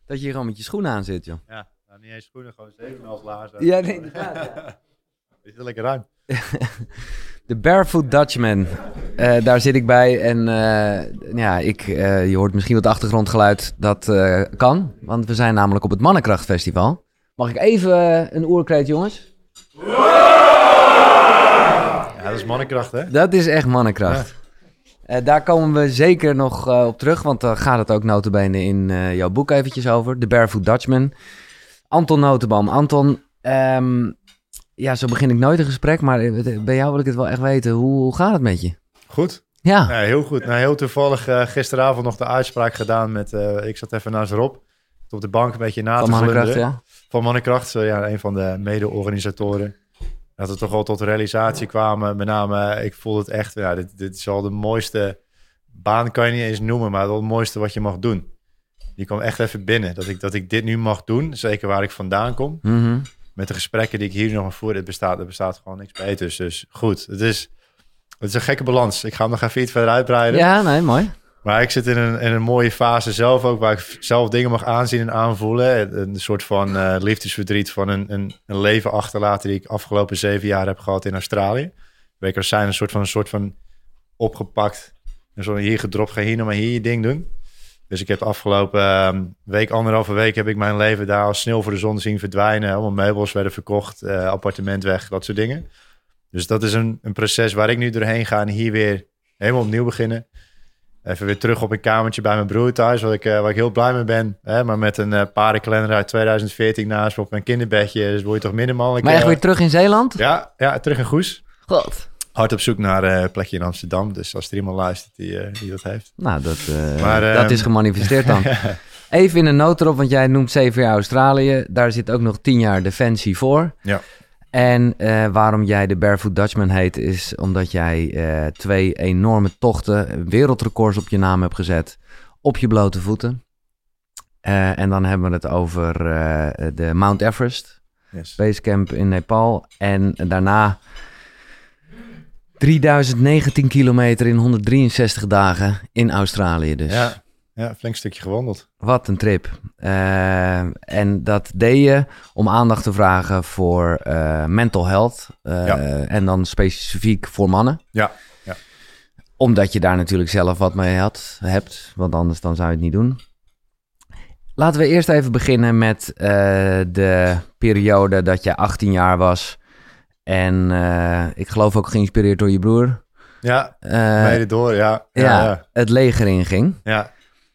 Dat je hier gewoon met je schoenen aan zit, joh. Ja, nou, niet eens schoenen, gewoon 7,5 laarzen. Ja, nee, inderdaad, ja. Is het lekker ruim? De Barefoot Dutchman. Daar zit ik bij. En je hoort misschien wat achtergrondgeluid. Dat kan. Want we zijn namelijk op het Mannenkrachtfestival. Mag ik even een oerkreet, jongens? Ja, dat is mannenkracht, hè? Dat is echt mannenkracht. Ja. Daar komen we zeker nog op terug. Want daar gaat het ook nota bene in jouw boek eventjes over. De Barefoot Dutchman. Anton Notenboom. Anton, zo begin ik nooit een gesprek. Maar bij jou wil ik het wel echt weten. Hoe gaat het met je? Goed. Ja. Ja, heel goed. Nou, heel toevallig gisteravond nog de uitspraak gedaan met... ik zat even naast Rob. Op de bank een beetje na te glunderen. Ja. Van Mannenkracht, een van de mede-organisatoren. Dat we toch al tot realisatie kwamen. Met name, ik voel het echt... Ja, dit is al de mooiste baan, kan je niet eens noemen... maar wel het mooiste wat je mag doen. Die kwam echt even binnen. Dat ik dit nu mag doen, zeker waar ik vandaan kom. Mm-hmm. Met de gesprekken die ik hier nog maar voer... er bestaat gewoon niks beters. Dus goed, het is een gekke balans. Ik ga hem nog even iets verder uitbreiden. Ja, nee, mooi. Maar ik zit in een mooie fase zelf ook... waar ik zelf dingen mag aanzien en aanvoelen. Een soort van liefdesverdriet van een leven achterlaten... die ik afgelopen 7 jaar heb gehad in Australië. Wekers zijn een soort van opgepakt. En zo hier gedropt, ga hier nou maar hier je ding doen. Dus ik heb de afgelopen anderhalve week... heb ik mijn leven daar als sneeuw voor de zon zien verdwijnen. Allemaal meubels werden verkocht, appartement weg, dat soort dingen. Dus dat is een proces waar ik nu doorheen ga... en hier weer helemaal opnieuw beginnen... Even weer terug op een kamertje bij mijn broer thuis, waar ik heel blij mee ben. Hè? Maar met een paardenkalender uit 2014 naast me op mijn kinderbedje. Dus word je toch minder mannelijk. Maar echt weer terug in Zeeland? Ja, terug in Goes. God. Hard op zoek naar een plekje in Amsterdam. Dus als er iemand luistert die dat heeft. Nou, dat is gemanifesteerd dan. Even in een noot erop, want jij noemt 7 jaar Australië. Daar zit ook nog 10 jaar Defensie voor. Ja. En waarom jij de Barefoot Dutchman heet, is omdat jij 2 enorme tochten, wereldrecords op je naam hebt gezet, op je blote voeten. En dan hebben we het over de Mount Everest, Yes. Basecamp in Nepal. En daarna 3019 kilometer in 163 dagen in Australië dus. Ja, flink stukje gewandeld. Wat een trip. En dat deed je om aandacht te vragen voor mental health. En dan specifiek voor mannen. Ja. Omdat je daar natuurlijk zelf wat mee hebt. Want anders dan zou je het niet doen. Laten we eerst even beginnen met de periode dat je 18 jaar was. En ik geloof ook geïnspireerd door je broer. Ja, mede door, ja. Het leger inging. Ja.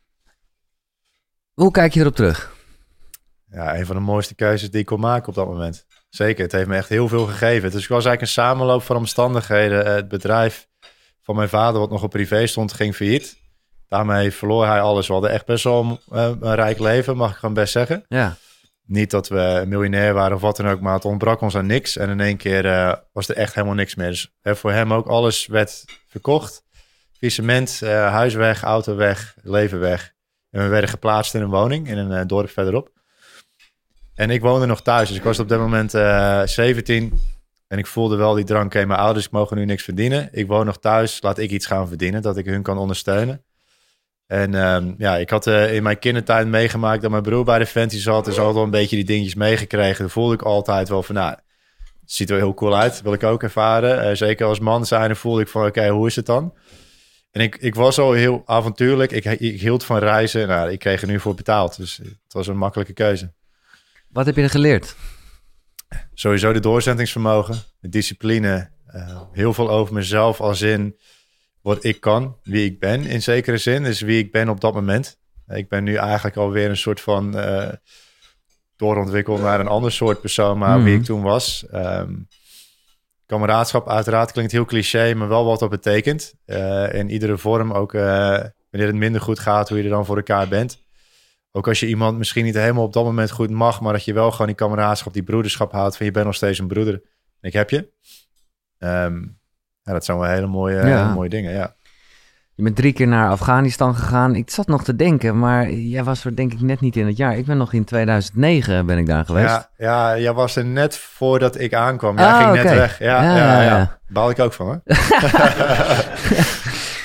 Hoe kijk je erop terug? Ja, een van de mooiste keuzes die ik kon maken op dat moment. Zeker, het heeft me echt heel veel gegeven. Dus ik was eigenlijk een samenloop van omstandigheden. Het bedrijf van mijn vader, wat nog op privé stond, ging failliet. Daarmee verloor hij alles. We hadden echt best wel een rijk leven, mag ik gewoon best zeggen. Ja. Niet dat we miljonair waren of wat dan ook, maar het ontbrak ons aan niks. En in één keer was er echt helemaal niks meer. Dus voor hem ook alles werd verkocht. Faillissement, huis weg, auto weg, leven weg. En we werden geplaatst in een woning in een dorp verderop. En ik woonde nog thuis, dus ik was op dat moment 17. En ik voelde wel die drang, mijn ouders mogen nu niks verdienen. Ik woon nog thuis, laat ik iets gaan verdienen, dat ik hun kan ondersteunen. En ik had in mijn kindertijd meegemaakt dat mijn broer bij Defensie zat. Dus altijd wel een beetje die dingetjes meegekregen. Dan voelde ik altijd wel van, het ziet er heel cool uit. Wil ik ook ervaren. Zeker als man zijn, voelde ik van, oké, hoe is het dan? En ik was al heel avontuurlijk. Ik hield van reizen. Nou, ik kreeg er nu voor betaald. Dus het was een makkelijke keuze. Wat heb je er geleerd? Sowieso de doorzettingsvermogen, de discipline. Heel veel over mezelf als in wat ik kan, wie ik ben in zekere zin. Dus wie ik ben op dat moment. Ik ben nu eigenlijk alweer een soort van doorontwikkeld naar een ander soort persoon. Maar wie ik toen was. Kameraadschap uiteraard klinkt heel cliché, maar wel wat dat betekent. In iedere vorm, ook wanneer het minder goed gaat, hoe je er dan voor elkaar bent. Ook als je iemand misschien niet helemaal op dat moment goed mag, maar dat je wel gewoon die kameraadschap, die broederschap houdt van je bent nog steeds een broeder. En ik heb je. Dat zijn wel hele mooie dingen, ja. Je bent 3 keer naar Afghanistan gegaan. Ik zat nog te denken, maar jij was er denk ik net niet in het jaar. Ik ben nog in 2009 ben ik daar geweest. Ja, jij was er net voordat ik aankwam. Jij ging net weg. Ja. Baal ik ook van, hè?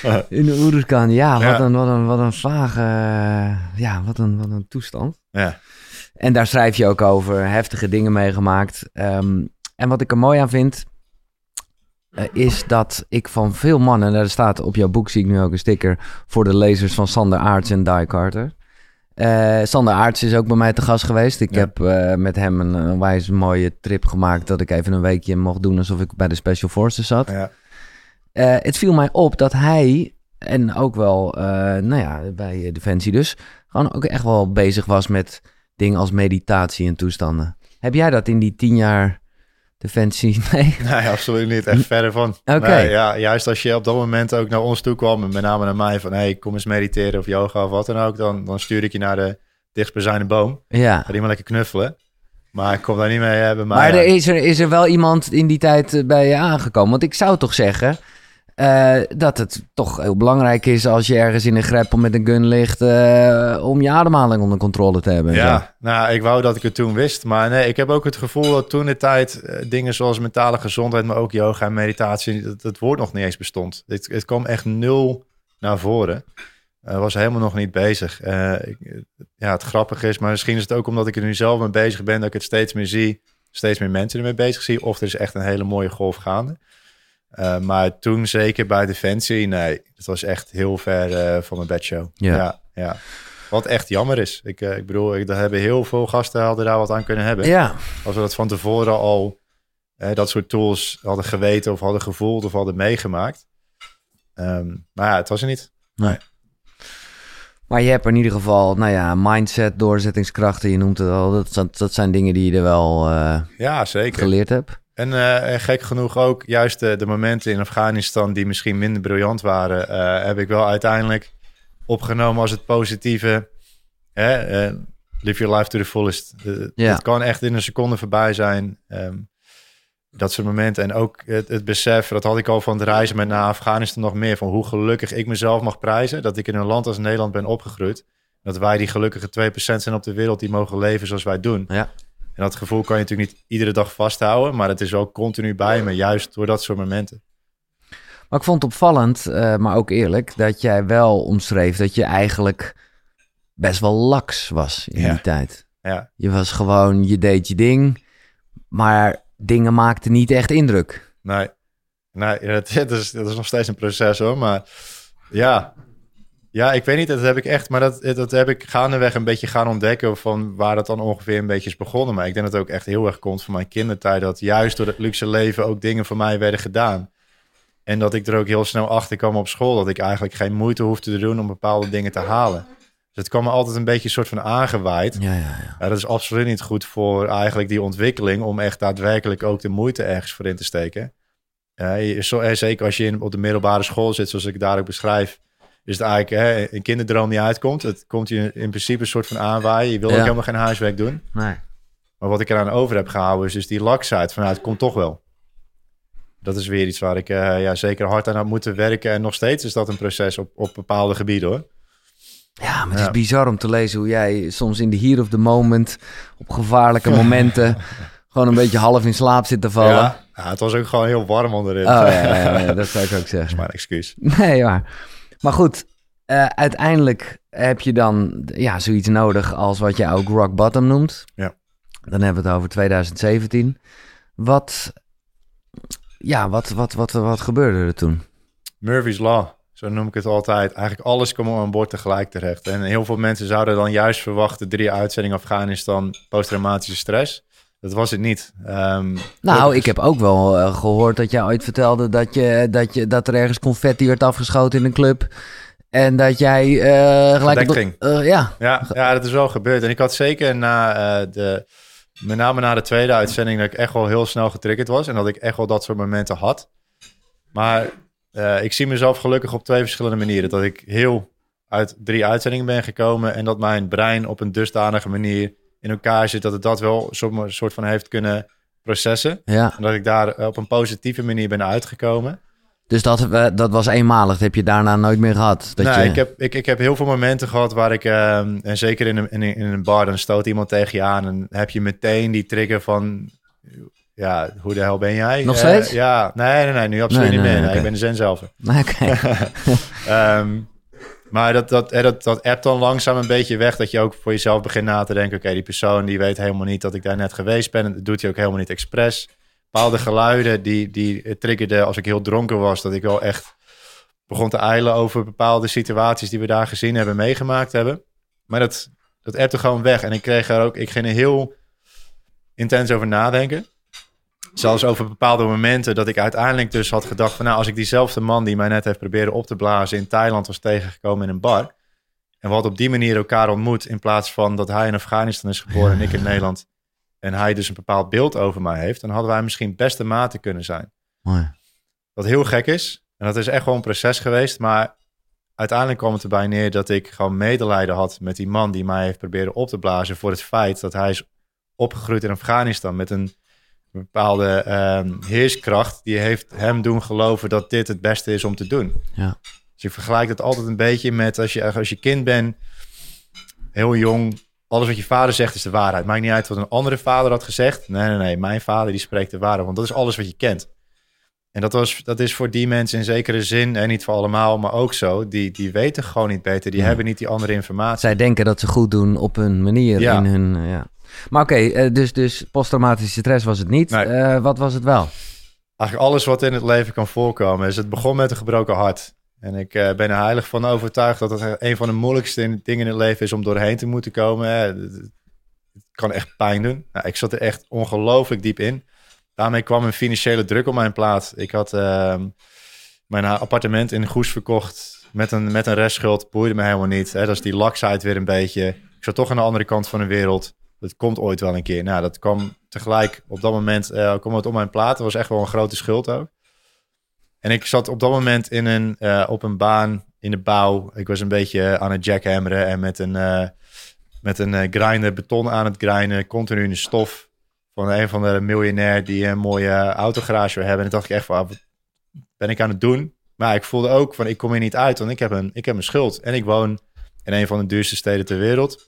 In de Oeruzkan, wat een vage... wat een toestand. Ja. En daar schrijf je ook over, heftige dingen meegemaakt. En wat ik er mooi aan vind... is dat ik van veel mannen... daar staat op jouw boek, zie ik nu ook een sticker... voor de lezers van Sander Aarts en Die Carter. Sander Aarts is ook bij mij te gast geweest. Ik heb met hem een wijs mooie trip gemaakt... dat ik even een weekje mocht doen... alsof ik bij de Special Forces zat. Ja. Het viel mij op dat hij... en ook wel bij Defensie dus... gewoon ook echt wel bezig was met dingen als meditatie en toestanden. Heb jij dat in die 10 jaar... Defensie, nee? Nee, absoluut niet. Echt verder van. Oké. Nee, juist als je op dat moment ook naar ons toe kwam... en met name naar mij van... hey, kom eens mediteren of yoga of wat dan ook... dan stuur ik je naar de dichtstbijzijnde boom. Ja. Ga die maar lekker knuffelen. Maar ik kom daar niet mee bij mij. Maar is er wel iemand in die tijd bij je aangekomen? Want ik zou toch zeggen... dat het toch heel belangrijk is als je ergens in een greppel met een gun ligt... om je ademhaling onder controle te hebben. Ja, nou, ik wou dat ik het toen wist. Maar nee, ik heb ook het gevoel dat toen de tijd... dingen zoals mentale gezondheid, maar ook yoga en meditatie... dat woord nog niet eens bestond. Het kwam echt 0 naar voren. Was helemaal nog niet bezig. Het grappige is, maar misschien is het ook omdat ik er nu zelf mee bezig ben... dat ik het steeds meer zie, steeds meer mensen ermee bezig zie... of er is echt een hele mooie golf gaande. Maar toen zeker bij Defensie, nee, het was echt heel ver van mijn bedshow. Ja. Wat echt jammer is. Ik bedoel, daar hebben heel veel gasten hadden daar wat aan kunnen hebben. Ja. Als we dat van tevoren al dat soort tools hadden geweten of hadden gevoeld of hadden meegemaakt. Maar het was er niet. Nee. Maar je hebt in ieder geval, mindset, doorzettingskrachten, je noemt het al. Dat zijn dingen die je er wel zeker geleerd hebt. En gek genoeg ook, juist de momenten in Afghanistan die misschien minder briljant waren, heb ik wel uiteindelijk opgenomen als het positieve. Live your life to the fullest. Het kan echt in een seconde voorbij zijn. Dat soort momenten. En ook het besef, dat had ik al van het reizen met naar Afghanistan nog meer, van hoe gelukkig ik mezelf mag prijzen. Dat ik in een land als Nederland ben opgegroeid. Dat wij die gelukkige 2% zijn op de wereld die mogen leven zoals wij doen. Ja. En dat gevoel kan je natuurlijk niet iedere dag vasthouden, maar het is wel continu bij me, juist door dat soort momenten. Maar ik vond het opvallend, maar ook eerlijk, dat jij wel omschreef dat je eigenlijk best wel laks was in die tijd. Ja. Je was gewoon, je deed je ding, maar dingen maakten niet echt indruk. Nee, dat is nog steeds een proces hoor, maar ja, ik weet niet, dat heb ik echt, maar dat heb ik gaandeweg een beetje gaan ontdekken van waar dat dan ongeveer een beetje is begonnen. Maar ik denk dat het ook echt heel erg komt van mijn kindertijd, dat juist door het luxe leven ook dingen voor mij werden gedaan. En dat ik er ook heel snel achter kwam op school, dat ik eigenlijk geen moeite hoefde te doen om bepaalde dingen te halen. Dus het kwam me altijd een beetje een soort van aangewaaid. Ja. Dat is absoluut niet goed voor eigenlijk die ontwikkeling, om echt daadwerkelijk ook de moeite ergens voor in te steken. Zeker als je op de middelbare school zit, zoals ik daar ook beschrijf, is het eigenlijk een kinderdroom die uitkomt. Het komt je in principe een soort van aanwaaien. Je wil ook helemaal geen huiswerk doen. Nee. Maar wat ik eraan over heb gehouden is dus die laksheid van het komt toch wel. Dat is weer iets waar ik zeker hard aan had moeten werken. En nog steeds is dat een proces op bepaalde gebieden hoor. Ja, maar het is bizar om te lezen hoe jij soms in de heat of the moment op gevaarlijke momenten gewoon een beetje half in slaap zit te vallen. Ja, het was ook gewoon heel warm onderin. Ja, dat zou ik ook zeggen. Dat is mijn excuus. Nee, maar goed, uiteindelijk heb je dan zoiets nodig als wat je ook rock bottom noemt. Ja. Dan hebben we het over 2017. Wat gebeurde er toen? Murphy's Law, zo noem ik het altijd. Eigenlijk alles kwam aan boord tegelijk terecht. En heel veel mensen zouden dan juist verwachten 3 uitzendingen Afghanistan, posttraumatische stress. Dat was het niet. Ik heb ook wel gehoord dat jij ooit vertelde dat er ergens confetti werd afgeschoten in een club. En dat jij gelijk ging. Ja, dat is wel gebeurd. En ik had zeker met name na de tweede uitzending, dat ik echt wel heel snel getriggerd was. En dat ik echt wel dat soort momenten had. Maar ik zie mezelf gelukkig op 2 verschillende manieren. Dat ik heel uit 3 uitzendingen ben gekomen. En dat mijn brein op een dusdanige manier in elkaar zit dat het dat wel een soort van heeft kunnen processen. Ja. En dat ik daar op een positieve manier ben uitgekomen. Dus dat was eenmalig. Dat heb je daarna nooit meer gehad? Ik heb heel veel momenten gehad waar ik... en zeker in een bar, dan stoot iemand tegen je aan en heb je meteen die trigger van... ja, hoe de hel ben jij? Nog steeds? Ja, nee, nu absoluut niet meer. Nee, ik ben de zen zelf. Oké. Maar dat appt dan langzaam een beetje weg. Dat je ook voor jezelf begint na te denken. Oké, die persoon die weet helemaal niet dat ik daar net geweest ben. En dat doet hij ook helemaal niet expres. Bepaalde geluiden die triggerden als ik heel dronken was. Dat ik wel echt begon te eilen over bepaalde situaties die we daar gezien hebben, meegemaakt hebben. Maar dat appte gewoon weg. En ik ging er heel intens over nadenken. Zelfs over bepaalde momenten dat ik uiteindelijk dus had gedacht van... nou, als ik diezelfde man die mij net heeft proberen op te blazen in Thailand was tegengekomen in een bar... en we hadden op die manier elkaar ontmoet in plaats van dat hij in Afghanistan is geboren en ik in Nederland... en hij dus een bepaald beeld over mij heeft... dan hadden wij misschien beste maten kunnen zijn. Mooi. Wat heel gek is. En dat is echt wel een proces geweest. Maar uiteindelijk kwam het erbij neer dat ik gewoon medelijden had... met die man die mij heeft proberen op te blazen... voor het feit dat hij is opgegroeid in Afghanistan met een bepaalde heerskracht... die heeft hem doen geloven dat dit het beste is om te doen. Ja. Dus ik vergelijk het altijd een beetje met als je kind bent, heel jong... alles wat je vader zegt is de waarheid. Maakt niet uit wat een andere vader had gezegd. Nee. Mijn vader die spreekt de waarheid. Want dat is alles wat je kent. En dat is voor die mensen in zekere zin... en niet voor allemaal, maar ook zo... die weten gewoon niet beter. Die hebben niet die andere informatie. Zij denken dat ze goed doen op hun manier. Ja. In hun, Maar oké, dus posttraumatische stress was het niet. Nee. Wat was het wel? Eigenlijk alles wat in het leven kan voorkomen. Dus het begon met een gebroken hart. En ik ben er heilig van overtuigd... dat het een van de moeilijkste dingen in het leven is... om doorheen te moeten komen. Het kan echt pijn doen. Nou, ik zat er echt ongelooflijk diep in. Daarmee kwam een financiële druk op mijn plaat. Ik had mijn appartement in Goes verkocht... met een restschuld. Boeide me helemaal niet. Dat is die laksheid weer een beetje. Ik zat toch aan de andere kant van de wereld. Dat komt ooit wel een keer. Nou, dat kwam tegelijk op dat moment... kwam het op mijn plaat. Dat was echt wel een grote schuld ook. En ik zat op dat moment op een baan in de bouw. Ik was een beetje aan het jackhammeren... en met een grinder beton aan het grinden. Continu in de stof... van een van de miljonair die een mooie autogarage wil hebben. En toen dacht ik echt van, wat ben ik aan het doen? Maar ik voelde ook van, ik kom hier niet uit, want ik heb een schuld. En ik woon in een van de duurste steden ter wereld.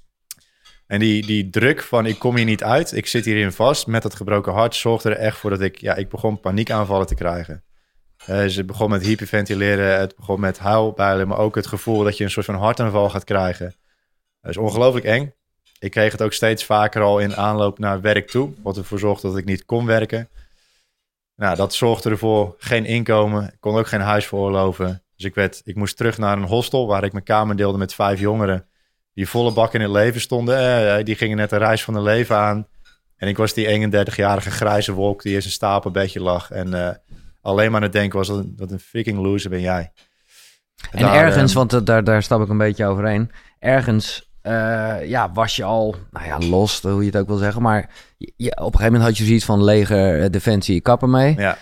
En die druk van, ik kom hier niet uit, ik zit hierin vast met dat gebroken hart, zorgde er echt voor dat ik begon paniekaanvallen te krijgen. Dus het begon met hyperventileren, het begon met huilbuilen, maar ook het gevoel dat je een soort van hartaanval gaat krijgen. Dat is ongelooflijk eng. Ik kreeg het ook steeds vaker al in aanloop naar werk toe. Wat ervoor zorgde dat ik niet kon werken. Nou, dat zorgde ervoor geen inkomen. Ik kon ook geen huis veroorloven. Dus ik moest terug naar een hostel... waar ik mijn kamer deelde met 5 jongeren... die volle bak in het leven stonden. Die gingen net een reis van hun leven aan. En ik was die 31-jarige grijze wolk... die in zijn stapelbedje lag. En alleen maar aan het denken was... dat een freaking loser ben jij. En daar, ergens, want daar stap ik een beetje overheen... ergens... was je al, los, hoe je het ook wil zeggen. Maar op een gegeven moment had je zoiets van leger, defensie, kappen mee. Ja.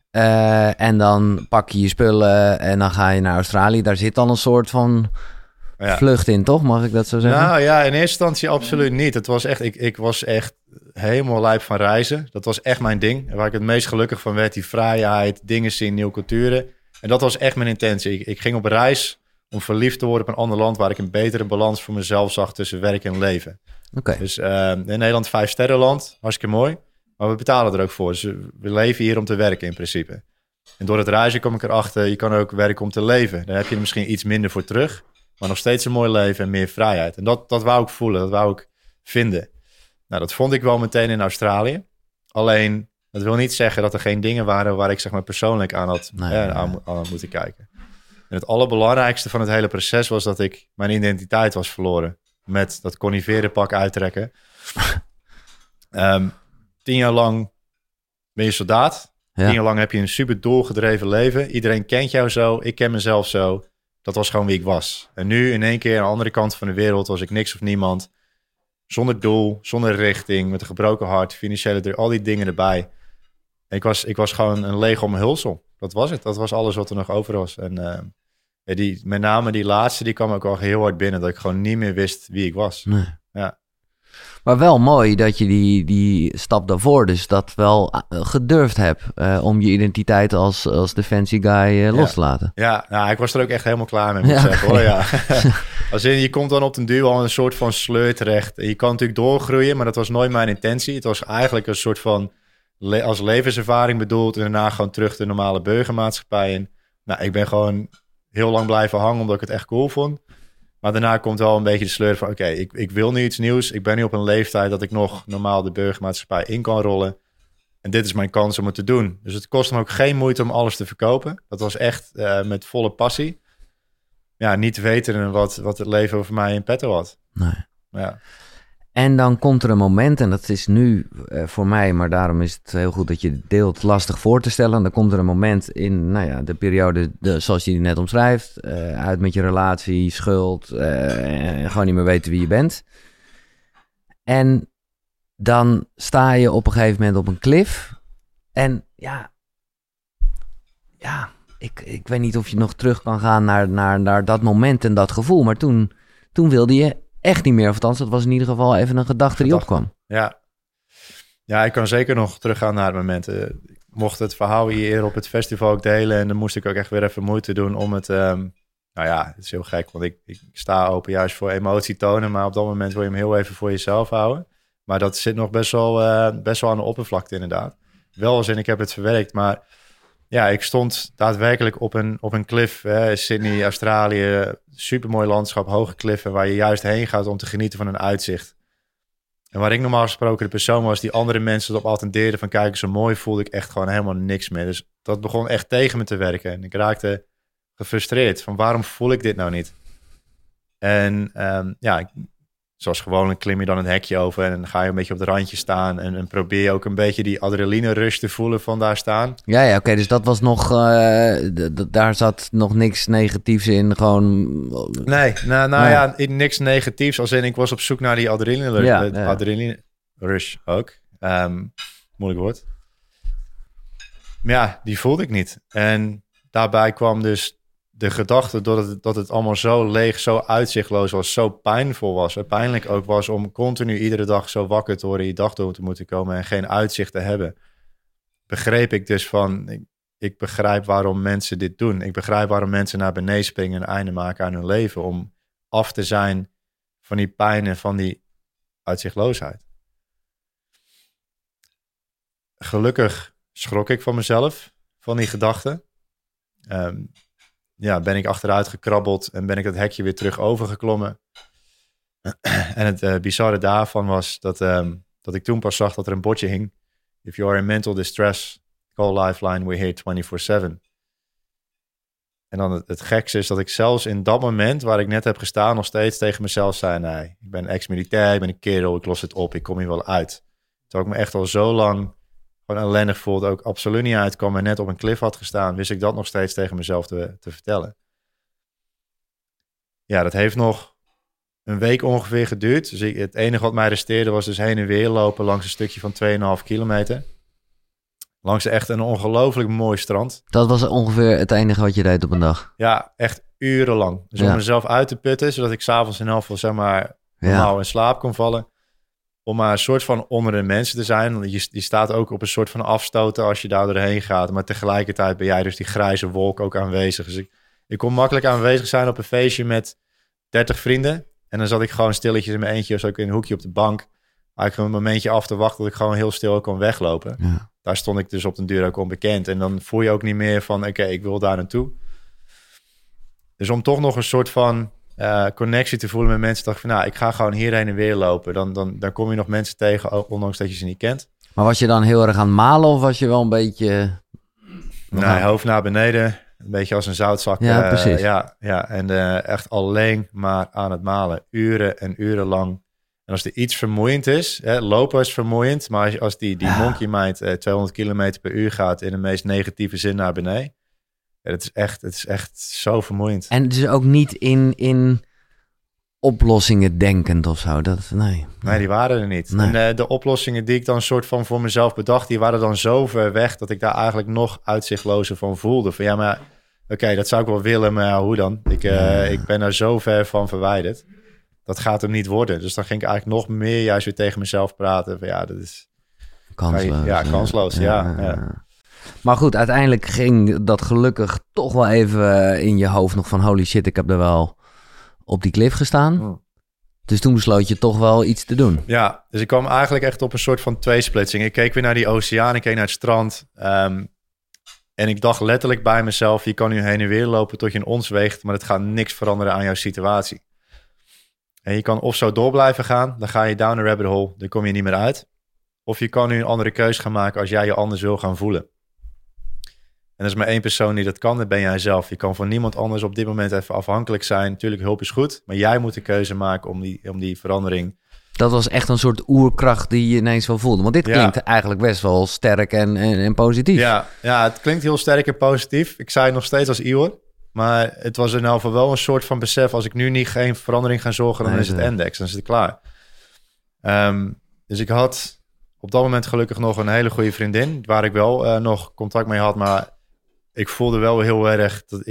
En dan pak je je spullen en dan ga je naar Australië. Daar zit dan een soort van vlucht in, toch? Mag ik dat zo zeggen? Nou ja, in eerste instantie absoluut niet. Het was echt, ik was echt helemaal lijp van reizen. Dat was echt mijn ding. Waar ik het meest gelukkig van werd, die vrijheid, dingen zien, nieuwe culturen. En dat was echt mijn intentie. Ik ging op reis... om verliefd te worden op een ander land... waar ik een betere balans voor mezelf zag tussen werk en leven. Okay. Dus in Nederland 5-sterrenland, hartstikke mooi. Maar we betalen er ook voor. Dus we leven hier om te werken in principe. En door het reizen kom ik erachter... je kan ook werken om te leven. Dan heb je er misschien iets minder voor terug... maar nog steeds een mooi leven en meer vrijheid. En dat wou ik voelen, dat wou ik vinden. Nou, dat vond ik wel meteen in Australië. Alleen, dat wil niet zeggen dat er geen dingen waren... waar ik zeg maar persoonlijk aan had moeten kijken. En het allerbelangrijkste van het hele proces was dat ik mijn identiteit was verloren. Met dat coniferenpak uittrekken. 10 jaar lang ben je soldaat. Ja. 10 jaar lang heb je een super doelgedreven leven. Iedereen kent jou zo. Ik ken mezelf zo. Dat was gewoon wie ik was. En nu in één keer aan de andere kant van de wereld was ik niks of niemand. Zonder doel, zonder richting, met een gebroken hart, financiële druk, al die dingen erbij. En ik was gewoon een leeg omhulsel. Dat was het. Dat was alles wat er nog over was. En met name die laatste, die kwam ook al heel hard binnen. Dat ik gewoon niet meer wist wie ik was. Nee. Ja. Maar wel mooi dat je die stap daarvoor dus dat wel gedurfd hebt... om je identiteit als defensie guy los te laten. Ja, nou, ik was er ook echt helemaal klaar mee, moet ik zeggen. Hoor, ja. Als in, je komt dan op den duur al een soort van sleur terecht. En je kan natuurlijk doorgroeien, maar dat was nooit mijn intentie. Het was eigenlijk een soort van als levenservaring bedoeld en daarna gewoon terug de normale burgermaatschappij in. Nou, ik ben gewoon heel lang blijven hangen omdat ik het echt cool vond. Maar daarna komt wel een beetje de sleur van... oké, ik wil nu iets nieuws. Ik ben nu op een leeftijd dat ik nog normaal de burgermaatschappij in kan rollen. En dit is mijn kans om het te doen. Dus het kost me ook geen moeite om alles te verkopen. Dat was echt met volle passie. Ja, niet weten wat het leven over mij in petto had. Nee. Ja. En dan komt er een moment, en dat is nu voor mij, maar daarom is het heel goed dat je het deelt, lastig voor te stellen. Dan komt er een moment in de periode zoals je die net omschrijft. Uit met je relatie, schuld, gewoon niet meer weten wie je bent. En dan sta je op een gegeven moment op een klif. En ik weet niet of je nog terug kan gaan naar dat moment en dat gevoel. Maar toen wilde je echt niet meer. Of althans, dat was in ieder geval even een gedachte die opkwam. Ja, ik kan zeker nog teruggaan naar het moment. Ik mocht het verhaal hier op het festival ook delen. En dan moest ik ook echt weer even moeite doen om het... het is heel gek, want ik sta open juist voor emotie tonen. Maar op dat moment wil je hem heel even voor jezelf houden. Maar dat zit nog best wel aan de oppervlakte inderdaad. Wel als in, ik heb het verwerkt, maar... Ja, ik stond daadwerkelijk op een klif, Sydney, Australië, supermooi landschap, hoge kliffen, waar je juist heen gaat om te genieten van een uitzicht. En waar ik normaal gesproken de persoon was die andere mensen erop attendeerden van kijken, zo mooi, voelde ik echt gewoon helemaal niks meer. Dus dat begon echt tegen me te werken. En ik raakte gefrustreerd van waarom voel ik dit nou niet? En zoals gewoonlijk klim je dan een hekje over en dan ga je een beetje op het randje staan en probeer je ook een beetje die adrenaline rush te voelen van daar staan. Ja, oké, dus dat was nog, daar zat nog niks negatiefs in, gewoon... Nee, niks negatiefs, als in ik was op zoek naar die adrenaline rush ook. Moeilijk woord. Maar ja, die voelde ik niet. En daarbij kwam dus de gedachte dat het allemaal zo leeg, zo uitzichtloos was, zo pijnvol was. En pijnlijk ook was om continu iedere dag zo wakker te worden, je dag door te moeten komen en geen uitzicht te hebben. Begreep ik dus van, ik begrijp waarom mensen dit doen. Ik begrijp waarom mensen naar beneden springen en een einde maken aan hun leven. Om af te zijn van die pijn en van die uitzichtloosheid. Gelukkig schrok ik van mezelf, van die gedachte. Ben ik achteruit gekrabbeld en ben ik dat hekje weer terug overgeklommen. En het bizarre daarvan was dat ik toen pas zag dat er een bordje hing. If you are in mental distress, call Lifeline, we're here 24/7. En dan het gekste is dat ik zelfs in dat moment waar ik net heb gestaan nog steeds tegen mezelf zei, nee, ik ben ex-militair, ik ben een kerel, ik los het op, ik kom hier wel uit. Terwijl ik me echt al zo lang gewoon ellendig voelde, ook absoluut niet uitkwam en net op een klif had gestaan, wist ik dat nog steeds tegen mezelf te vertellen. Ja, dat heeft nog een week ongeveer geduurd. Dus het enige wat mij resteerde was dus heen en weer lopen langs een stukje van 2,5 kilometer. Langs echt een ongelooflijk mooi strand. Dat was ongeveer het enige wat je deed op een dag? Ja, echt urenlang. Dus om mezelf uit te putten, zodat ik 's avonds in half normaal in slaap kon vallen. Om maar een soort van onder de mensen te zijn. Want je staat ook op een soort van afstoten als je daar doorheen gaat. Maar tegelijkertijd ben jij dus die grijze wolk ook aanwezig. Dus ik kon makkelijk aanwezig zijn op een feestje met 30 vrienden. En dan zat ik gewoon stilletjes in mijn eentje of zo in een hoekje op de bank. Eigenlijk een momentje af te wachten dat ik gewoon heel stil kon weglopen. Ja. Daar stond ik dus op den duur ook onbekend. En dan voel je ook niet meer van oké, ik wil daar naartoe. Dus om toch nog een soort van connectie te voelen met mensen, dacht ik van ik ga gewoon hierheen en weer lopen. Dan kom je nog mensen tegen, ondanks dat je ze niet kent. Maar was je dan heel erg aan het malen of was je wel een beetje... Nee, hoofd naar beneden. Een beetje als een zoutzak. Ja, precies. En echt alleen maar aan het malen. Uren en uren lang. En als er iets vermoeiend is, lopen is vermoeiend. Maar als die monkey mind 200 kilometer per uur gaat in de meest negatieve zin naar beneden. Ja, het is echt zo vermoeiend. En dus ook niet in oplossingen denkend of zo? Nee, die waren er niet. Nee. En de oplossingen die ik dan soort van voor mezelf bedacht, die waren dan zo ver weg dat ik daar eigenlijk nog uitzichtlozer van voelde. Van ja, maar oké, dat zou ik wel willen, maar hoe dan? Ik ben daar zo ver van verwijderd. Dat gaat hem niet worden. Dus dan ging ik eigenlijk nog meer juist weer tegen mezelf praten. Van dat is... Kansloos. Ja, kansloos, ja. Maar goed, uiteindelijk ging dat gelukkig toch wel even in je hoofd nog van holy shit, ik heb er wel op die klif gestaan. Dus toen besloot je toch wel iets te doen. Ja, dus ik kwam eigenlijk echt op een soort van tweesplitsing. Ik keek weer naar die oceaan, ik keek naar het strand. En ik dacht letterlijk bij mezelf, je kan nu heen en weer lopen tot je een ons weegt, maar het gaat niks veranderen aan jouw situatie. En je kan of zo door blijven gaan, dan ga je down the rabbit hole, dan kom je niet meer uit. Of je kan nu een andere keuze gaan maken als jij je anders wil gaan voelen. En er is maar één persoon die dat kan, dat ben jij zelf. Je kan van niemand anders op dit moment even afhankelijk zijn. Natuurlijk, hulp is goed, maar jij moet de keuze maken om die verandering. Dat was echt een soort oerkracht die je ineens wel voelde. Want dit klinkt eigenlijk best wel sterk en positief. Ja, het klinkt heel sterk en positief. Ik zei het nog steeds als Ior. Maar het was er nou voor wel een soort van besef. Als ik nu niet geen verandering ga zorgen, dan is het index. Dan is het klaar. Dus ik had op dat moment gelukkig nog een hele goede vriendin. Waar ik wel nog contact mee had. Maar ik voelde wel heel erg dat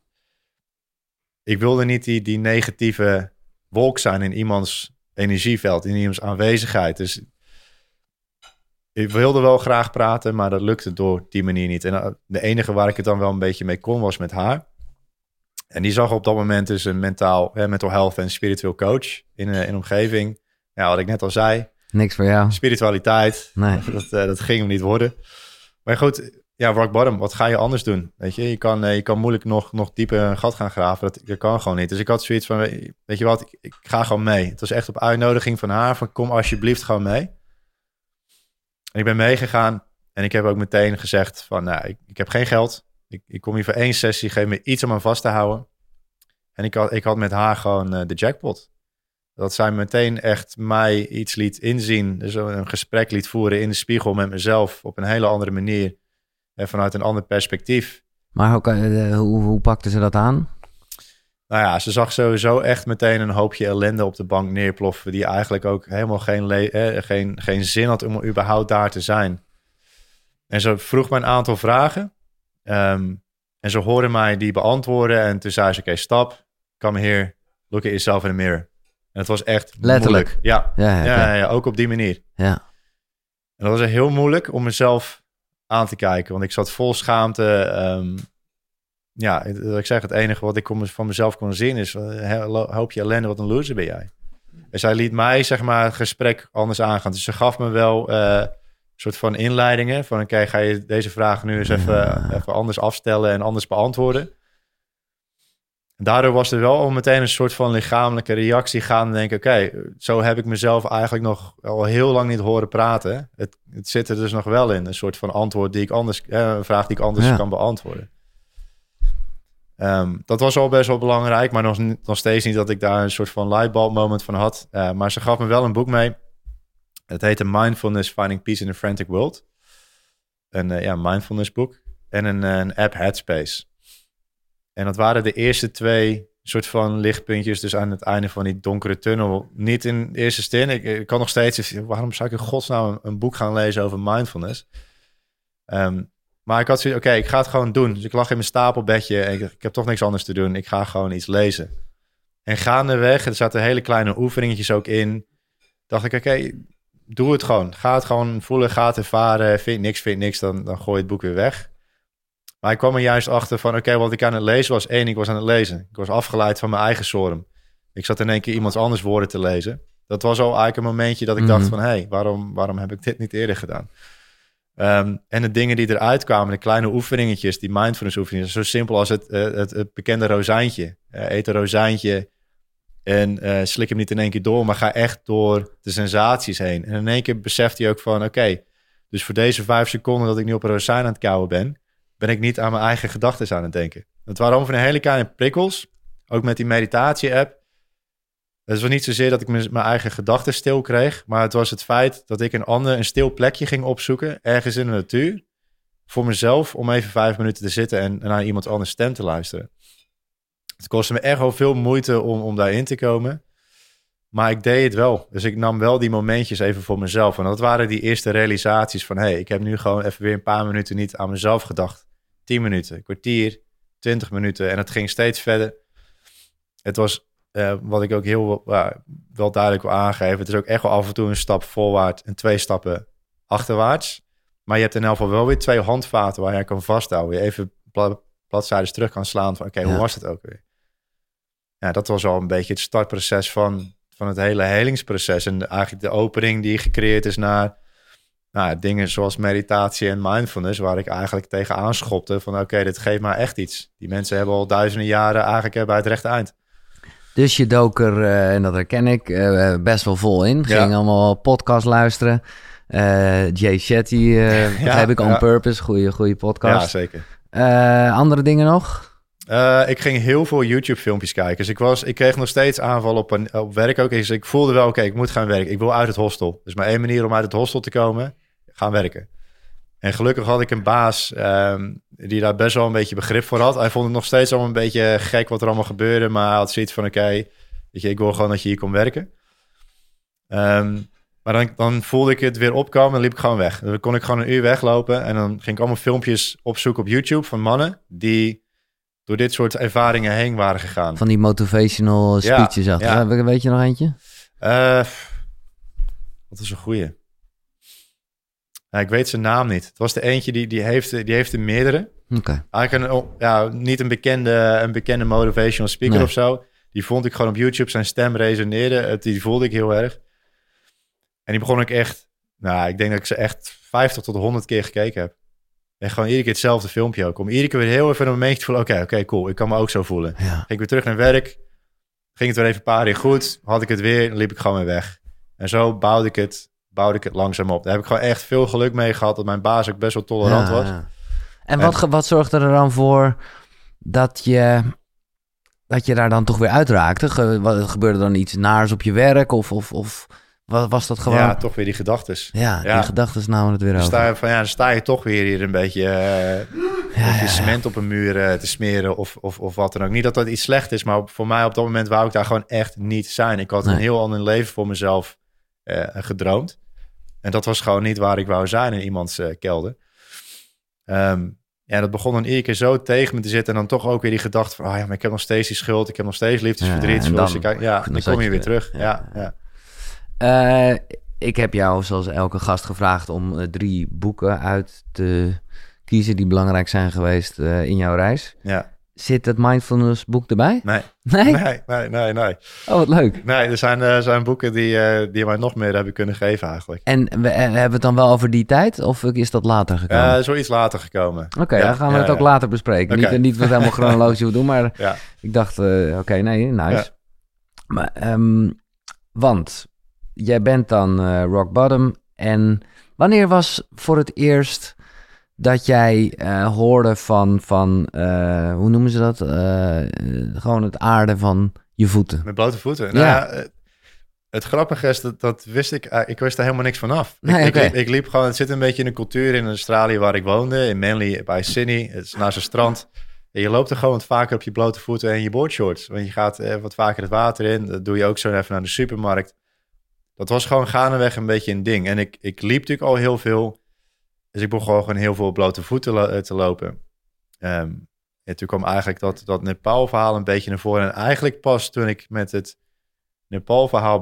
ik wilde niet die negatieve wolk zijn in iemands energieveld, in iemands aanwezigheid. Dus ik wilde wel graag praten, maar dat lukte door die manier niet. En de enige waar ik het dan wel een beetje mee kon, was met haar. En die zag op dat moment dus een mental health en spiritueel coach in een omgeving. Ja, wat ik net al zei. Niks voor jou. Spiritualiteit, nee. Dat ging hem niet worden. Maar goed, ja, rock bottom, wat ga je anders doen? Weet je kan moeilijk nog dieper een gat gaan graven. Dat kan gewoon niet. Dus ik had zoiets van, weet je wat, ik ga gewoon mee. Het was echt op uitnodiging van haar, van kom alsjeblieft gewoon mee. En ik ben meegegaan en ik heb ook meteen gezegd van, nou, ik heb geen geld. Ik kom hier voor 1 sessie, geef me iets om aan vast te houden. En ik had met haar gewoon de jackpot. Dat zij meteen echt mij iets liet inzien. Dus een gesprek liet voeren in de spiegel met mezelf op een hele andere manier. En vanuit een ander perspectief. Maar hoe pakte ze dat aan? Nou ja, ze zag sowieso echt meteen een hoopje ellende op de bank neerploffen. Die eigenlijk ook helemaal geen zin had om überhaupt daar te zijn. En ze vroeg me een aantal vragen. En ze hoorde mij die beantwoorden. En toen zei ze, oké, stop. Come here. Look at yourself in the mirror. En het was echt letterlijk. Moeilijk. Ja, ook op die manier. Ja. En dat was heel moeilijk om mezelf aan te kijken. Want ik zat vol schaamte. Ik zeg, het enige wat ik van mezelf kon zien is, hoop je ellende, wat een loser ben jij. En zij liet mij, zeg maar, het gesprek anders aangaan. Dus ze gaf me wel een soort van inleidingen. Van oké, ga je deze vraag nu eens even anders afstellen en anders beantwoorden. En daardoor was er wel al meteen een soort van lichamelijke reactie gaan. En denken, oké, zo heb ik mezelf eigenlijk nog al heel lang niet horen praten. Het zit er dus nog wel in. Een soort van antwoord die ik anders, een vraag die ik anders kan beantwoorden. Dat was al best wel belangrijk, maar nog steeds niet dat ik daar een soort van lightbulb moment van had. Maar ze gaf me wel een boek mee. Het heette Mindfulness, Finding Peace in a Frantic World. Een mindfulness boek. En een app, Headspace. En dat waren de eerste 2 soort van lichtpuntjes dus aan het einde van die donkere tunnel. Niet in de eerste zin. Ik kan nog steeds, waarom zou ik in godsnaam een boek gaan lezen over mindfulness? Maar ik had zoiets, oké, ik ga het gewoon doen. Dus ik lag in mijn stapelbedje en ik heb toch niks anders te doen. Ik ga gewoon iets lezen. En gaandeweg, er zaten hele kleine oefeningetjes ook in. Dacht ik, oké, doe het gewoon. Ga het gewoon voelen, ga het ervaren. Vind niks, dan gooi je het boek weer weg. Maar ik kwam er juist achter van, oké, wat ik aan het lezen was. Ik was aan het lezen. Ik was afgeleid van mijn eigen storm. Ik zat in één keer iemands anders woorden te lezen. Dat was al eigenlijk een momentje dat ik dacht van, hé, waarom heb ik dit niet eerder gedaan? En de dingen die eruit kwamen, de kleine oefeningetjes, die mindfulness oefeningen, zo simpel als het bekende rozijntje. Eet een rozijntje en slik hem niet in één keer door, maar ga echt door de sensaties heen. En in één keer beseft hij ook van, oké, dus voor deze 5 seconden dat ik nu op een rozijn aan het kauwen ben ik niet aan mijn eigen gedachten aan het denken. Het waren allemaal van hele kleine prikkels, ook met die meditatie-app. Het was niet zozeer dat ik mijn eigen gedachten stil kreeg, maar het was het feit dat ik een stil plekje ging opzoeken, ergens in de natuur, voor mezelf, om even 5 minuten te zitten en naar iemand anders stem te luisteren. Het kostte me echt wel veel moeite om daarin te komen, maar ik deed het wel. Dus ik nam wel die momentjes even voor mezelf. En dat waren die eerste realisaties van, ik heb nu gewoon even weer een paar minuten niet aan mezelf gedacht. 10 minuten, een kwartier, 20 minuten en het ging steeds verder. Het was... wat ik ook wel duidelijk wil aangeven. Het is ook echt wel af en toe een stap voorwaarts en 2 stappen achterwaarts. Maar je hebt in elk geval wel weer 2 handvaten waar je kan vasthouden. Je even bladzijdes terug kan slaan van oké, hoe was het ook weer? Ja, dat was al een beetje het startproces van van het hele helingsproces. En eigenlijk de opening die gecreëerd is naar dingen zoals meditatie en mindfulness, waar ik eigenlijk tegenaan schopte van oké, dit geeft mij echt iets. Die mensen hebben al duizenden jaren eigenlijk bij het rechte eind. Dus je dook er, en dat herken ik, best wel vol in. Ging allemaal podcast luisteren. Jay Shetty, heb ik On Purpose. Goede podcast. Ja, zeker. Andere dingen nog? Ik ging heel veel YouTube-filmpjes kijken. Dus ik kreeg nog steeds aanval op werk ook. Dus ik voelde wel, oké, ik moet gaan werken. Ik wil uit het hostel. Dus maar één manier om uit het hostel te komen, gaan werken. En gelukkig had ik een baas die daar best wel een beetje begrip voor had. Hij vond het nog steeds allemaal een beetje gek wat er allemaal gebeurde. Maar hij had zoiets van, oké, weet je, ik wil gewoon dat je hier komt werken. Maar dan voelde ik het weer opkomen en liep ik gewoon weg. Dan kon ik gewoon een uur weglopen. En dan ging ik allemaal filmpjes opzoeken op YouTube van mannen die door dit soort ervaringen heen waren gegaan. Van die motivational speeches. Ja. Weet je nog eentje? Wat is een goeie? Ik weet zijn naam niet. Het was de eentje die heeft er meerdere. Okay. Eigenlijk niet een bekende motivational speaker of zo. Die vond ik gewoon op YouTube. Zijn stem resoneerde. Die voelde ik heel erg. En die begon ik echt... ik denk dat ik ze echt 50 tot 100 keer gekeken heb. En gewoon iedere keer hetzelfde filmpje ook. Om iedere keer weer heel even een momentje te voelen. Oké, cool. Ik kan me ook zo voelen. Ja. Ging ik weer terug naar werk. Ging het weer even een paar keer goed. Had ik het weer. Dan liep ik gewoon weer weg. En zo bouwde ik het langzaam op. Daar heb ik gewoon echt veel geluk mee gehad. Dat mijn baas ook best wel tolerant was. Ja. En wat zorgde er dan voor dat je daar dan toch weer uitraakte? Gebeurde dan iets naars op je werk? Of wat was dat gewoon? Ja, toch weer die gedachtes. Ja, die gedachtes namen het weer over. Dan sta je toch weer hier een beetje cement op een muur te smeren of wat dan ook. Niet dat dat iets slecht is, maar voor mij op dat moment wou ik daar gewoon echt niet zijn. Ik had een heel ander leven voor mezelf gedroomd. En dat was gewoon niet waar ik wou zijn in iemands kelder. Dat begon dan iedere keer zo tegen me te zitten. En dan toch ook weer die gedachte van... maar ik heb nog steeds die schuld. Ik heb nog steeds liefdesverdriet. Dan kom je weer terug. Ik heb jou, zoals elke gast, gevraagd om 3 boeken uit te kiezen... die belangrijk zijn geweest in jouw reis. Ja. Zit het mindfulness boek erbij? Nee. Oh, wat leuk. Nee, er zijn boeken die mij nog meer hebben kunnen geven eigenlijk. En we hebben het dan wel over die tijd? Of is dat later gekomen? Zoiets later gekomen. Oké, dan gaan we het ook later bespreken. Okay. Niet wat helemaal chronologisch hoeven doen, maar ik dacht, nice. Ja. Maar, want jij bent dan rock bottom. En wanneer was voor het eerst dat jij hoorde van hoe noemen ze dat? Gewoon het aarde van je voeten. Met blote voeten? Ja. Het grappige is, dat wist ik. Ik wist er helemaal niks vanaf. Nee, ik liep gewoon, het zit een beetje in de cultuur in Australië waar ik woonde. In Manly, bij Sydney. Het is naast een strand. En je loopt er gewoon wat vaker op je blote voeten en je boardshorts. Want je gaat wat vaker het water in. Dat doe je ook zo even naar de supermarkt. Dat was gewoon gaandeweg een beetje een ding. En ik liep natuurlijk al heel veel. Dus ik begon gewoon heel veel blote voeten te lopen. En toen kwam eigenlijk dat Nepal-verhaal een beetje naar voren. En eigenlijk pas toen ik met het Nepal-verhaal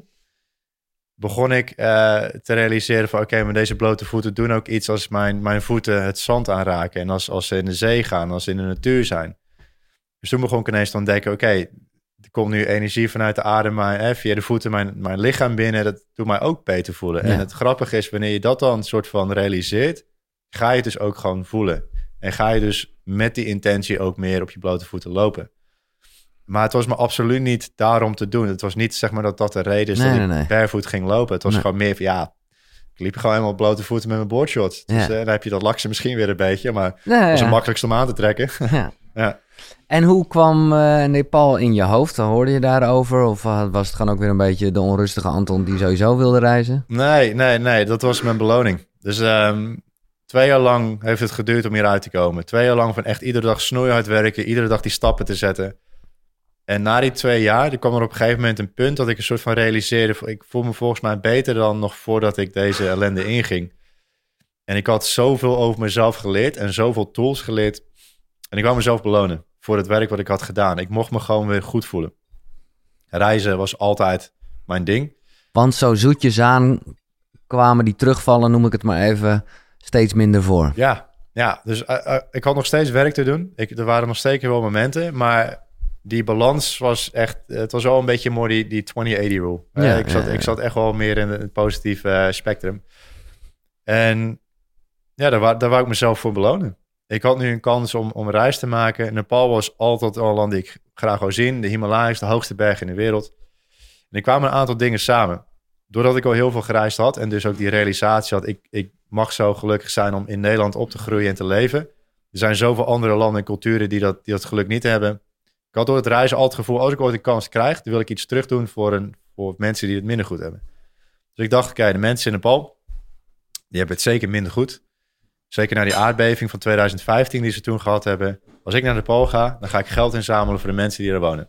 begon ik te realiseren van... oké, maar deze blote voeten doen ook iets als mijn voeten het zand aanraken. En als ze in de zee gaan, als ze in de natuur zijn. Dus toen begon ik ineens te ontdekken... oké, er komt nu energie vanuit de aarde via de voeten mijn lichaam binnen. Dat doet mij ook beter voelen. Ja. En het grappige is, wanneer je dat dan soort van realiseert... ga je het dus ook gewoon voelen. En ga je dus met die intentie ook meer op je blote voeten lopen. Maar het was me absoluut niet daarom te doen. Het was niet zeg maar dat de reden is dat ik barefoot ging lopen. Het was gewoon meer van ik liep gewoon helemaal op blote voeten met mijn boardshorts. Dus dan heb je dat lakse misschien weer een beetje. Maar het was het makkelijkst om aan te trekken. Ja. En hoe kwam Nepal in je hoofd? Hoorde je daarover? Of was het gewoon ook weer een beetje de onrustige Anton die sowieso wilde reizen? Nee. Dat was mijn beloning. Dus 2 jaar lang heeft het geduurd om hieruit te komen. 2 jaar lang van echt iedere dag snoeihard werken. Iedere dag die stappen te zetten. En na die 2 jaar, er kwam er op een gegeven moment een punt dat ik een soort van realiseerde... ik voel me volgens mij beter dan nog voordat ik deze ellende inging. En ik had zoveel over mezelf geleerd en zoveel tools geleerd. En ik wou mezelf belonen voor het werk wat ik had gedaan. Ik mocht me gewoon weer goed voelen. Reizen was altijd mijn ding. Want zo zoetjes aan kwamen die terugvallen, noem ik het maar even, steeds minder voor. Ja, dus ik had nog steeds werk te doen. Er waren nog steeds wel momenten, maar die balans was echt... Het was wel een beetje mooi die 20-80 rule. Ik zat echt wel meer in het positieve spectrum. En ja, daar wou ik mezelf voor belonen. Ik had nu een kans om een reis te maken. Nepal was altijd al een land die ik graag wou zien. De Himalayas, de hoogste berg in de wereld. En er kwamen een aantal dingen samen. Doordat ik al heel veel gereisd had en dus ook die realisatie had... ik mag zo gelukkig zijn om in Nederland op te groeien en te leven. Er zijn zoveel andere landen en culturen die dat geluk niet hebben. Ik had door het reizen altijd het gevoel... als ik ooit een kans krijg, dan wil ik iets terug doen voor mensen die het minder goed hebben. Dus ik dacht, oké, de mensen in Nepal... die hebben het zeker minder goed. Zeker na die aardbeving van 2015 die ze toen gehad hebben. Als ik naar Nepal ga, dan ga ik geld inzamelen voor de mensen die er wonen.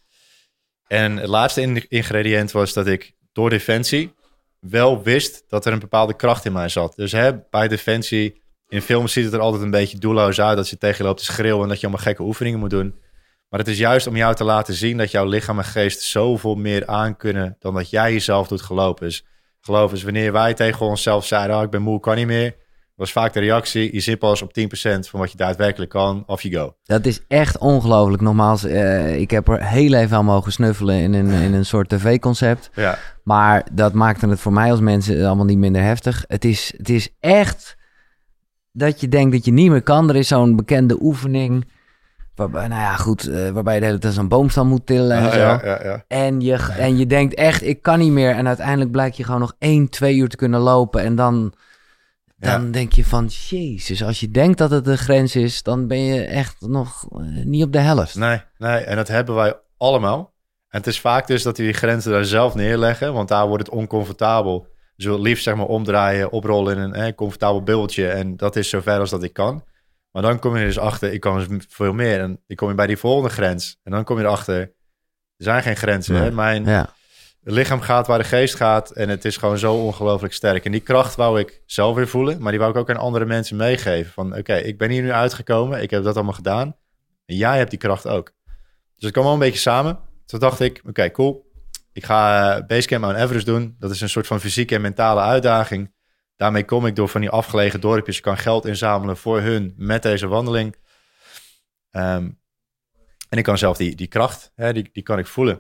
En het laatste ingrediënt was dat ik door Defensie wel wist dat er een bepaalde kracht in mij zat. Dus bij Defensie, in films ziet het er altijd een beetje doelloos uit... dat je tegen je loopt te schreeuwen en dat je allemaal gekke oefeningen moet doen. Maar het is juist om jou te laten zien dat jouw lichaam en geest zoveel meer aankunnen... dan dat jij jezelf doet geloof eens, wanneer wij tegen onszelf zeiden... ik ben moe, kan niet meer... was vaak de reactie, je zit pas op 10% van wat je daadwerkelijk kan, off you go. Dat is echt ongelooflijk. Nogmaals, ik heb er heel even aan mogen snuffelen in een soort tv-concept. Ja. Maar dat maakte het voor mij als mensen allemaal niet minder heftig. Het is echt dat je denkt dat je niet meer kan. Er is zo'n bekende oefening... waarbij, waarbij je de hele tijd zo'n boomstam moet tillen en zo. Ja. En je denkt echt, ik kan niet meer. En uiteindelijk blijkt je gewoon nog 1-2 uur te kunnen lopen. En dan denk je van, jezus, als je denkt dat het de grens is... dan ben je echt nog niet op de helft. Nee, en dat hebben wij allemaal. En het is vaak dus dat die grenzen daar zelf neerleggen... want daar wordt het oncomfortabel. Dus je wilt liefst zeg maar omdraaien, oprollen in een comfortabel bubbeltje... en dat is zover als dat ik kan... Maar dan kom je dus achter, ik kan dus veel meer. En dan kom je bij die volgende grens. En dan kom je erachter, er zijn geen grenzen. Nee. Hè? Mijn lichaam gaat waar de geest gaat. En het is gewoon zo ongelooflijk sterk. En die kracht wou ik zelf weer voelen. Maar die wou ik ook aan andere mensen meegeven. Van oké, ik ben hier nu uitgekomen. Ik heb dat allemaal gedaan. En jij hebt die kracht ook. Dus het kwam wel een beetje samen. Toen dacht ik, oké, cool. Ik ga Basecamp Mount Everest doen. Dat is een soort van fysieke en mentale uitdaging. Daarmee kom ik door van die afgelegen dorpjes. Je kan geld inzamelen voor hun met deze wandeling. En ik kan zelf die kracht, die kan ik voelen.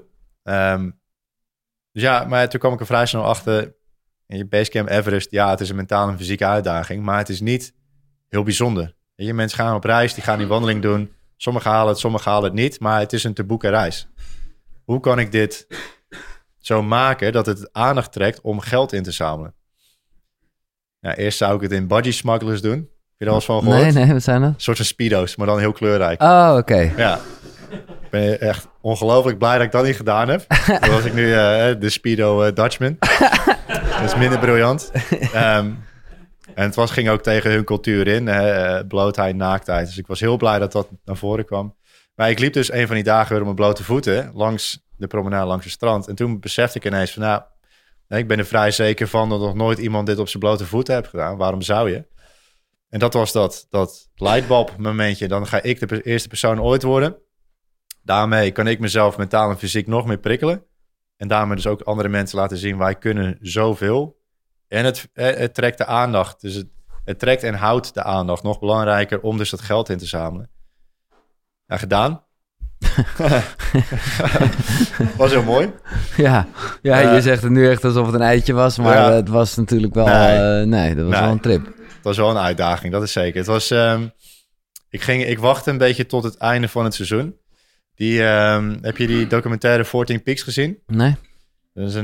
Dus ja, maar toen kwam ik er vrij snel achter. In je Basecamp Everest, ja, het is een mentale en fysieke uitdaging. Maar het is niet heel bijzonder. Je, mensen gaan op reis, die gaan die wandeling doen. Sommigen halen het, sommigen halen het niet. Maar het is een te boeken reis. Hoe kan ik dit zo maken dat het aandacht trekt om geld in te zamelen? Ja, eerst zou ik het in budgie smugglers doen. Heb je er al eens van gehoord? Nee, wat zijn dat? Een soort van speedo's, maar dan heel kleurrijk. Oh, oké. Ja. Ik ben echt ongelooflijk blij dat ik dat niet gedaan heb. Dan was ik nu de Speedo Dutchman. Dat is minder briljant. En het ging ook tegen hun cultuur in. Blootheid, naaktheid. Dus ik was heel blij dat dat naar voren kwam. Maar ik liep dus een van die dagen weer op mijn blote voeten... langs de promenade, langs het strand. En toen besefte ik ineens van... ik ben er vrij zeker van dat nog nooit iemand dit op zijn blote voeten heeft gedaan. Waarom zou je? En dat was dat lightbulb momentje. Dan ga ik de eerste persoon ooit worden. Daarmee kan ik mezelf mentaal en fysiek nog meer prikkelen. En daarmee dus ook andere mensen laten zien... wij kunnen zoveel. En het trekt de aandacht. Dus het trekt en houdt de aandacht. Nog belangrijker om dus dat geld in te zamelen. Ja, gedaan. Was heel mooi. Ja, je zegt het nu echt alsof het een eitje was, maar het was natuurlijk wel... dat was wel een trip. Het was wel een uitdaging, dat is zeker. Het was, ik wachtte een beetje tot het einde van het seizoen. Heb je die documentaire 14 Peaks gezien? Nee. Dat is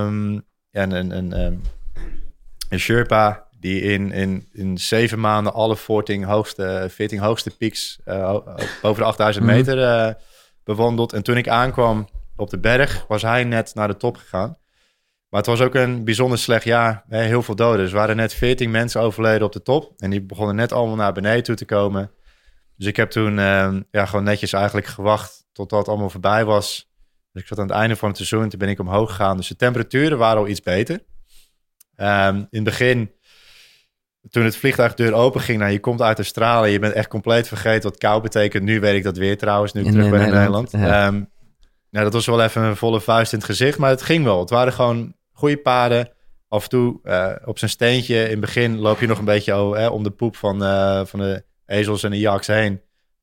een Sherpa die in 7 maanden alle 14 hoogste peaks boven de 8000 meter bewandeld. En toen ik aankwam op de berg, was hij net naar de top gegaan. Maar het was ook een bijzonder slecht jaar. Heel veel doden. Dus er waren net 14 mensen overleden op de top. En die begonnen net allemaal naar beneden toe te komen. Dus ik heb toen gewoon netjes eigenlijk gewacht totdat het allemaal voorbij was. Dus ik zat aan het einde van het seizoen. Toen ben ik omhoog gegaan. Dus de temperaturen waren al iets beter. In het begin, toen het vliegtuigdeur open ging, je komt uit Australië, je bent echt compleet vergeten wat kou betekent. Nu weet ik dat weer trouwens, nu ik terug ben in Nederland. Ja. Dat was wel even een volle vuist in het gezicht, maar het ging wel. Het waren gewoon goede paden. Af en toe op zijn steentje. In het begin loop je nog een beetje om de poep van de ezels en de yaks heen.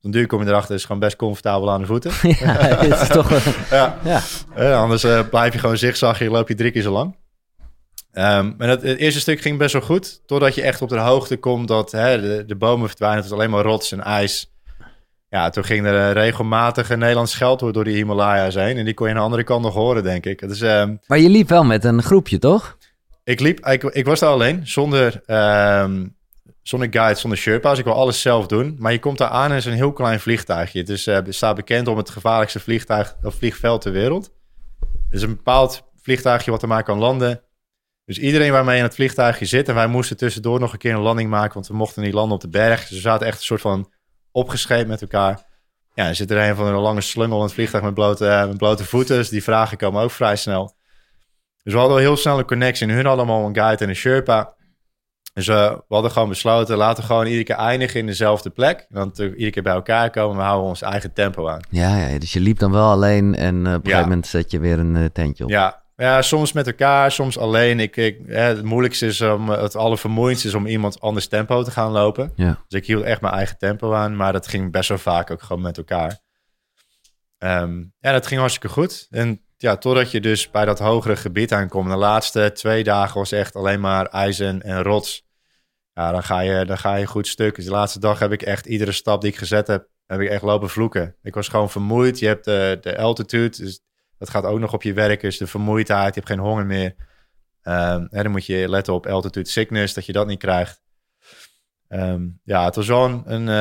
een duur kom je erachter, is gewoon best comfortabel aan de voeten. Ja, het is toch... Anders blijf je gewoon zigzaggen, loop je 3 keer zo lang. En het eerste stuk ging best wel goed, totdat je echt op de hoogte komt dat de bomen verdwijnen, het was alleen maar rots en ijs. Ja, toen ging er regelmatig een Nederlands scheldwoord door die Himalaya's heen. En die kon je aan de andere kant nog horen, denk ik. Dus, maar je liep wel met een groepje, toch? Ik was daar alleen, zonder guide, zonder Sherpa's. Ik wil alles zelf doen. Maar je komt daar aan en het is een heel klein vliegtuigje. Het staat bekend om het gevaarlijkste vliegveld ter wereld. Het is een bepaald vliegtuigje wat er maar kan landen. Dus iedereen waarmee in het vliegtuigje zit... en wij moesten tussendoor nog een keer een landing maken... want we mochten niet landen op de berg. Dus we zaten echt een soort van opgescheept met elkaar. Ja, er zit er een van een lange slungel in het vliegtuig met blote voeten. Dus die vragen komen ook vrij snel. Dus we hadden wel heel snel een connectie. En hun hadden allemaal een guide en een Sherpa. Dus we hadden gewoon besloten... laten we gewoon iedere keer eindigen in dezelfde plek. En dan iedere keer bij elkaar komen. We houden ons eigen tempo aan. Ja, dus je liep dan wel alleen... en op een gegeven moment zet je weer een tentje op. Ja, soms met elkaar, soms alleen. Het moeilijkste is het allervermoeiendste is om iemand anders tempo te gaan lopen. Ja. Dus ik hield echt mijn eigen tempo aan, maar dat ging best wel vaak ook gewoon met elkaar. Dat ging hartstikke goed. En ja, totdat je dus bij dat hogere gebied aankomt. De laatste 2 dagen was echt alleen maar ijs en rots. Ja, dan ga je goed stuk. Dus de laatste dag heb ik echt iedere stap die ik gezet heb ik echt lopen vloeken. Ik was gewoon vermoeid. Je hebt de altitude, dus dat gaat ook nog op je werk. Dus de vermoeidheid, je hebt geen honger meer. Dan moet je letten op altitude sickness, dat je dat niet krijgt. Het was wel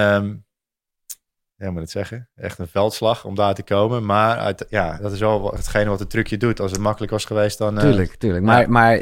moet het zeggen, echt een veldslag om daar te komen. Maar dat is wel hetgene wat het trucje doet. Als het makkelijk was geweest, dan... Tuurlijk. Maar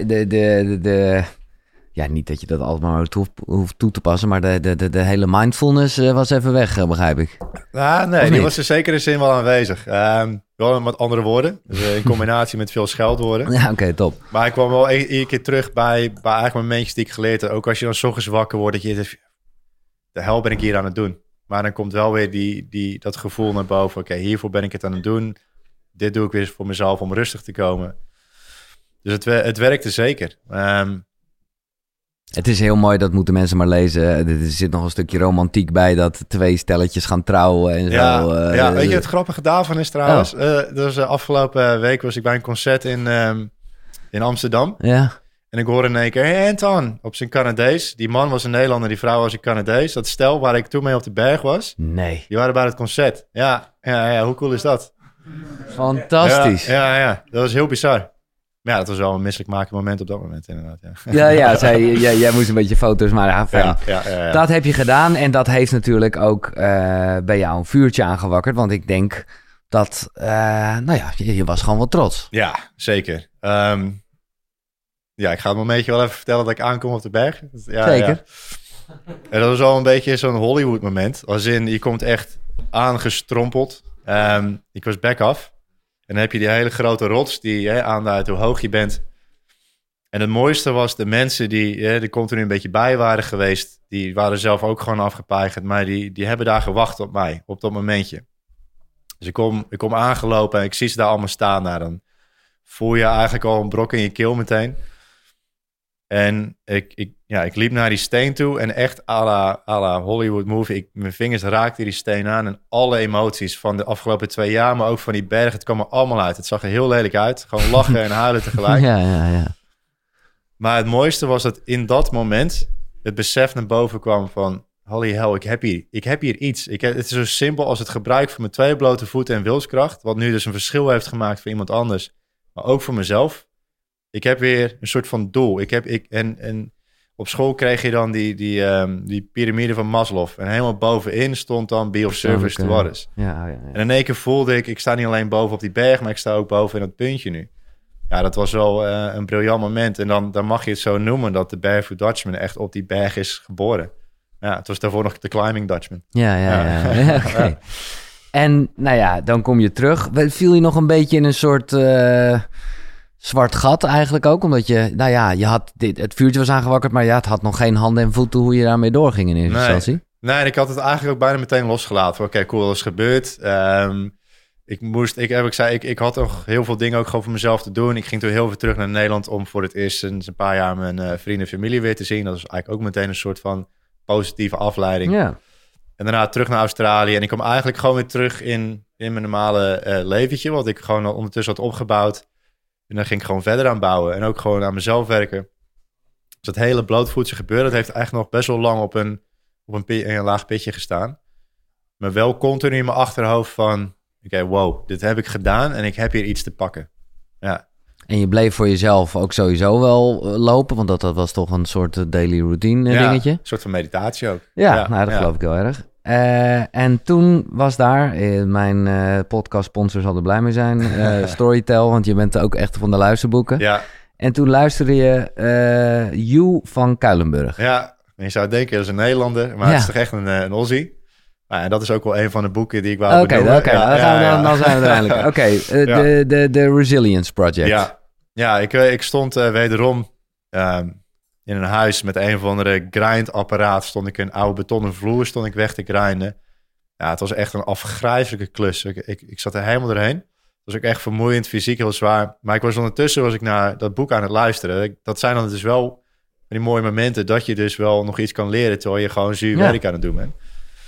ja, niet dat je dat allemaal hoeft toe te passen, maar de hele mindfulness was even weg, begrijp ik. Nee, die was er zeker in zin wel aanwezig. Wel met andere woorden, dus in combinatie met veel scheldwoorden. Ja, oké, top. Maar ik kwam wel iedere keer terug bij eigenlijk momentjes die ik geleerd heb. Ook als je dan 's ochtends wakker wordt, dat je de hel ben ik hier aan het doen. Maar dan komt wel weer dat gevoel naar boven. Oké, hiervoor ben ik het aan het doen. Dit doe ik weer voor mezelf om rustig te komen. Dus het werkte zeker. Het is heel mooi, dat moeten mensen maar lezen. Er zit nog een stukje romantiek bij dat 2 stelletjes gaan trouwen en zo. Weet je, het grappige daarvan is trouwens... afgelopen week was ik bij een concert in Amsterdam. Ja. En ik hoorde in één keer, hey Anton, op zijn Canadees. Die man was een Nederlander, die vrouw was een Canadees. Dat stel waar ik toen mee op de berg was. Nee. Die waren bij het concert. Ja, hoe cool is dat? Fantastisch. Ja, dat was heel bizar. Maar ja, dat was wel een misselijkmakend moment op dat moment inderdaad. Jij moest een beetje foto's maken. Ja. Dat heb je gedaan en dat heeft natuurlijk ook bij jou een vuurtje aangewakkerd. Want ik denk dat, je was gewoon wel trots. Ja, zeker. Ik ga het momentje wel even vertellen dat ik aankom op de berg. Zeker. Ja. En dat was al een beetje zo'n Hollywood moment. Als in, je komt echt aangestrompeld. Ik was back af. En dan heb je die hele grote rots die aanduidt hoe hoog je bent. En het mooiste was de mensen die er continu een beetje bij waren geweest. Die waren zelf ook gewoon afgepeigerd. Maar die hebben daar gewacht op mij, op dat momentje. Dus ik kom aangelopen en ik zie ze daar allemaal staan. Nou, dan voel je eigenlijk al een brok in je keel meteen. En ik liep naar die steen toe en echt à la Hollywood movie. Mijn vingers raakten die steen aan en alle emoties van de afgelopen 2 jaar, maar ook van die bergen, het kwam er allemaal uit. Het zag er heel lelijk uit. Gewoon lachen en huilen tegelijk. Ja. Maar het mooiste was dat in dat moment het besef naar boven kwam van, holy hell, ik heb hier iets. Het is zo simpel als het gebruik van mijn 2 blote voeten en wilskracht, wat nu dus een verschil heeft gemaakt voor iemand anders, maar ook voor mezelf. Ik heb weer een soort van doel. En op school kreeg je dan die piramide van Maslow. En helemaal bovenin stond dan be of service to others. Ja. En in één keer voelde ik sta niet alleen boven op die berg, maar ik sta ook boven in dat puntje nu. Ja, dat was wel een briljant moment. En dan mag je het zo noemen dat de Barefoot Dutchman echt op die berg is geboren. Ja, het was daarvoor nog de Climbing Dutchman. Ja. Okay. En dan kom je terug. Viel je nog een beetje in een soort... zwart gat eigenlijk ook, omdat je had het vuurtje was aangewakkerd, maar het had nog geen handen en voeten hoe je daarmee doorging in eerste instantie. Nee, en ik had het eigenlijk ook bijna meteen losgelaten. Oké, cool, dat is gebeurd. Ik had nog heel veel dingen ook gewoon voor mezelf te doen. Ik ging toen heel veel terug naar Nederland om voor het eerst sinds een paar jaar mijn vrienden en familie weer te zien. Dat was eigenlijk ook meteen een soort van positieve afleiding. Ja. En daarna terug naar Australië. En ik kwam eigenlijk gewoon weer terug in mijn normale leventje. Wat ik gewoon al ondertussen had opgebouwd. En dan ging ik gewoon verder aan bouwen. En ook gewoon aan mezelf werken. Dus dat hele blootvoetse gebeuren, dat heeft eigenlijk nog best wel lang op een laag pitje gestaan. Maar wel continu in mijn achterhoofd van... Oké, wow, dit heb ik gedaan en ik heb hier iets te pakken. Ja. En je bleef voor jezelf ook sowieso wel lopen, want dat was toch een soort daily routine dingetje. Een soort van meditatie ook. Ja, nou, dat geloof ik heel erg. En toen was daar, mijn podcast sponsor zal er blij mee zijn, Storytel, want je bent ook echt van de luisterboeken. Ja. En toen luisterde je You van Kuilenburg. Ja, je zou denken, dat is een Nederlander, maar het is toch echt een Aussie. En dat is ook wel een van de boeken die ik wou benoemen. Oké, dan zijn we er eindelijk. De Resilience Project. Ja, ik stond wederom in een huis met een of andere grindapparaat. Stond ik een oude betonnen vloer weg te grinden. Ja, het was echt een afgrijzelijke klus. Ik zat er helemaal doorheen. Het was ook echt vermoeiend, fysiek heel zwaar. Maar ondertussen was ik naar dat boek aan het luisteren. Dat zijn dan dus wel die mooie momenten dat je dus wel nog iets kan leren terwijl je gewoon zuur werk aan het doen bent.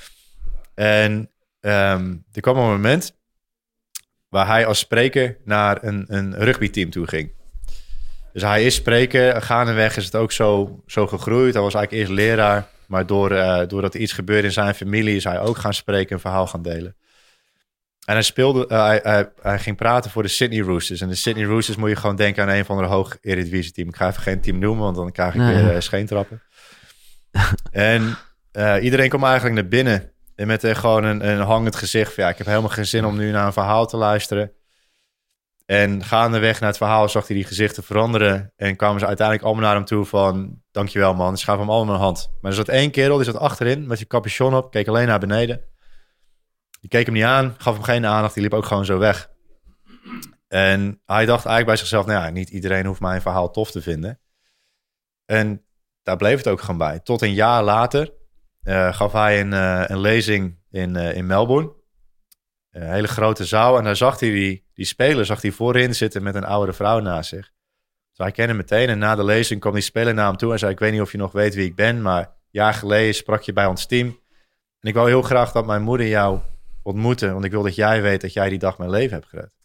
En er kwam een moment waar hij als spreker naar een rugbyteam toe ging. Dus hij is spreker. Gaandeweg is het ook zo gegroeid. Hij was eigenlijk eerst leraar. Maar doordat er iets gebeurde in zijn familie... is hij ook gaan spreken en verhaal gaan delen. En hij ging praten voor de Sydney Roosters. En de Sydney Roosters moet je gewoon denken aan een van de hoog Eredivisie team. Ik ga even geen team noemen, want dan krijg ik weer scheentrappen. En iedereen kwam eigenlijk naar binnen... En met gewoon een hangend gezicht van... ik heb helemaal geen zin om nu naar een verhaal te luisteren. En gaandeweg naar het verhaal zag hij die gezichten veranderen. En kwamen ze uiteindelijk allemaal naar hem toe van... Dankjewel man, ze gaven hem allemaal een hand. Maar er zat één kerel, die zat achterin met zijn capuchon op. Keek alleen naar beneden. Die keek hem niet aan, gaf hem geen aandacht. Die liep ook gewoon zo weg. En hij dacht eigenlijk bij zichzelf... niet iedereen hoeft mijn verhaal tof te vinden. En daar bleef het ook gewoon bij. Tot een jaar later... gaf hij een lezing in Melbourne. Een hele grote zaal. En daar zag hij die speler voorin zitten met een oudere vrouw naast zich. Dus hij kende hem meteen. En na de lezing kwam die speler naar hem toe en zei... Ik weet niet of je nog weet wie ik ben, maar een jaar geleden sprak je bij ons team. En ik wou heel graag dat mijn moeder jou ontmoette. Want ik wil dat jij weet dat jij die dag mijn leven hebt gered.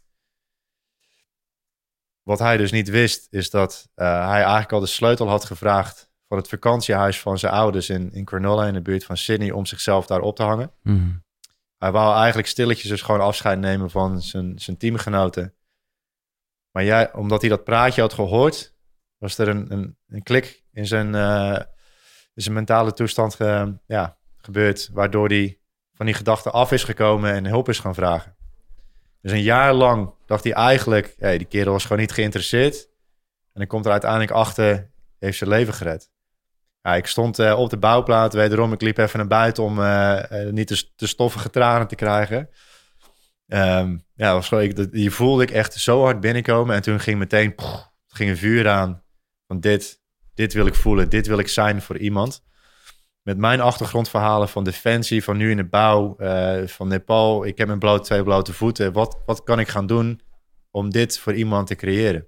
Wat hij dus niet wist, is dat hij eigenlijk al de sleutel had gevraagd... van het vakantiehuis van zijn ouders in Cronulla... in de buurt van Sydney, om zichzelf daar op te hangen. Mm. Hij wou eigenlijk stilletjes dus gewoon afscheid nemen van zijn teamgenoten. Maar omdat hij dat praatje had gehoord... was er een klik in zijn mentale toestand gebeurd... waardoor hij van die gedachte af is gekomen en hulp is gaan vragen. Dus een jaar lang dacht hij eigenlijk... die kerel was gewoon niet geïnteresseerd. En dan komt er uiteindelijk achter... heeft zijn leven gered. Ja, ik stond op de bouwplaat, wederom. Ik liep even naar buiten om niet te stoffige tranen te krijgen. Was gewoon, die voelde ik echt zo hard binnenkomen. En toen ging meteen ging een vuur aan. Van dit wil ik voelen, dit wil ik zijn voor iemand. Met mijn achtergrondverhalen van defensie, van nu in de bouw, van Nepal. Ik heb twee blote voeten. Wat kan ik gaan doen om dit voor iemand te creëren?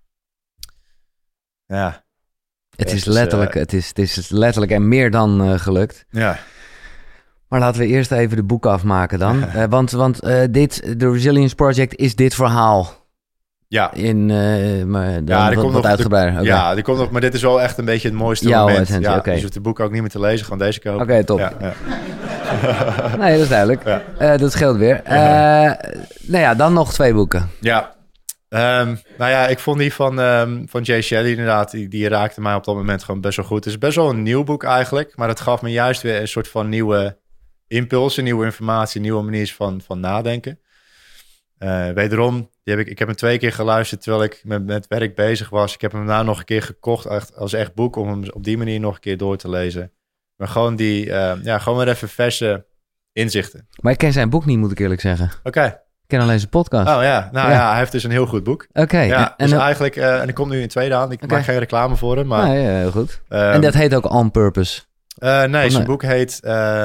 Ja. Het is letterlijk en meer dan gelukt. Ja. Maar laten we eerst even de boeken afmaken dan. Want de Resilience Project is dit verhaal. Ja. Wat uitgebreider. Ja, die komt nog, maar dit is wel echt een beetje het mooiste moment. Ja, okay. Dus je hoeft de boeken ook niet meer te lezen, gewoon deze kopen. Oké, top. Ja. Nee, dat is duidelijk. Ja. Dat scheelt weer. Dan nog 2 boeken. Ja. Ik vond die van Jay Shelley inderdaad, die raakte mij op dat moment gewoon best wel goed. Het is best wel een nieuw boek eigenlijk, maar het gaf me juist weer een soort van nieuwe impulsen, nieuwe informatie, nieuwe manier van nadenken. Wederom, ik heb hem 2 keer geluisterd terwijl ik met werk bezig was. Ik heb hem daarna nog een keer gekocht als echt boek om hem op die manier nog een keer door te lezen. Maar gewoon gewoon weer even verse inzichten. Maar ik ken zijn boek niet, moet ik eerlijk zeggen. Oké. Ik ken alleen zijn podcast. Oh ja, hij heeft dus een heel goed boek. Oké. Ja, dus eigenlijk, en ik kom nu in 2 aan. Ik maak geen reclame voor hem, maar... Nee, heel goed. En dat heet ook On Purpose? Zijn boek heet...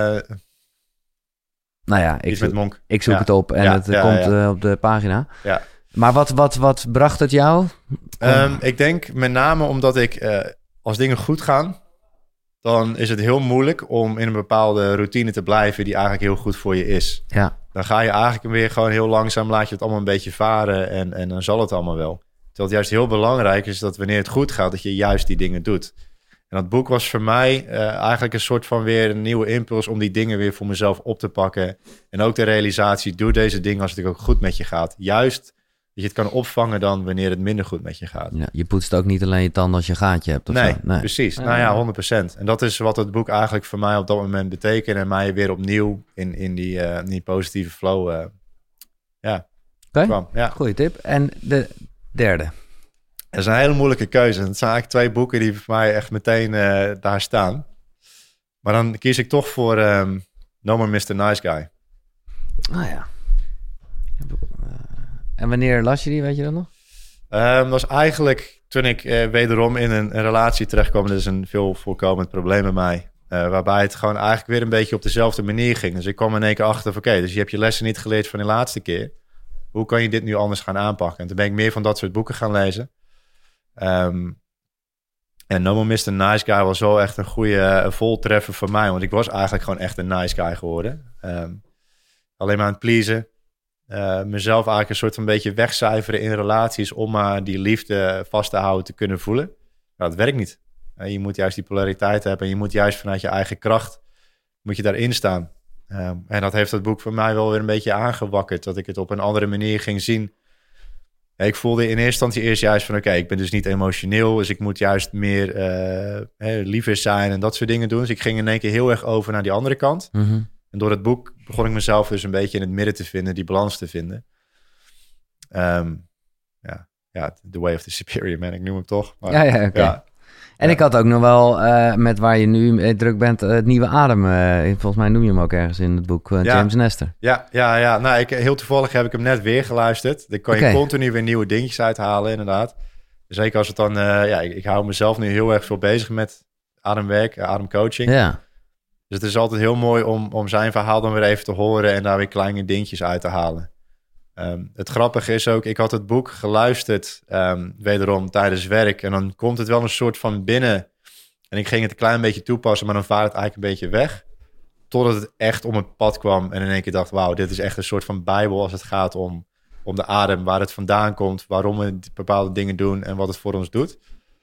iets met Monk. Ik zoek het op en het komt op de pagina. Ja. Maar wat bracht het jou? Ik denk met name omdat ik, als dingen goed gaan... dan is het heel moeilijk om in een bepaalde routine te blijven die eigenlijk heel goed voor je is. Ja. Dan ga je eigenlijk weer gewoon heel langzaam, laat je het allemaal een beetje varen en dan zal het allemaal wel. Terwijl het juist heel belangrijk is dat wanneer het goed gaat, dat je juist die dingen doet. En dat boek was voor mij eigenlijk een soort van weer een nieuwe impuls om die dingen weer voor mezelf op te pakken. En ook de realisatie, doe deze dingen als het ook goed met je gaat. Juist dat je het kan opvangen dan wanneer het minder goed met je gaat. Ja, je poetst ook niet alleen je tanden als je een gaatje hebt. Of Nee, zo. Nee, precies. Nou ja, 100%. En dat is wat het boek eigenlijk voor mij op dat moment betekent. En mij weer opnieuw in die positieve flow kwam. Ja. Goeie tip. En de derde? Dat is een hele moeilijke keuze. Het zijn eigenlijk 2 boeken die voor mij echt meteen daar staan. Maar dan kies ik toch voor No More Mr. Nice Guy. Ah ja. En wanneer las je die, weet je dat nog? Dat was eigenlijk toen ik wederom in een relatie terechtkwam. Dat is een veel voorkomend probleem bij mij. Waarbij het gewoon eigenlijk weer een beetje op dezelfde manier ging. Dus ik kwam in één keer achter van oké, dus je hebt je lessen niet geleerd van de laatste keer. Hoe kan je dit nu anders gaan aanpakken? En toen ben ik meer van dat soort boeken gaan lezen. En No More Mr. Nice Guy was wel echt een goede voltreffer voor mij. Want ik was eigenlijk gewoon echt een nice guy geworden. Alleen maar aan het pleasen. Mezelf eigenlijk een soort van beetje wegcijferen in relaties om maar die liefde vast te houden te kunnen voelen. Nou, dat werkt niet. Je moet juist die polariteit hebben en je moet juist vanuit je eigen kracht moet je daarin staan. En dat heeft het boek voor mij wel weer een beetje aangewakkerd, dat ik het op een andere manier ging zien. Ik voelde in eerste instantie eerst juist van oké, ik ben dus niet emotioneel, dus ik moet juist meer liever zijn en dat soort dingen doen. Dus ik ging in één keer heel erg over naar die andere kant. Mm-hmm. En door het boek begon ik mezelf dus een beetje in het midden te vinden, die balans te vinden. The Way of the Superior Man, ik noem hem toch. Maar, Ja, oké. En ik had ook nog wel, met waar je nu mee druk bent, het nieuwe Adem. Volgens mij noem je hem ook ergens in het boek, James Nestor. Ja. Nou, heel toevallig heb ik hem net weer geluisterd. Dan kan je continu weer nieuwe dingetjes uithalen, inderdaad. Zeker als het dan, ik hou mezelf nu heel erg veel bezig met ademwerk, ademcoaching. Ja. Dus het is altijd heel mooi om zijn verhaal dan weer even te horen en daar weer kleine dingetjes uit te halen. Het grappige is ook, ik had het boek geluisterd wederom tijdens werk. En dan komt het wel een soort van binnen. En ik ging het een klein beetje toepassen, maar dan vaart het eigenlijk een beetje weg. Totdat het echt om het pad kwam en in één keer dacht, wauw, dit is echt een soort van bijbel als het gaat om de adem. Waar het vandaan komt, waarom we bepaalde dingen doen en wat het voor ons doet.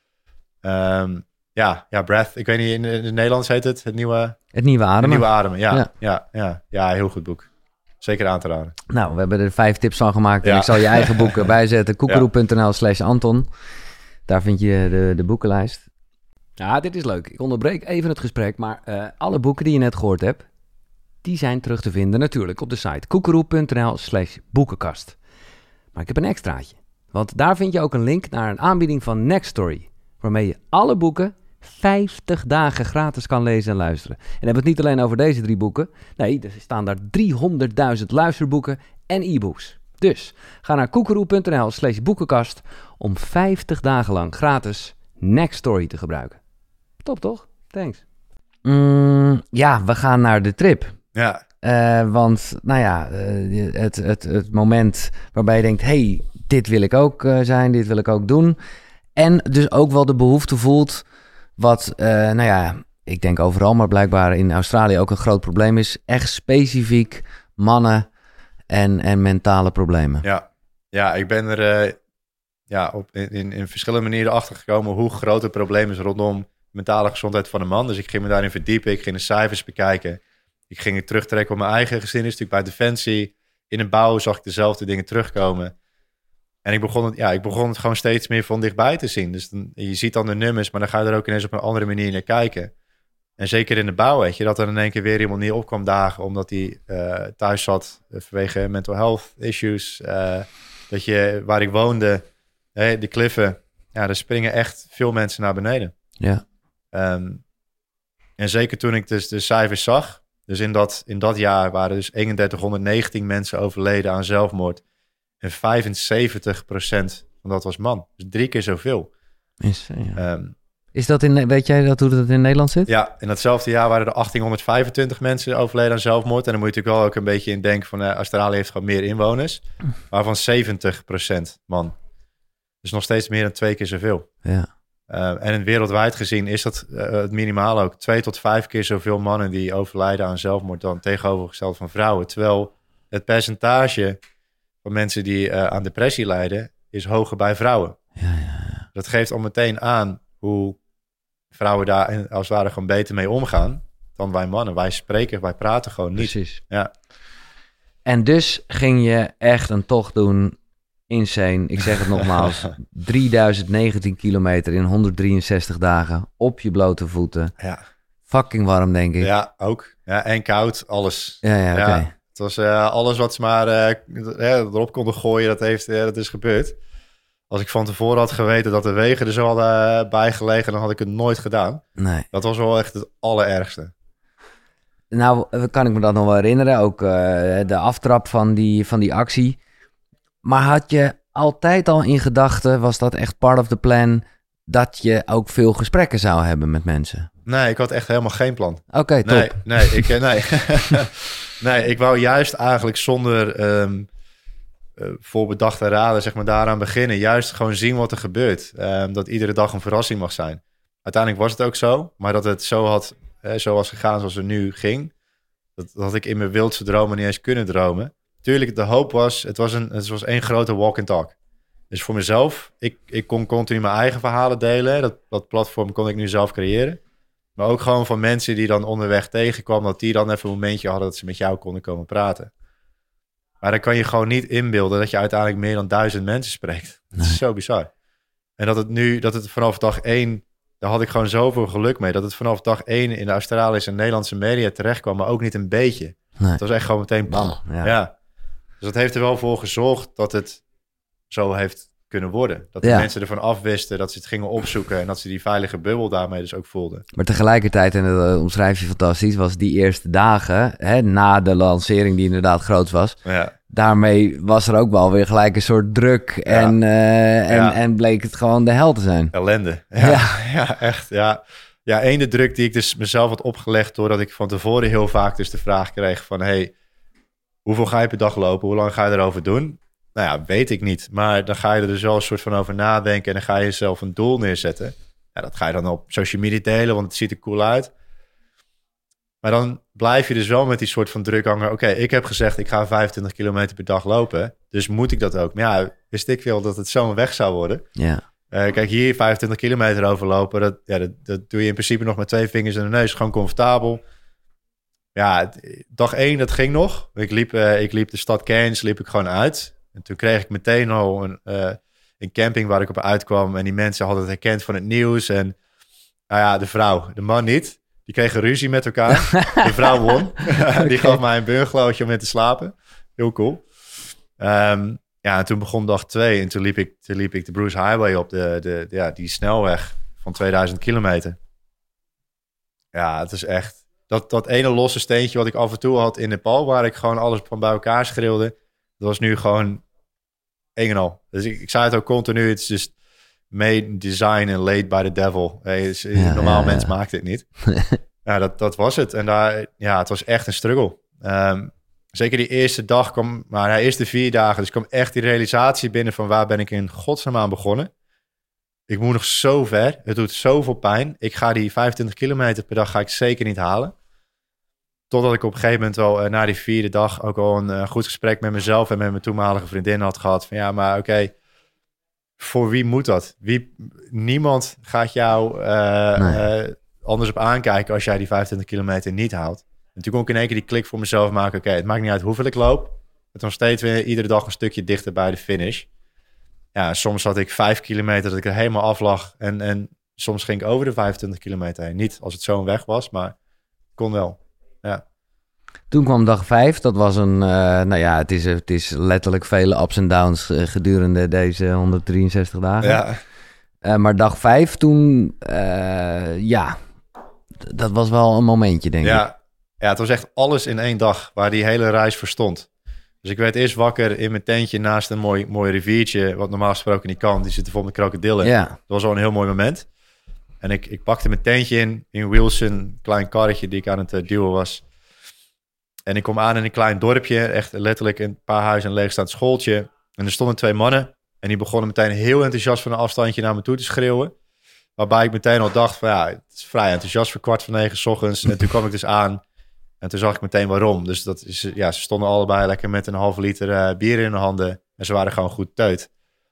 Breath. Ik weet niet, in het Nederlands heet het nieuwe ademen. Het nieuwe ademen, ja, heel goed boek. Zeker aan te raden. Nou, we hebben er 5 tips van gemaakt. En ik zal je eigen boeken bijzetten. Koekeroe.nl/Anton. Daar vind je de boekenlijst. Ja, dit is leuk. Ik onderbreek even het gesprek. Maar alle boeken die je net gehoord hebt, die zijn terug te vinden natuurlijk op de site koekeroe.nl/boekenkast. Maar ik heb een extraatje. Want daar vind je ook een link naar een aanbieding van Nextory, waarmee je alle boeken 50 dagen gratis kan lezen en luisteren. En dan hebben we het niet alleen over deze 3 boeken. Nee, er staan daar 300.000 luisterboeken en e-books. Dus ga naar koekeroe.nl/boekenkast om 50 dagen lang gratis Nextory te gebruiken. Top toch? Thanks. Ja, we gaan naar de trip. Ja. Want, het moment waarbij je denkt, hey, dit wil ik ook zijn, dit wil ik ook doen. En dus ook wel de behoefte voelt, wat, ik denk overal, maar blijkbaar in Australië ook een groot probleem is. Echt specifiek mannen en mentale problemen. Ja, ik ben er in verschillende manieren achter gekomen hoe groot het probleem is rondom mentale gezondheid van een man. Dus ik ging me daarin verdiepen, ik ging de cijfers bekijken. Ik ging het terugtrekken op mijn eigen gezin, natuurlijk bij Defensie. In de bouw zag ik dezelfde dingen terugkomen. En ik begon het gewoon steeds meer van dichtbij te zien. Dus je ziet dan de nummers, maar dan ga je er ook ineens op een andere manier naar kijken. En zeker in de bouw, weet je, dat er in één keer weer iemand niet op kwam dagen, omdat hij thuis zat vanwege mental health issues. Waar ik woonde, de kliffen, daar springen echt veel mensen naar beneden. Ja. En zeker toen ik dus de cijfers zag, dus in dat jaar waren dus 3119 mensen overleden aan zelfmoord. En 75% van dat was man. Dus 3 keer zoveel. Is dat weet jij hoe dat in Nederland zit? Ja, in datzelfde jaar waren er 1825 mensen overleden aan zelfmoord. En dan moet je natuurlijk wel ook een beetje in denken van Australië heeft gewoon meer inwoners. Waarvan 70% man. Dus nog steeds meer dan 2 keer zoveel. Ja. En wereldwijd gezien is dat het minimaal ook 2 tot 5 keer zoveel mannen die overlijden aan zelfmoord dan tegenovergesteld van vrouwen. Terwijl het percentage van mensen die aan depressie lijden is hoger bij vrouwen. Ja. Dat geeft al meteen aan hoe vrouwen daar als het ware gewoon beter mee omgaan dan wij mannen. Wij praten gewoon niet. Precies. Ja. En dus ging je echt een tocht doen, insane. Ik zeg het nogmaals, 3019 kilometer in 163 dagen op je blote voeten. Ja. Fucking warm, denk ik. Ja, ook. Ja, en koud, alles. Ja, oké. Het was alles wat ze maar erop konden gooien, dat is gebeurd. Als ik van tevoren had geweten dat de wegen er zo hadden bijgelegen, dan had ik het nooit gedaan. Nee. Dat was wel echt het allerergste. Nou, kan ik me dat nog wel herinneren. Ook de aftrap van die actie. Maar had je altijd al in gedachten, was dat echt part of the plan, dat je ook veel gesprekken zou hebben met mensen? Nee, ik had echt helemaal geen plan. Oké, top. Nee. Nee, ik wou juist eigenlijk zonder voorbedachte raden, zeg maar, daaraan beginnen. Juist gewoon zien wat er gebeurt. Dat iedere dag een verrassing mag zijn. Uiteindelijk was het ook zo, maar dat het zo was gegaan zoals het nu ging, dat had ik in mijn wildste dromen niet eens kunnen dromen. Tuurlijk, de hoop was, het was één grote walk and talk. Dus voor mezelf, ik kon continu mijn eigen verhalen delen. Dat platform kon ik nu zelf creëren. Maar ook gewoon van mensen die dan onderweg tegenkwamen, dat die dan even een momentje hadden dat ze met jou konden komen praten. Maar dan kan je gewoon niet inbeelden dat je uiteindelijk meer dan 1000 mensen spreekt. Dat is zo bizar. En dat het vanaf dag 1, daar had ik gewoon zoveel geluk mee, dat het vanaf dag 1 in de Australische en Nederlandse media terecht kwam, maar ook niet een beetje. Nee. Het was echt gewoon meteen bam. Ja. Dus dat heeft er wel voor gezorgd dat het zo heeft kunnen worden. Dat de mensen ervan afwisten, dat ze het gingen opzoeken en dat ze die veilige bubbel daarmee dus ook voelden. Maar tegelijkertijd, en dat omschrijf je fantastisch, was die eerste dagen, na de lancering die inderdaad groot was, daarmee was er ook wel weer gelijk een soort druk en bleek het gewoon de hel te zijn. Ellende. Ja, echt. Ja, de druk die ik dus mezelf had opgelegd doordat ik van tevoren heel vaak dus de vraag kreeg van, hey, hoeveel ga je per dag lopen? Hoe lang ga je erover doen? Nou ja, weet ik niet. Maar dan ga je er dus wel een soort van over nadenken en dan ga je jezelf een doel neerzetten. Ja, dat ga je dan op social media delen, want het ziet er cool uit. Maar dan blijf je dus wel met die soort van druk hangen. Oké, ik heb gezegd, ik ga 25 kilometer per dag lopen. Dus moet ik dat ook? Maar ja, wist ik wel dat het zo'n weg zou worden. Ja. Kijk, hier 25 kilometer overlopen, dat doe je in principe nog met 2 vingers in de neus. Gewoon comfortabel. Ja, dag 1, dat ging nog. Ik liep de stad Cairns gewoon uit. En toen kreeg ik meteen al een camping waar ik op uitkwam. En die mensen hadden het herkend van het nieuws. En nou ja, de man niet. Die kregen ruzie met elkaar. De vrouw won. Die gaf mij een bungalowtje om in te slapen. Heel cool. En toen begon dag 2. En toen liep ik de Bruce Highway op, die snelweg van 2000 kilometer. Ja, het is echt... Dat ene losse steentje wat ik af en toe had in Nepal, waar ik gewoon alles van bij elkaar schreeuwde, dat was nu gewoon een en al. Dus ik zei het ook continu, het is just made, design and laid by the devil. Normaal mens maakt dit niet. Dat was het. En het was echt een struggle. Zeker die eerste dag hij is de 4 dagen, dus kwam echt die realisatie binnen van waar ben ik in godsnaam aan begonnen. Ik moet nog zo ver. Het doet zoveel pijn. Ik ga die 25 kilometer per dag ga ik zeker niet halen. Totdat ik op een gegeven moment wel na die 4e dag ook al een goed gesprek met mezelf en met mijn toenmalige vriendin had gehad. Van ja, maar oké, voor wie moet dat? Niemand gaat jou anders op aankijken als jij die 25 kilometer niet haalt. En toen kon ik in één keer die klik voor mezelf maken. Oké, het maakt niet uit hoeveel ik loop. Het was steeds weer iedere dag een stukje dichter bij de finish. Ja, soms had ik 5 kilometer dat ik er helemaal af lag. En soms ging ik over de 25 kilometer heen. Niet als het zo'n weg was, maar kon wel. Ja. Toen kwam dag 5. Dat was het is letterlijk vele ups en downs gedurende deze 163 dagen. Ja. Maar dag 5 toen, dat was wel een momentje, denk ik. Ja, het was echt alles in 1 dag waar die hele reis voor stond. Dus ik werd eerst wakker in mijn tentje naast een mooi riviertje, wat normaal gesproken niet kan. Die zitten vol met krokodillen. Ja. Dat was al een heel mooi moment. En ik pakte mijn tentje in Wilson, een klein karretje die ik aan het duwen was. En ik kom aan in een klein dorpje, echt letterlijk een paar huizen en een leegstaand schooltje. En er stonden 2 mannen en die begonnen meteen heel enthousiast van een afstandje naar me toe te schreeuwen. Waarbij ik meteen al dacht van het is vrij enthousiast voor 8:45 's ochtends. En toen kwam ik dus aan en toen zag ik meteen waarom. Dus dat is, ze stonden allebei lekker met een halve liter bier in de handen. En ze waren gewoon goed teut.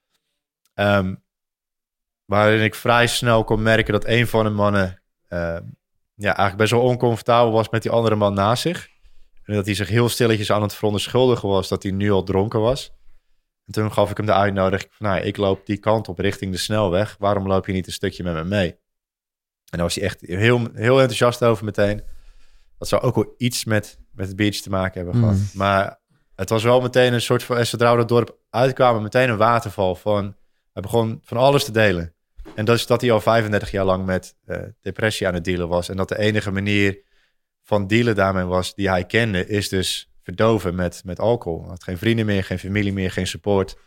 Waarin ik vrij snel kon merken dat een van de mannen eigenlijk best wel oncomfortabel was met die andere man naast zich. En dat hij zich heel stilletjes aan het verontschuldigen was dat hij nu al dronken was. En toen gaf ik hem de uitnodiging van, ik loop die kant op richting de snelweg. Waarom loop je niet een stukje met me mee? En daar was hij echt heel, heel enthousiast over meteen. Dat zou ook wel iets met het biertje te maken hebben gehad. Maar het was wel meteen een soort van, zodra we het dorp uitkwamen, meteen een waterval van, hij begon van alles te delen. En dat is dat hij al 35 jaar lang met depressie aan het dealen was. En dat de enige manier van dealen daarmee was die hij kende, is dus verdoven met alcohol. Hij had geen vrienden meer, geen familie meer, geen support.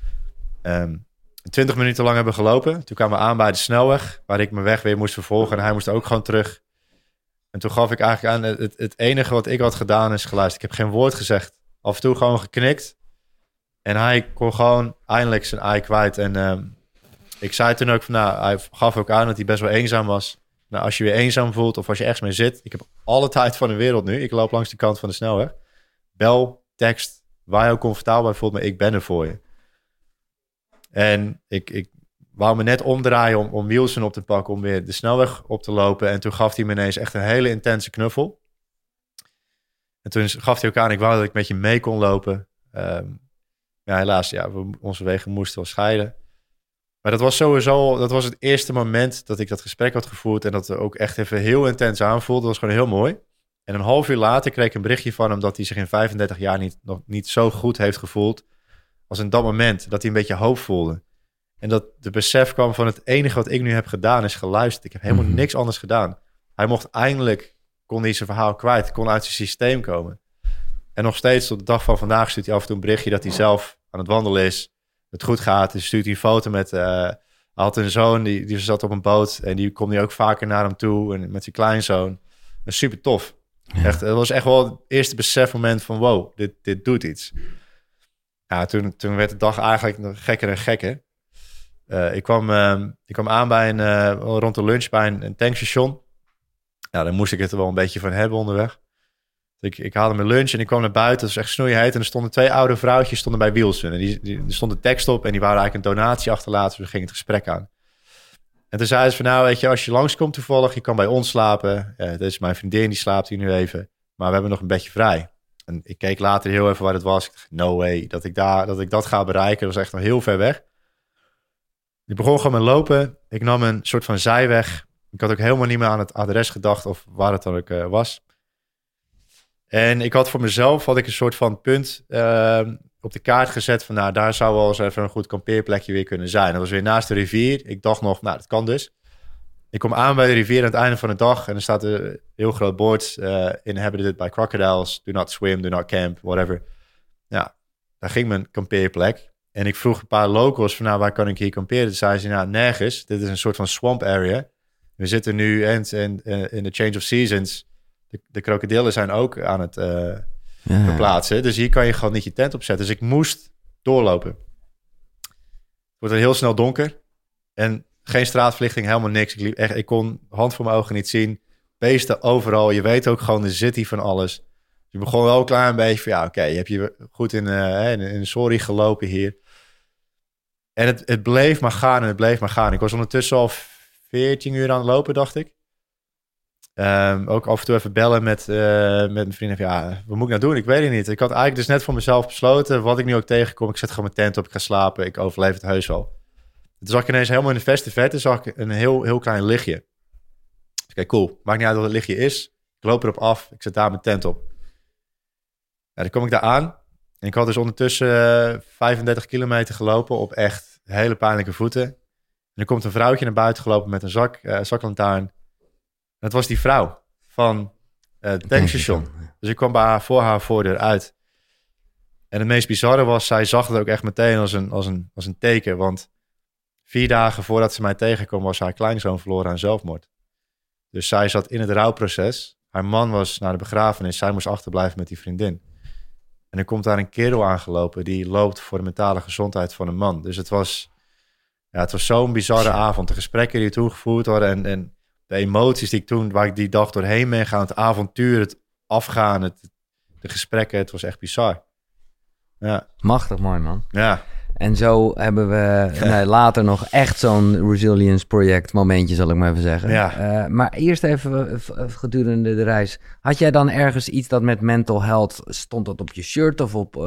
20 minuten lang hebben we gelopen. Toen kwamen we aan bij de snelweg, waar ik mijn weg weer moest vervolgen. En hij moest ook gewoon terug. En toen gaf ik eigenlijk aan, het enige wat ik had gedaan is geluisterd. Ik heb geen woord gezegd. Af en toe gewoon geknikt. En hij kon gewoon eindelijk zijn ei kwijt. En ik zei toen ook van, hij gaf ook aan dat hij best wel eenzaam was. Nou, als je weer eenzaam voelt of als je ergens mee zit. Ik heb alle tijd van de wereld nu. Ik loop langs de kant van de snelweg. Bel, tekst, waar je ook comfortabel bij voelt, maar ik ben er voor je. En ik wou me net omdraaien om Wilson op te pakken, om weer de snelweg op te lopen. En toen gaf hij me ineens echt een hele intense knuffel. En toen gaf hij ook aan, ik wou dat ik met je mee kon lopen. Helaas, onze wegen moesten wel scheiden. Maar dat was het eerste moment dat ik dat gesprek had gevoerd en dat het ook echt even heel intens aanvoelde. Dat was gewoon heel mooi. En een half uur later kreeg ik een berichtje van hem dat hij zich in 35 jaar nog niet zo goed heeft gevoeld als in dat moment. Dat hij een beetje hoop voelde. En dat de besef kwam van het enige wat ik nu heb gedaan is geluisterd. Ik heb helemaal niks anders gedaan. Hij mocht eindelijk, kon hij zijn verhaal kwijt, kon uit zijn systeem komen. En nog steeds tot de dag van vandaag stuurt hij af en toe een berichtje dat hij zelf aan het wandelen is. Het goed gaat. Dus stuurt hij een foto met, hij had een zoon, die zat op een boot en die komt nu ook vaker naar hem toe en met zijn kleinzoon. Super tof. Ja. Echt, het was echt wel het eerste besefmoment van wow, dit doet iets. Ja, toen werd de dag eigenlijk nog gekker en gekker. Ik kwam aan bij rond de lunch bij een tankstation. Ja, daar moest ik het er wel een beetje van hebben onderweg. Ik haalde mijn lunch en ik kwam naar buiten. Het was echt snoeiheet. En er stonden 2 oude vrouwtjes bij Wilson. En er stond een tekst op en die waren eigenlijk een donatie achterlaten. Dus we gingen het gesprek aan. En toen zei ze van, weet je, als je langskomt toevallig, je kan bij ons slapen. Dit is mijn vriendin, die slaapt hier nu even. Maar we hebben nog een bedje vrij. En ik keek later heel even waar het was. Ik dacht, no way, dat ik dat ga bereiken. Dat was echt nog heel ver weg. Ik begon gewoon met lopen. Ik nam een soort van zijweg. Ik had ook helemaal niet meer aan het adres gedacht of waar het dan ook was. En ik had voor mezelf een soort van punt op de kaart gezet van, daar zou wel eens even een goed kampeerplekje weer kunnen zijn. Dat was weer naast de rivier. Ik dacht nog, dat kan dus. Ik kom aan bij de rivier aan het einde van de dag en er staat een heel groot bord, inhabited by crocodiles, do not swim, do not camp, whatever. Ja, daar ging mijn kampeerplek. En ik vroeg een paar locals van, waar kan ik hier kamperen? Toen zeiden ze, nergens. Dit is een soort van swamp area. We zitten nu in the change of seasons. De krokodillen zijn ook aan het verplaatsen. Dus hier kan je gewoon niet je tent opzetten. Dus ik moest doorlopen. Het wordt heel snel donker. En geen straatverlichting, helemaal niks. Ik kon hand voor mijn ogen niet zien. Beesten overal. Je weet ook gewoon de city van alles. Dus je begon wel een klein beetje van, oké, je hebt je goed in een sorry gelopen hier. En het bleef maar gaan en het bleef maar gaan. Ik was ondertussen al 14 uur aan het lopen, dacht ik. Ook af en toe even bellen met mijn vrienden. Wat moet ik nou doen? Ik weet het niet. Ik had eigenlijk dus net voor mezelf besloten, wat ik nu ook tegenkom, ik zet gewoon mijn tent op, ik ga slapen, ik overleef het heus wel. Toen zag ik ineens helemaal in de verste verte, zag ik een heel, heel klein lichtje. Dus kijk, cool. Maakt niet uit wat het lichtje is. Ik loop erop af, ik zet daar mijn tent op. Ja, dan kom ik daar aan. En ik had dus ondertussen 35 kilometer gelopen op echt hele pijnlijke voeten. En er komt een vrouwtje naar buiten gelopen met een zaklantaarn. En dat was die vrouw van het tankstation. Dus ik kwam voor haar voordeur uit. En het meest bizarre was, zij zag het ook echt meteen als een teken. Want 4 dagen voordat ze mij tegenkwam, was haar kleinzoon verloren aan zelfmoord. Dus zij zat in het rouwproces. Haar man was naar de begrafenis. Zij moest achterblijven met die vriendin. En er komt daar een kerel aangelopen die loopt voor de mentale gezondheid van een man. Dus het was Ja, het was zo'n bizarre avond. De gesprekken die toen gevoerd worden en de emoties die ik toen, waar ik die dag doorheen ben gaan, het avontuur, het afgaan, de gesprekken, het was echt bizar. Ja. Machtig mooi, man. Ja. En zo hebben we later nog echt zo'n resilience project momentje, zal ik maar even zeggen. Ja. Maar eerst even gedurende de reis. Had jij dan ergens iets dat met mental health, stond dat op je shirt of op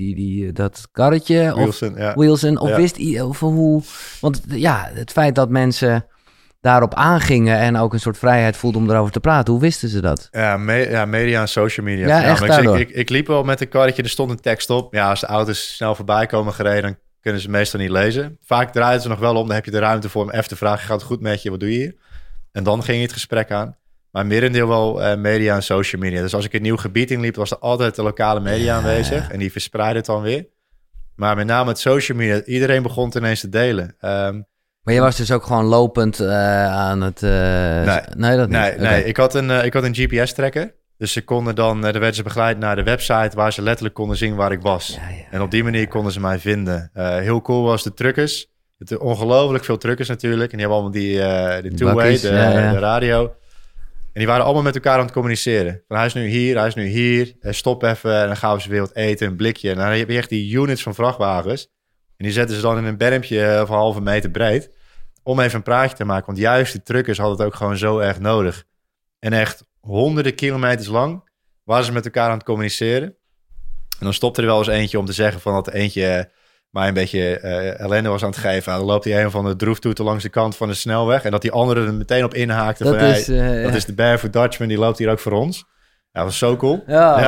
dat karretje? Wilson, ja. Wilson, of Ja. wist je of hoe? Want ja, het feit dat mensen daarop aangingen en ook een soort vrijheid voelden om erover te praten, hoe wisten ze dat? Ja, media en social media. Ja, echt maar daardoor. ik liep wel met een karretje, er stond een tekst op. Ja, als de auto's snel voorbij komen gereden, dan kunnen ze meestal niet lezen. Vaak draaien ze nog wel om, dan heb je de ruimte voor om even te vragen, gaat het goed met je, wat doe je hier? En dan ging je het gesprek aan. Maar merendeel wel media en social media. Dus als ik een nieuw gebied inliep, was er altijd de lokale media aanwezig. En die verspreidden het dan weer. Maar met name het social media, iedereen begon het ineens te delen. Maar je was dus ook gewoon lopend aan het... Nee, dat niet. Nee, Oké. nee. Ik had een GPS-tracker. Dus ze konden dan, daar werden ze begeleid naar de website waar ze letterlijk konden zien waar ik was. Ja, ja. En op die manier konden ze mij vinden. Heel cool was de truckers. Ongelooflijk veel truckers natuurlijk. En die hebben allemaal de two-way, bakkies, de radio. En die waren allemaal met elkaar aan het communiceren. Van hij is nu hier. Stop even en dan gaan we ze weer wat eten, een blikje. En dan heb je echt die units van vrachtwagens. En die zetten ze dan in een bermpje van 1,5 meter breed. Om even een praatje te maken. Want juist de truckers hadden het ook gewoon zo erg nodig. En echt honderden kilometers lang waren ze met elkaar aan het communiceren. En dan stopte er wel eens eentje om te zeggen van dat eentje mij een beetje ellende was aan het geven. Nou, dan loopt hij een van de droeftoeten langs de kant van de snelweg. En dat die andere er meteen op inhaakte. Dat van, is, is de Barefoot Dutchman, die loopt hier ook voor ons. Ja, dat was zo cool.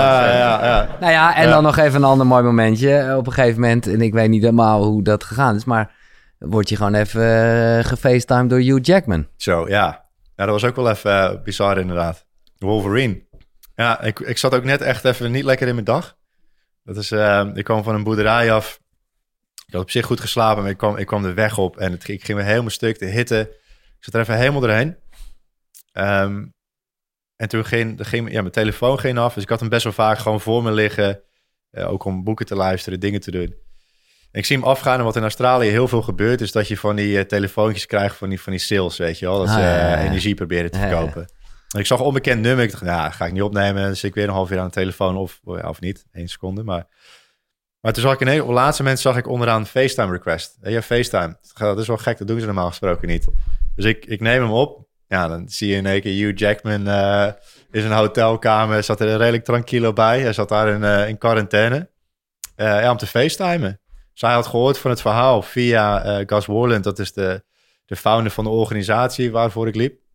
Ja. Nou ja, en dan nog even een ander mooi momentje. Op een gegeven moment, en ik weet niet helemaal hoe dat gegaan is, maar word je gewoon even gefacetimed door Hugh Jackman. Zo, ja. Ja, dat was ook wel even bizar inderdaad. Wolverine. Ja, ik zat ook net echt even niet lekker in mijn dag. Dat is, ik kwam van een boerderij af. Ik had op zich goed geslapen, maar ik kwam de weg op en ik ging weer helemaal stuk, de hitte. Ik zat er even helemaal doorheen. En toen ging mijn telefoon ging af. Dus ik had hem best wel vaak gewoon voor me liggen. Ook om boeken te luisteren, dingen te doen. En ik zie hem afgaan. En wat in Australië heel veel gebeurt, is dat je van die telefoontjes krijgt van die sales, weet je wel. Dat ze energie proberen te verkopen. En ik zag een onbekend nummer. Ik dacht, nou, ga ik niet opnemen. Dan zit ik weer een half uur aan de telefoon of niet. 1 seconde. Maar toen zag ik op het laatste moment zag ik onderaan FaceTime request. Ja, FaceTime. Dat is wel gek, dat doen ze normaal gesproken niet. Dus ik neem hem op. Ja, dan zie je in één keer Hugh Jackman in zijn hotelkamer. Zat er redelijk tranquilo bij. Hij zat daar in quarantaine. Om te FaceTimen. Dus hij had gehoord van het verhaal via Gus Worland. Dat is de founder van de organisatie waarvoor ik liep.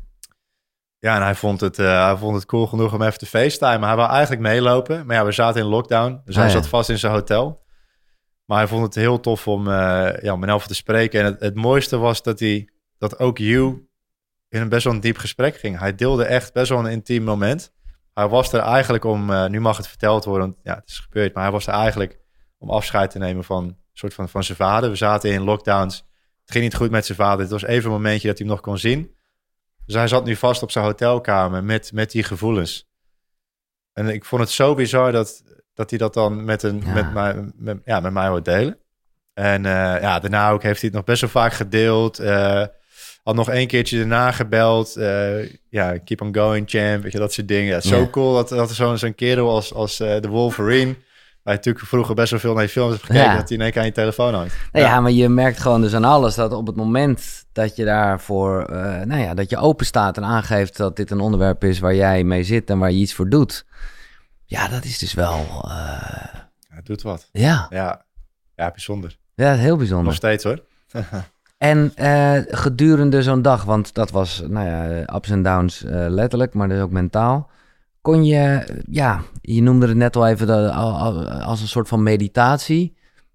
Ja, en hij vond het cool genoeg om even te FaceTimen. Hij wou eigenlijk meelopen. Maar ja, we zaten in lockdown. Dus hij zat vast in zijn hotel. Maar hij vond het heel tof om met Nelver te spreken. En het mooiste was dat ook Hugh in een best wel een diep gesprek ging. Hij deelde echt best wel een intiem moment. Hij was er eigenlijk om, nu mag het verteld worden, ja, het is gebeurd, maar hij was er eigenlijk om afscheid te nemen van van zijn vader. We zaten in lockdowns. Het ging niet goed met zijn vader. Het was even een momentje dat hij hem nog kon zien. Dus hij zat nu vast op zijn hotelkamer met die gevoelens. En ik vond het zo bizar dat hij dat dan met mij wil delen. En daarna ook heeft hij het nog best wel vaak gedeeld. Had nog 1 keertje daarna gebeld. Keep on going, champ. Weet je, dat soort dingen. Ja, zo cool dat er zo'n kerel als de Wolverine, waar je natuurlijk vroeger best wel veel naar je films hebt gekeken, dat hij in één keer aan je telefoon hangt. Ja, maar je merkt gewoon dus aan alles dat op het moment dat je daarvoor, dat je open staat en aangeeft dat dit een onderwerp is waar jij mee zit en waar je iets voor doet. Ja, dat is dus wel... Het doet wat. Ja, bijzonder. Ja, heel bijzonder. Nog steeds hoor. En gedurende zo'n dag, want dat was, ups en downs letterlijk, maar dus ook mentaal. Kon je, je noemde het net al even als een soort van meditatie.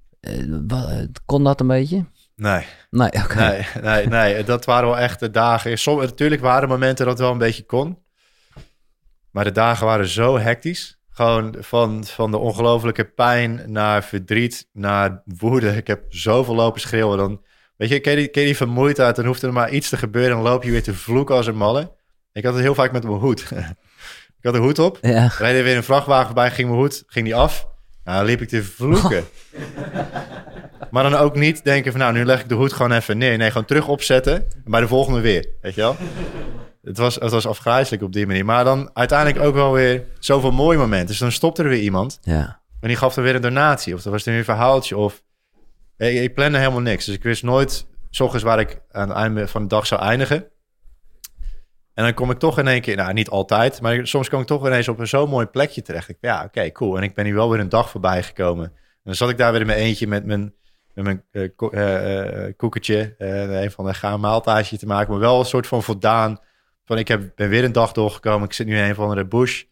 Kon dat een beetje? Nee. Nee, oké. Nee, dat waren wel echt de dagen. Natuurlijk waren er momenten dat het wel een beetje kon. Maar de dagen waren zo hectisch. Gewoon van de ongelofelijke pijn naar verdriet, naar woede. Ik heb zoveel lopen schreeuwen. Dan, weet je, ken je die vermoeidheid? Dan hoeft er maar iets te gebeuren en dan loop je weer te vloeken als een malle. Ik had het heel vaak met mijn hoed. Ik had de hoed op. Ja. Reed er weer een vrachtwagen bij, ging mijn hoed, ging die af. Nou, dan liep ik te vloeken. Maar dan ook niet denken van, nou, nu leg ik de hoed gewoon even neer. Nee, gewoon terug opzetten en bij de volgende weer, weet je wel? Het was afgrijselijk op die manier. Maar dan uiteindelijk ook wel weer zoveel mooie momenten. Dus dan stopte er weer iemand. Ja. En die gaf er weer een donatie. Of er was er weer een verhaaltje. Of ik plande helemaal niks. Dus ik wist nooit 's ochtends waar ik aan het einde van de dag zou eindigen. En dan kom ik toch in één keer, nou niet altijd, maar soms kom ik toch ineens op een zo mooi plekje terecht. Ik, ja, oké, cool. En ik ben hier wel weer een dag voorbij gekomen. En dan zat ik daar weer in mijn eentje met mijn koekertje. Een van de maaltijdje te maken. Maar wel een soort van voldaan. Van ben weer een dag doorgekomen. Ik zit nu in een van de bush.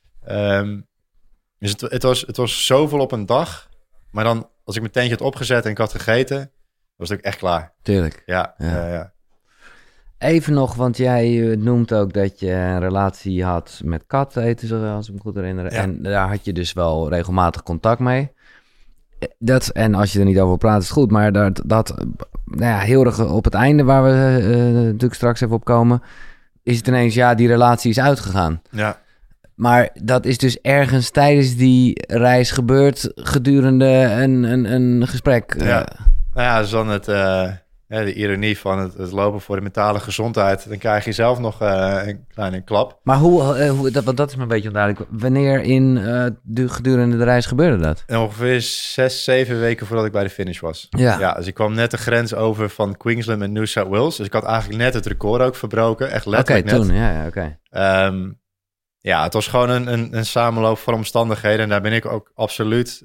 Dus het was zoveel op een dag. Maar dan, als ik mijn tentje had opgezet en ik had gegeten, was het ook echt klaar. Tuurlijk. Ja. Even nog, want jij noemt ook dat je een relatie had met Kat, eten ze, als ik me goed herinner. Ja. En daar had je dus wel regelmatig contact mee. En als je er niet over wil praten, is het goed. Maar heel erg op het einde, waar we natuurlijk straks even op komen, is het ineens, die relatie is uitgegaan. Ja. Maar dat is dus ergens tijdens die reis gebeurd gedurende een gesprek. Ja, dat is dan de ironie van het lopen voor de mentale gezondheid. Dan krijg je zelf nog een kleine klap. Maar want dat is me een beetje onduidelijk. Wanneer gedurende de reis gebeurde dat? Ongeveer 6-7 weken voordat ik bij de finish was. Ja, dus ik kwam net de grens over van Queensland en New South Wales. Dus ik had eigenlijk net het record ook verbroken. Echt letterlijk net. Toen. Oké. Het was gewoon een samenloop van omstandigheden. En daar ben ik ook absoluut...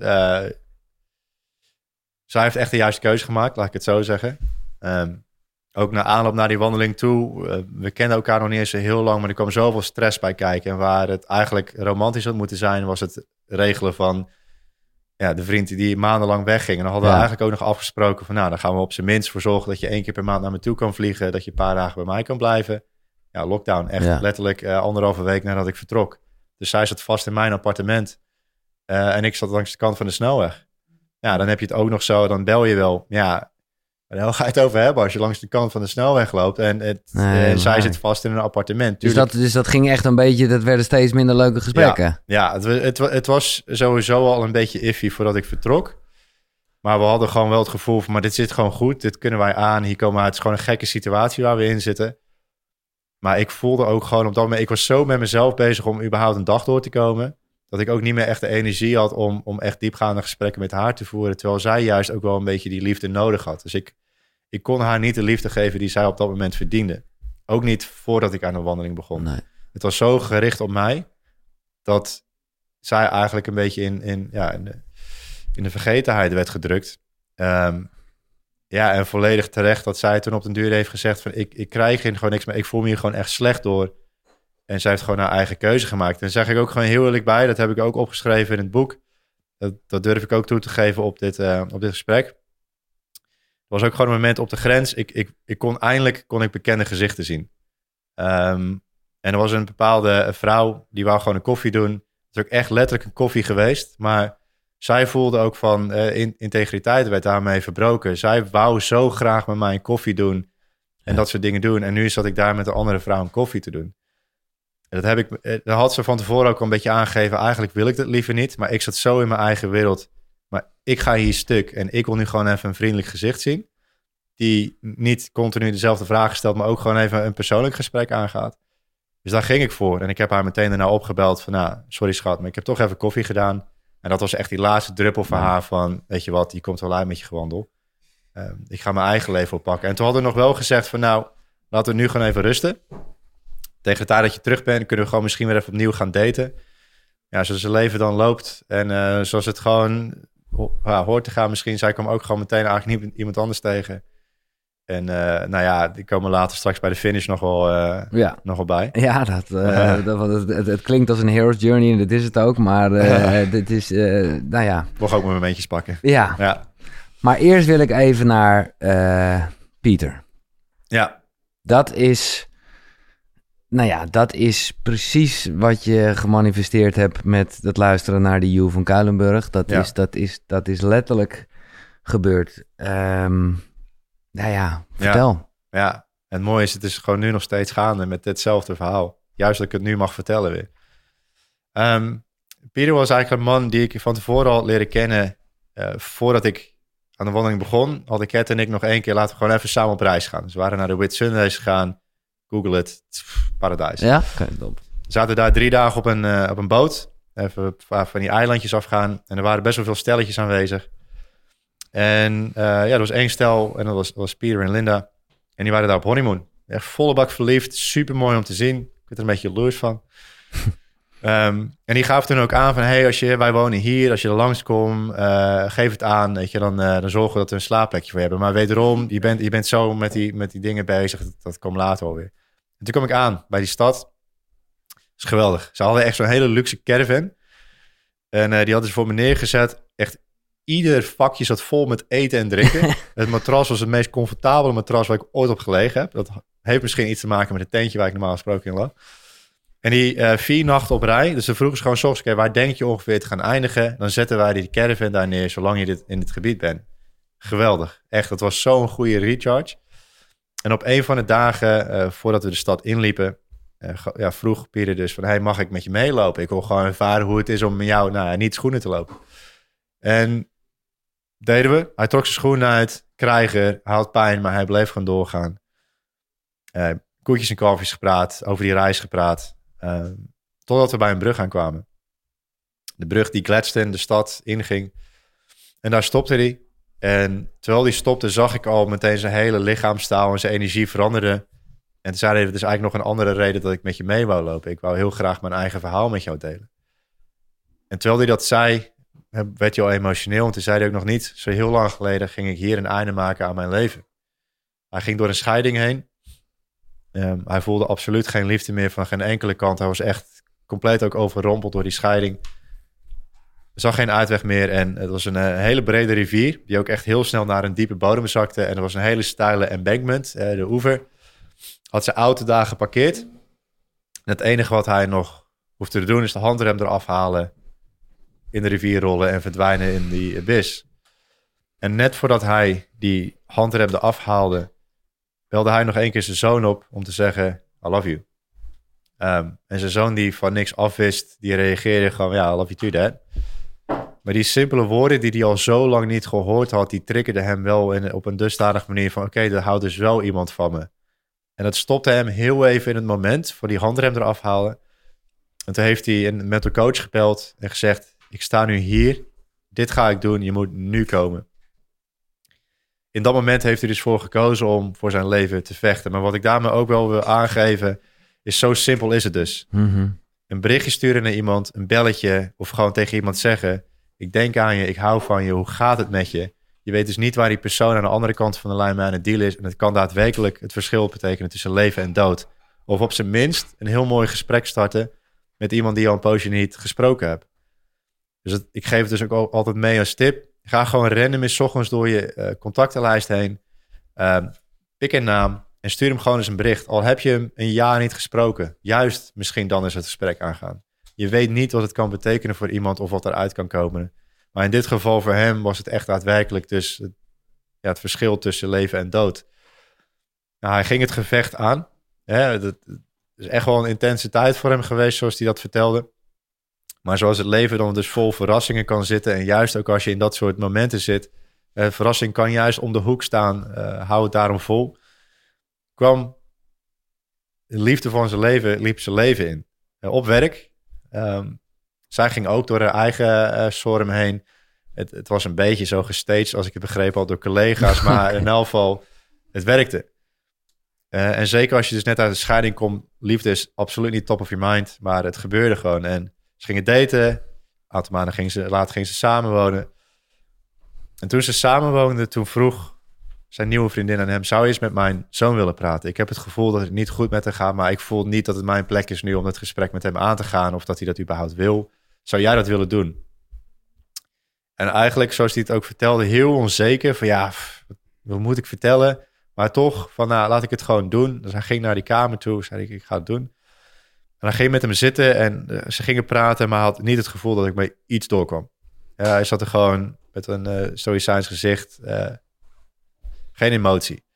zij heeft echt de juiste keuze gemaakt, laat ik het zo zeggen. Ook na aanloop naar die wandeling toe. We kenden elkaar nog niet eens zo heel lang, maar er kwam zoveel stress bij kijken. En waar het eigenlijk romantisch had moeten zijn, was het regelen van de vriend die maandenlang wegging. En dan hadden we eigenlijk ook nog afgesproken van, nou, dan gaan we op zijn minst voor zorgen dat je 1 keer per maand naar me toe kan vliegen, dat je een paar dagen bij mij kan blijven. Ja, lockdown. Echt letterlijk 1,5 week nadat ik vertrok. Dus zij zat vast in mijn appartement. En ik zat langs de kant van de snelweg. Ja, dan heb je het ook nog zo, dan bel je wel. Ja, daar ga je het over hebben als je langs de kant van de snelweg loopt. En zij zit vast in een appartement. Dus dat ging echt een beetje, dat werden steeds minder leuke gesprekken. Ja, het was sowieso al een beetje iffy voordat ik vertrok. Maar we hadden gewoon wel het gevoel van, maar dit zit gewoon goed. Dit kunnen wij aan. Hier komen we uit. Het is gewoon een gekke situatie waar we in zitten. Maar ik voelde ook gewoon op dat moment, ik was zo met mezelf bezig om überhaupt een dag door te komen, dat ik ook niet meer echt de energie had om echt diepgaande gesprekken met haar te voeren. Terwijl zij juist ook wel een beetje die liefde nodig had. Dus ik kon haar niet de liefde geven die zij op dat moment verdiende. Ook niet voordat ik aan de wandeling begon. Nee. Het was zo gericht op mij, dat zij eigenlijk een beetje in de vergetenheid werd gedrukt. En volledig terecht dat zij toen op den duur heeft gezegd van, ik krijg hier gewoon niks meer. Ik voel me hier gewoon echt slecht door. En zij heeft gewoon haar eigen keuze gemaakt. En daar zeg ik ook gewoon heel eerlijk bij. Dat heb ik ook opgeschreven in het boek. Dat durf ik ook toe te geven op dit gesprek. Er was ook gewoon een moment op de grens. Ik kon eindelijk bekende gezichten zien. En er was een bepaalde vrouw, die wou gewoon een koffie doen. Het is ook echt letterlijk een koffie geweest. Maar zij voelde ook van, integriteit werd daarmee verbroken. Zij wou zo graag met mij een koffie doen. En dat soort dingen doen. En nu zat ik daar met een andere vrouw een koffie te doen. En dat had ze van tevoren ook al een beetje aangegeven. Eigenlijk wil ik dat liever niet. Maar ik zat zo in mijn eigen wereld. Maar ik ga hier stuk. En ik wil nu gewoon even een vriendelijk gezicht zien. Die niet continu dezelfde vragen stelt. Maar ook gewoon even een persoonlijk gesprek aangaat. Dus daar ging ik voor. En ik heb haar meteen daarna opgebeld. Van nou, sorry schat. Maar ik heb toch even koffie gedaan. En dat was echt die laatste druppel voor haar. Van weet je wat, je komt wel uit met je gewandel. Ik ga mijn eigen leven oppakken. En toen hadden we nog wel gezegd van nou, laten we nu gewoon even rusten. Tegen de tijd dat je terug bent, kunnen we gewoon misschien weer even opnieuw gaan daten. Ja, zoals het leven dan loopt. En zoals het gewoon hoort te gaan misschien. Zij kwam ook gewoon meteen eigenlijk iemand anders tegen. En die komen later straks bij de finish nog wel bij. Ja, het klinkt als een hero's journey en dat is het ook. Maar dit is, Mocht ook mijn momentjes pakken. Ja. Maar eerst wil ik even naar Pieter. Ja. Dat is precies wat je gemanifesteerd hebt met het luisteren naar de Joe van Kuilenburg. Dat is letterlijk gebeurd. Vertel. Ja, en het mooie is, het is gewoon nu nog steeds gaande met ditzelfde verhaal. Juist dat ik het nu mag vertellen weer. Pieter was eigenlijk een man die ik van tevoren al leren kennen, voordat ik aan de wandeling begon, hadden Kat en ik nog 1 keer, laten we gewoon even samen op reis gaan. Dus we waren naar de Whitsundays gegaan. Google het, paradijs. Ja? Okay, top. We zaten daar 3 dagen op een boot. Even van die eilandjes afgaan. En er waren best wel veel stelletjes aanwezig. En er was 1 stel en dat was Peter en Linda. En die waren daar op honeymoon. Echt volle bak verliefd. Super mooi om te zien. Ik werd er een beetje jaloers van. En die gaf toen ook aan van... hey, wij wonen hier. Als je er langskomt, geef het aan. Weet je, dan zorgen we dat we een slaapplekje voor hebben. Maar wederom, je bent zo met die dingen bezig. Dat komt later alweer. En toen kwam ik aan bij die stad. Dat is geweldig. Ze hadden echt zo'n hele luxe caravan. En die hadden ze voor me neergezet. Echt ieder vakje zat vol met eten en drinken. Het matras was het meest comfortabele matras waar ik ooit op gelegen heb. Dat heeft misschien iets te maken met het tentje waar ik normaal gesproken in lag. En die 4 nachten op rij. Dus ze vroegen ze gewoon 's ochtends, okay, waar denk je ongeveer te gaan eindigen? Dan zetten wij die caravan daar neer, zolang je in dit gebied bent. Geweldig. Echt, dat was zo'n goede recharge. En op een van de dagen, voordat we de stad inliepen, vroeg Pieter dus van, hey, mag ik met je meelopen? Ik wil gewoon ervaren hoe het is om met jou niet schoenen te lopen. En deden we. Hij trok zijn schoenen uit, krijger, hij had pijn, maar hij bleef gewoon doorgaan. Koetjes en kalfjes gepraat, over die reis gepraat. Totdat we bij een brug aankwamen. De brug die Gladstone de stad inging. En daar stopte hij. En terwijl hij stopte, zag ik al meteen zijn hele lichaamstaal en zijn energie veranderde. En toen zei hij, het is eigenlijk nog een andere reden dat ik met je mee wou lopen. Ik wou heel graag mijn eigen verhaal met jou delen. En terwijl hij dat zei, werd hij al emotioneel. En toen zei hij ook nog niet, zo heel lang geleden ging ik hier een einde maken aan mijn leven. Hij ging door een scheiding heen. Hij voelde absoluut geen liefde meer van geen enkele kant. Hij was echt compleet ook overrompeld door die scheiding. Er zag geen uitweg meer en het was een hele brede rivier die ook echt heel snel naar een diepe bodem zakte. En er was een hele steile embankment, de oever. Had zijn auto daar geparkeerd. En het enige wat hij nog hoefde te doen is de handrem eraf halen, in de rivier rollen en verdwijnen in die abyss. En net voordat hij die handrem eraf haalde, belde hij nog 1 keer zijn zoon op om te zeggen, I love you. En zijn zoon die van niks afwist, die reageerde gewoon, ja, I love you too, dad. Maar die simpele woorden die hij al zo lang niet gehoord had, die triggerden hem wel op een dusdanige manier van, oké, er houdt dus wel iemand van me. En dat stopte hem heel even in het moment voor die handrem eraf halen. En toen heeft hij een mental coach gebeld en gezegd, ik sta nu hier, dit ga ik doen, je moet nu komen. In dat moment heeft hij dus voor gekozen om voor zijn leven te vechten. Maar wat ik daarmee ook wel wil aangeven, is zo simpel is het dus. Mm-hmm. Een berichtje sturen naar iemand, een belletje, of gewoon tegen iemand zeggen, ik denk aan je, ik hou van je, hoe gaat het met je? Je weet dus niet waar die persoon aan de andere kant van de lijn mee aan het deal is. En het kan daadwerkelijk het verschil betekenen tussen leven en dood. Of op zijn minst een heel mooi gesprek starten met iemand die je al een poosje niet gesproken hebt. Dus ik geef het dus ook altijd mee als tip. Ga gewoon random eens 's ochtends door je contactenlijst heen. Pik een naam en stuur hem gewoon eens een bericht. Al heb je hem een jaar niet gesproken. Juist misschien dan is het gesprek aangaan. Je weet niet wat het kan betekenen voor iemand of wat eruit kan komen. Maar in dit geval voor hem was het echt daadwerkelijk dus het verschil tussen leven en dood. Nou, hij ging het gevecht aan. Het is echt wel een intense tijd voor hem geweest, zoals hij dat vertelde. Maar zoals het leven dan dus vol verrassingen kan zitten. En juist ook als je in dat soort momenten zit. Verrassing kan juist om de hoek staan. Hou het daarom vol. Kwam de liefde van zijn leven, liep zijn leven in. Op werk. Zij ging ook door haar eigen storm heen. Het was een beetje zo gestaged, als ik het begreep, al door collega's. Maar in elk geval, het werkte. En zeker als je dus net uit de scheiding komt, liefde is absoluut niet top of your mind. Maar het gebeurde gewoon. En ze gingen daten. Een aantal maanden later gingen ze samenwonen. En toen ze samenwoonden, toen vroeg zijn nieuwe vriendin aan hem, zou je eens met mijn zoon willen praten? Ik heb het gevoel dat het niet goed met hem gaat, maar ik voel niet dat het mijn plek is nu om het gesprek met hem aan te gaan of dat hij dat überhaupt wil. Zou jij dat willen doen? En eigenlijk, zoals hij het ook vertelde, heel onzeker van wat moet ik vertellen? Maar toch van, laat ik het gewoon doen. Dus hij ging naar die kamer toe, zei ik ga het doen. En hij ging met hem zitten en ze gingen praten, maar had niet het gevoel dat ik bij iets doorkwam. Hij zat er gewoon met een stoïcijns gezicht, geen emotie.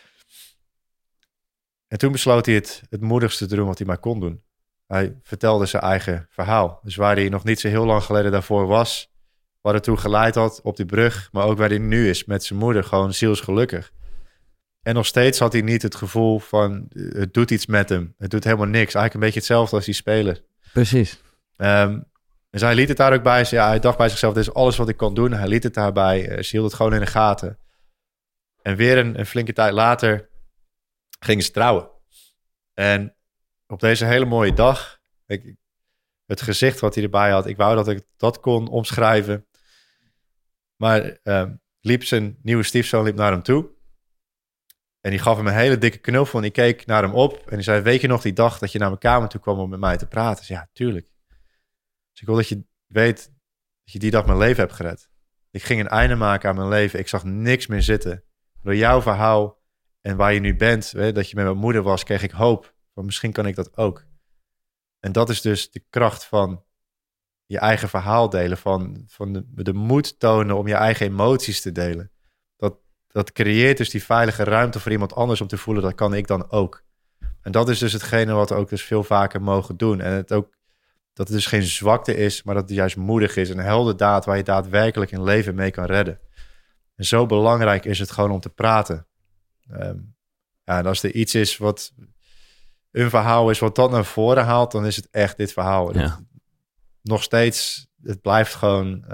En toen besloot hij het moedigste te doen wat hij maar kon doen. Hij vertelde zijn eigen verhaal. Dus waar hij nog niet zo heel lang geleden daarvoor was, wat ertoe geleid had op die brug, maar ook waar hij nu is met zijn moeder, gewoon zielsgelukkig. En nog steeds had hij niet het gevoel van, het doet iets met hem. Het doet helemaal niks. Eigenlijk een beetje hetzelfde als die speler. Precies. Dus hij liet het daar ook bij. Hij dacht bij zichzelf, dit is alles wat ik kan doen. Hij liet het daarbij. Ze hield het gewoon in de gaten. En weer een flinke tijd later gingen ze trouwen. En op deze hele mooie dag, het gezicht wat hij erbij had, ik wou dat ik dat kon omschrijven. Maar liep zijn nieuwe stiefzoon naar hem toe. En die gaf hem een hele dikke knuffel en die keek naar hem op. En die zei, weet je nog die dag dat je naar mijn kamer toe kwam om met mij te praten? Dus ja, tuurlijk. Dus ik wil dat je weet dat je die dag mijn leven hebt gered. Ik ging een einde maken aan mijn leven. Ik zag niks meer zitten. Door jouw verhaal en waar je nu bent, dat je met mijn moeder was, kreeg ik hoop. Want misschien kan ik dat ook. En dat is dus de kracht van je eigen verhaal delen. Van de moed tonen om je eigen emoties te delen. Dat creëert dus die veilige ruimte voor iemand anders om te voelen, dat kan ik dan ook. En dat is dus hetgene wat we ook dus veel vaker mogen doen. En dat het dus geen zwakte is, maar dat het juist moedig is. Een heldendaad waar je daadwerkelijk een leven mee kan redden. En zo belangrijk is het gewoon om te praten. En als er iets is wat een verhaal is wat dat naar voren haalt, dan is het echt dit verhaal. Ja. Nog steeds, het blijft gewoon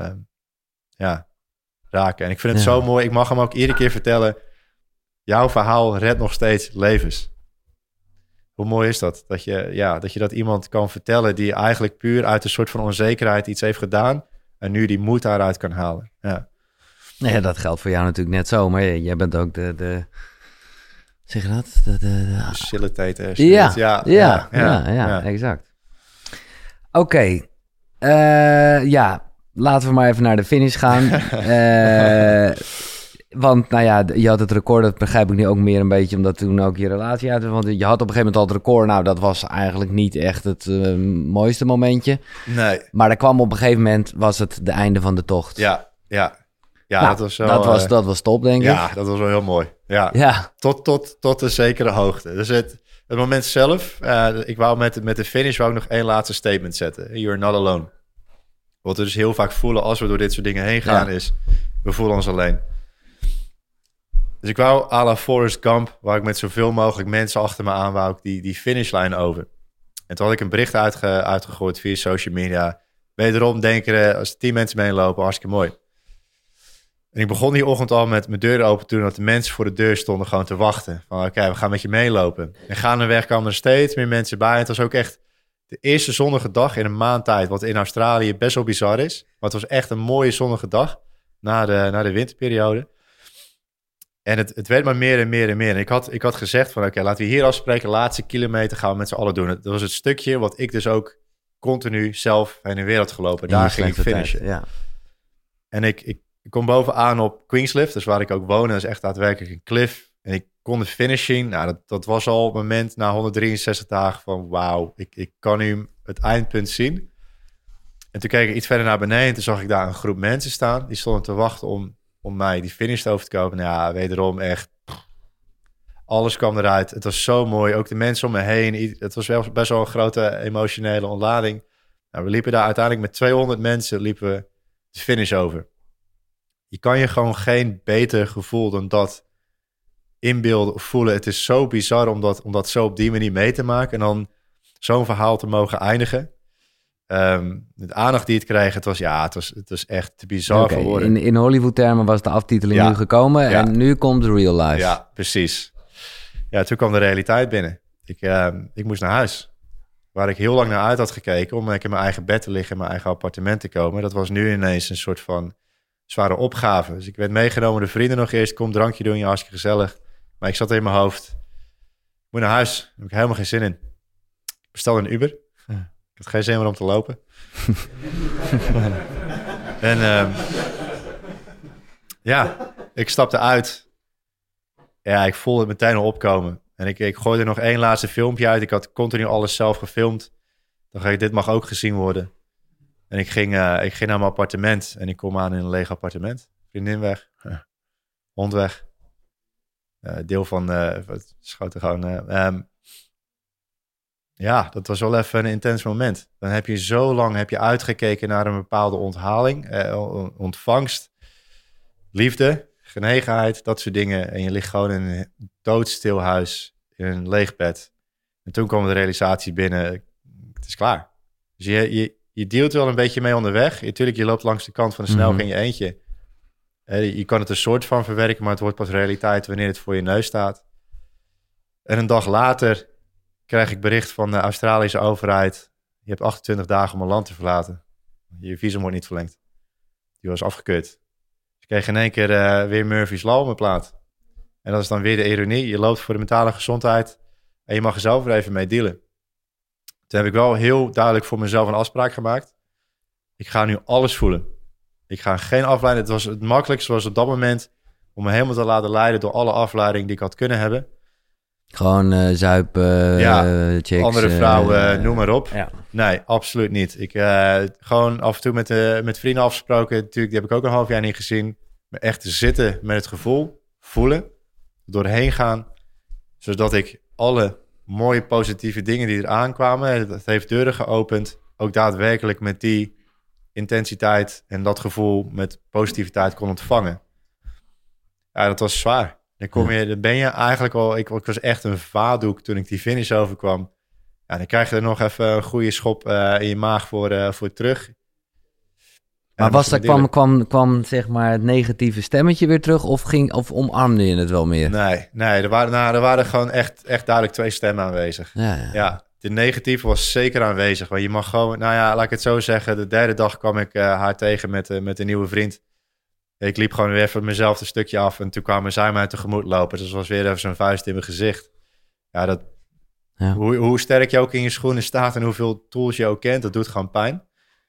raken. En ik vind het zo mooi. Ik mag hem ook iedere keer vertellen, jouw verhaal redt nog steeds levens. Hoe mooi is dat? Dat je dat iemand kan vertellen die eigenlijk puur uit een soort van onzekerheid iets heeft gedaan en nu die moed daaruit kan halen. Ja. Nee, dat geldt voor jou natuurlijk net zo, maar jij bent ook de zeg je dat? De facilitator. Ja, exact. Oké. Laten we maar even naar de finish gaan. Want nou ja, je had het record, dat begrijp ik nu ook meer een beetje, omdat toen ook je relatie uit was. Want je had op een gegeven moment al het record. Nou, dat was eigenlijk niet echt het mooiste momentje. Nee. Maar er kwam op een gegeven moment, was het de einde van de tocht. Ja, nou, dat was wel... Dat was top, denk ik. Ja, dat was wel heel mooi. Ja. Tot een zekere hoogte. Dus het moment zelf, ik wou met de finish wou ik nog één laatste statement zetten. You're not alone. Wat we dus heel vaak voelen als we door dit soort dingen heen gaan is, we voelen ons alleen. Dus ik wou à la Forrest Gump, waar ik met zoveel mogelijk mensen achter me aan wou, die finishlijn over. En toen had ik een bericht uitgegooid via social media. Wederom denken, als 10 mensen meelopen, hartstikke mooi. En ik begon die ochtend al met mijn deur open te doen, dat de mensen voor de deur stonden gewoon te wachten. Van oké, we gaan met je meelopen. En gaandeweg kwamen er steeds meer mensen bij. En het was ook echt de eerste zonnige dag in een maand tijd, wat in Australië best wel bizar is. Maar het was echt een mooie zonnige dag na de winterperiode. En het werd maar meer en meer en meer. En ik had gezegd van oké, laten we hier afspreken. Laatste kilometer gaan we met z'n allen doen. Dat was het stukje wat ik dus ook continu zelf heen en weer had gelopen. Daar ging ik finishen. Ja. En ik kom bovenaan op Queenslift, dus waar ik ook woon. Dat is echt daadwerkelijk een cliff. En ik kon de finishing. Nou, dat was al het moment na 163 dagen van wauw, ik kan nu het eindpunt zien. En toen keek ik iets verder naar beneden en toen zag ik daar een groep mensen staan. Die stonden te wachten om mij die finish over te kopen. Nou ja, wederom echt. Alles kwam eruit. Het was zo mooi. Ook de mensen om me heen. Het was wel best wel een grote emotionele ontlading. Nou, we liepen daar uiteindelijk met 200 mensen liepen we de finish over. Je kan je gewoon geen beter gevoel dan dat inbeelden of voelen. Het is zo bizar om dat zo op die manier mee te maken. En dan zo'n verhaal te mogen eindigen. De aandacht die het kreeg, het was echt te bizar voor woorden. In Hollywood-termen was de aftiteling nu gekomen en nu komt real life. Ja, precies. Ja, toen kwam de realiteit binnen. Ik moest naar huis. Waar ik heel lang naar uit had gekeken om in mijn eigen bed te liggen, in mijn eigen appartement te komen. Dat was nu ineens een soort van zware opgave. Dus ik werd meegenomen door vrienden nog eerst. Kom, drankje doen, hartstikke gezellig. Maar ik zat in mijn hoofd. Ik moet naar huis. Daar heb ik helemaal geen zin in. Ik bestelde een Uber. Ik had geen zin meer om te lopen. En ik stapte uit. Ja, ik voelde het meteen al opkomen. En ik gooide nog één laatste filmpje uit. Ik had continu alles zelf gefilmd. Dan dacht ik, dit mag ook gezien worden. En ik ging naar mijn appartement. En ik kom aan in een leeg appartement. Vriendin weg. Hond weg. Deel van het schoten gewoon. Ja, dat was wel even een intens moment. Dan heb je zo lang uitgekeken naar een bepaalde onthaling, ontvangst, liefde, genegenheid, dat soort dingen. En je ligt gewoon in een doodstil huis, in een leeg bed. En toen kwam de realisatie binnen, het is klaar. Dus je dealt wel een beetje mee onderweg. Natuurlijk, je loopt langs de kant van de snelweg in je eentje. Je kan het een soort van verwerken, maar het wordt pas realiteit wanneer het voor je neus staat. En een dag later krijg ik bericht van de Australische overheid. Je hebt 28 dagen om een land te verlaten. Je visum wordt niet verlengd. Die was afgekeurd. Dus ik kreeg in één keer weer Murphy's Law op mijn plaat. En dat is dan weer de ironie. Je loopt voor de mentale gezondheid en je mag er zelf weer even mee dealen. Toen heb ik wel heel duidelijk voor mezelf een afspraak gemaakt. Ik ga nu alles voelen. Ik ga geen afleiding. Het makkelijkste was op dat moment om me helemaal te laten leiden door alle afleiding die ik had kunnen hebben. Gewoon zuipen, chicks. Andere vrouwen, noem maar op. Ja. Nee, absoluut niet. Ik gewoon af en toe met vrienden afgesproken. Natuurlijk, die heb ik ook een half jaar niet gezien. Maar echt zitten met het gevoel, voelen, doorheen gaan. Zodat ik alle mooie positieve dingen die er aankwamen, dat heeft deuren geopend. Ook daadwerkelijk met die intensiteit en dat gevoel met positiviteit kon ontvangen. Ja, dat was zwaar. Dan ben je eigenlijk al... Ik was echt een vaatdoek toen ik die finish overkwam. Ja, dan krijg je er nog even een goede schop in je maag voor terug. Maar kwam zeg maar het negatieve stemmetje weer terug of omarmde je het wel meer? Nee, er waren gewoon echt duidelijk twee stemmen aanwezig. Ja, de negatieve was zeker aanwezig. Want je mag gewoon... Nou ja, laat ik het zo zeggen. De derde dag kwam ik haar tegen met een nieuwe vriend. Ik liep gewoon weer even mezelf een stukje af. En toen kwamen zij mij tegemoet lopen. Dus het was weer even zo'n vuist in mijn gezicht. Ja, hoe sterk je ook in je schoenen staat en hoeveel tools je ook kent, dat doet gewoon pijn.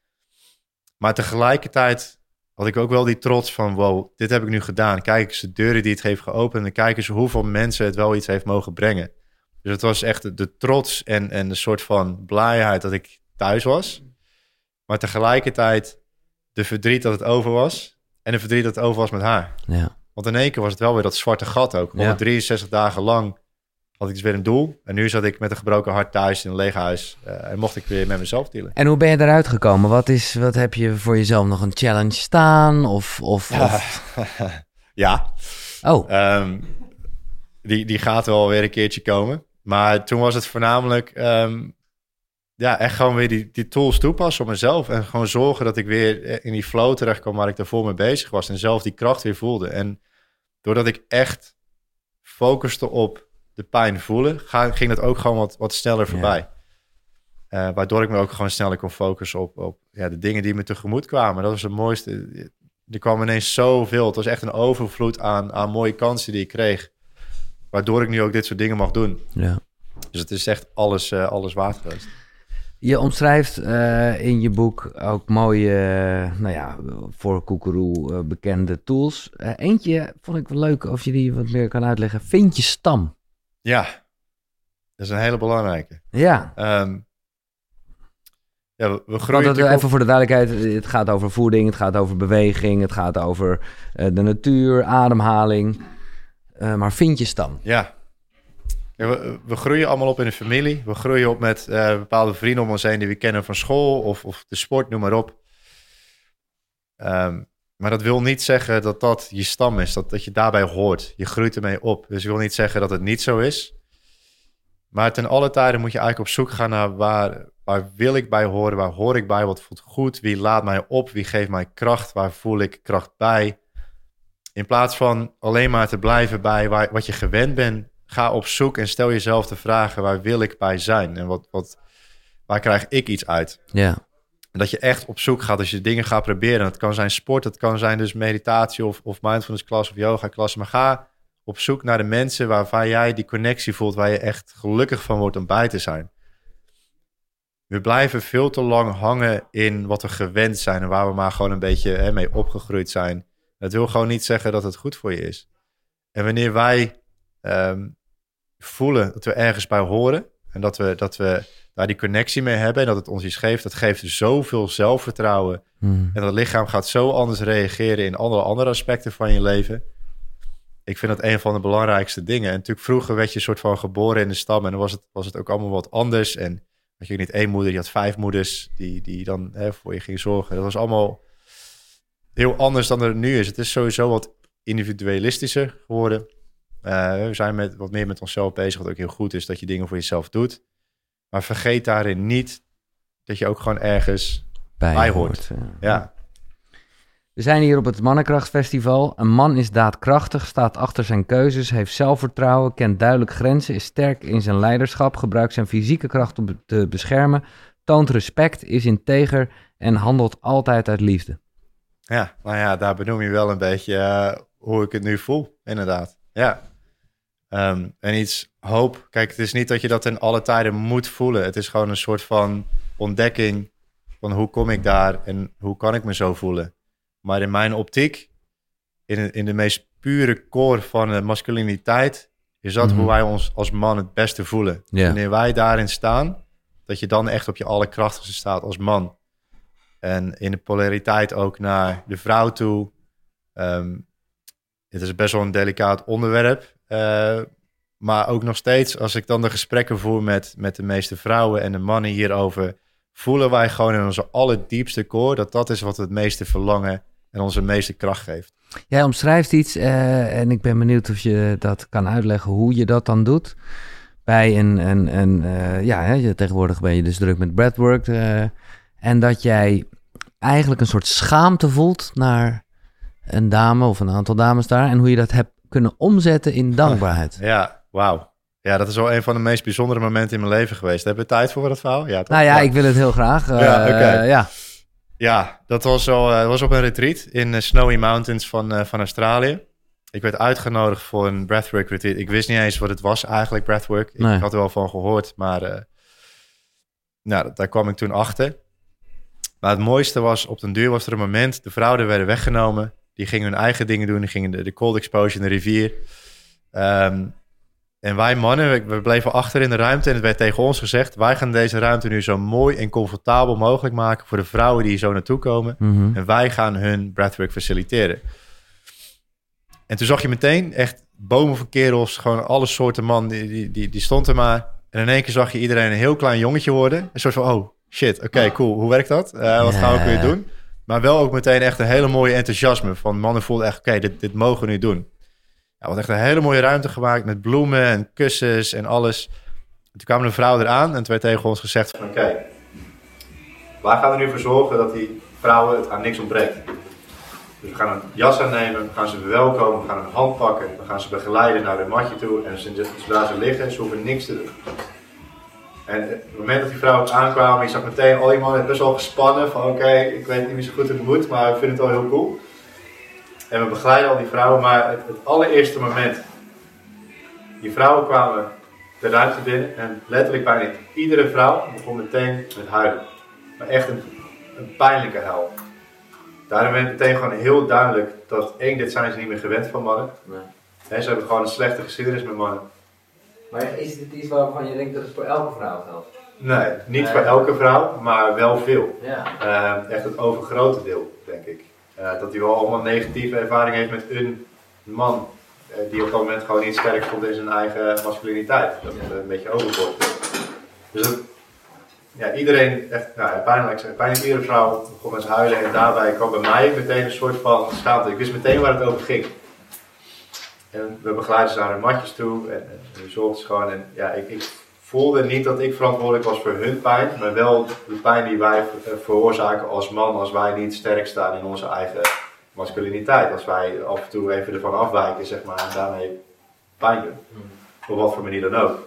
Maar tegelijkertijd had ik ook wel die trots van, wow, dit heb ik nu gedaan. Kijk eens de deuren die het heeft geopend en kijk eens hoeveel mensen het wel iets heeft mogen brengen. Dus het was echt de trots en de soort van blijheid dat ik thuis was. Maar tegelijkertijd de verdriet dat het over was. En de verdriet dat het over was met haar. Ja. Want in één keer was het wel weer dat zwarte gat ook. 163 dagen lang had ik dus weer een doel. En nu zat ik met een gebroken hart thuis in een leeg huis. En mocht ik weer met mezelf dealen. En hoe ben je eruit gekomen? Wat heb je voor jezelf nog een challenge staan? Of... Ja. Oh. Die gaat wel weer een keertje komen. Maar toen was het voornamelijk... echt gewoon weer die tools toepassen op mezelf. En gewoon zorgen dat ik weer in die flow terecht kwam waar ik daarvoor mee bezig was. En zelf die kracht weer voelde. En doordat ik echt focuste op de pijn voelen, ging dat ook gewoon wat sneller voorbij. Waardoor ik me ook gewoon sneller kon focussen op de dingen die me tegemoet kwamen. Dat was het mooiste. Er kwam ineens zoveel. Het was echt een overvloed aan mooie kansen die ik kreeg. Waardoor ik nu ook dit soort dingen mag doen. Ja. Dus het is echt alles waard geweest. Je omschrijft in je boek ook mooie, voor Koekeroe bekende tools. Eentje vond ik wel leuk, of je die wat meer kan uitleggen. Vind je stam. Ja, dat is een hele belangrijke. Ja. We groeien... Even voor de duidelijkheid, het gaat over voeding, het gaat over beweging, het gaat over de natuur, ademhaling. Maar vind je stam. Ja. We groeien allemaal op in een familie. We groeien op met bepaalde vrienden om ons heen die we kennen van school of de sport, noem maar op. Maar dat wil niet zeggen dat je stam is, dat je daarbij hoort. Je groeit ermee op. Dus ik wil niet zeggen dat het niet zo is. Maar ten alle tijden moet je eigenlijk op zoek gaan naar waar wil ik bij horen, waar hoor ik bij, wat voelt goed, wie laat mij op, wie geeft mij kracht, waar voel ik kracht bij. In plaats van alleen maar te blijven bij wat je gewend bent, ga op zoek en stel jezelf de vragen, waar wil ik bij zijn en waar krijg ik iets uit? Ja. En dat je echt op zoek gaat als je dingen gaat proberen. Het kan zijn sport, het kan zijn dus meditatie of mindfulness klas of yoga klas. Maar ga op zoek naar de mensen waarvan jij die connectie voelt, waar je echt gelukkig van wordt om bij te zijn. We blijven veel te lang hangen in wat we gewend zijn en waar we maar gewoon een beetje mee opgegroeid zijn. Dat wil gewoon niet zeggen dat het goed voor je is. En wanneer wij voelen dat we ergens bij horen en dat we daar die connectie mee hebben en dat het ons iets geeft, dat geeft zoveel zelfvertrouwen. En dat lichaam gaat zo anders reageren in andere aspecten van je leven. Ik vind dat een van de belangrijkste dingen. En natuurlijk vroeger werd je een soort van geboren in de stam en dan was het ook allemaal wat anders. En had je niet 1 moeder, je had 5 moeders die dan voor je gingen zorgen. Dat was allemaal heel anders dan er nu is. Het is sowieso wat individualistischer geworden. We zijn wat meer met onszelf bezig, wat ook heel goed is, dat je dingen voor jezelf doet. Maar vergeet daarin niet dat je ook gewoon ergens bij hoort. Ja. We zijn hier op het Mannenkrachtfestival. Een man is daadkrachtig, staat achter zijn keuzes, heeft zelfvertrouwen, kent duidelijk grenzen, is sterk in zijn leiderschap, gebruikt zijn fysieke kracht om te beschermen, toont respect, is integer en handelt altijd uit liefde. Ja, nou ja, daar benoem je wel een beetje hoe ik het nu voel, inderdaad. Ja. En iets hoop. Kijk, het is niet dat je dat in alle tijden moet voelen. Het is gewoon een soort van ontdekking van hoe kom ik daar en hoe kan ik me zo voelen. Maar in mijn optiek, in de meest pure core van de masculiniteit, is dat hoe wij ons als man het beste voelen. Yeah. Wanneer wij daarin staan, dat je dan echt op je allerkrachtigste staat als man. En in de polariteit ook naar de vrouw toe. Het is best wel een delicaat onderwerp. Maar ook nog steeds, als ik dan de gesprekken voer met de meeste vrouwen en de mannen hierover, voelen wij gewoon in onze allerdiepste core dat is wat we het meeste verlangen en onze meeste kracht geeft. Jij omschrijft iets en ik ben benieuwd of je dat kan uitleggen hoe je dat dan doet. Bij tegenwoordig ben je dus druk met breathwork. En dat jij eigenlijk een soort schaamte voelt naar een dame of een aantal dames daar. En hoe je dat hebt kunnen omzetten in dankbaarheid. Ja, wauw. Ja, dat is wel een van de meest bijzondere momenten in mijn leven geweest. Heb je tijd voor dat verhaal? Ja, toch? Nou ja, ik wil het heel graag. Ja, dat was op een retreat in Snowy Mountains van Australië. Ik werd uitgenodigd voor een breathwork retreat. Ik wist niet eens wat het was eigenlijk, breathwork. Ik had er wel van gehoord, maar daar kwam ik toen achter. Maar het mooiste was, op den duur was er een moment, de vrouwen werden weggenomen. Die gingen hun eigen dingen doen. Die gingen de cold exposure in de rivier. En wij mannen, we bleven achter in de ruimte. En het werd tegen ons gezegd, wij gaan deze ruimte nu zo mooi en comfortabel mogelijk maken voor de vrouwen die hier zo naartoe komen. Mm-hmm. En wij gaan hun breathwork faciliteren. En toen zag je meteen echt bomen van kerels, gewoon alle soorten man, die stond er maar. En in één keer zag je iedereen een heel klein jongetje worden. Een soort van, oh shit, oké, cool. Hoe werkt dat? Wat gaan we weer doen? Maar wel ook meteen echt een hele mooie enthousiasme. Van mannen voelden echt, oké, dit mogen we nu doen. Ja, wat echt een hele mooie ruimte gemaakt met bloemen en kussens en alles. En toen kwamen de vrouwen eraan en toen werd tegen ons gezegd van, oké, wij gaan er nu voor zorgen dat die vrouwen het aan niks ontbreekt. Dus we gaan een jas aannemen, we gaan ze verwelkomen, we gaan een hand pakken, we gaan ze begeleiden naar hun matje toe. En zodra ze liggen, ze hoeven niks te doen. En op het moment dat die vrouwen aankwamen, je zag meteen al die mannen best wel gespannen van oké, ik weet niet meer zo goed hoe het moet, maar we vinden het wel heel cool. En we begeleiden al die vrouwen, maar het allereerste moment, die vrouwen kwamen de ruimte binnen en letterlijk bijna iedere vrouw begon meteen met huilen. Maar echt een pijnlijke huil. Daarom werd meteen gewoon heel duidelijk dat dit zijn ze niet meer gewend van mannen. Nee. Ze hebben gewoon een slechte geschiedenis met mannen. Maar is dit iets waarvan je denkt dat het voor elke vrouw geldt? Nee, niet voor elke vrouw, maar wel veel. Ja. Echt het overgrote deel, denk ik. Dat hij wel allemaal negatieve ervaring heeft met een man die op dat moment gewoon niet sterk vond in zijn eigen masculiniteit. Dat het een beetje overboord. Dus iedereen, echt, bijna iedere vrouw begon met huilen en daarbij kwam bij mij meteen een soort van schaamte. Ik wist meteen waar het over ging. En we begeleiden ze naar hun matjes toe en we zorgden ze gewoon. En ik voelde niet dat ik verantwoordelijk was voor hun pijn, maar wel de pijn die wij veroorzaken als man als wij niet sterk staan in onze eigen masculiniteit. Als wij af en toe even ervan afwijken, zeg maar, en daarmee pijn doen. Op wat voor manier dan ook.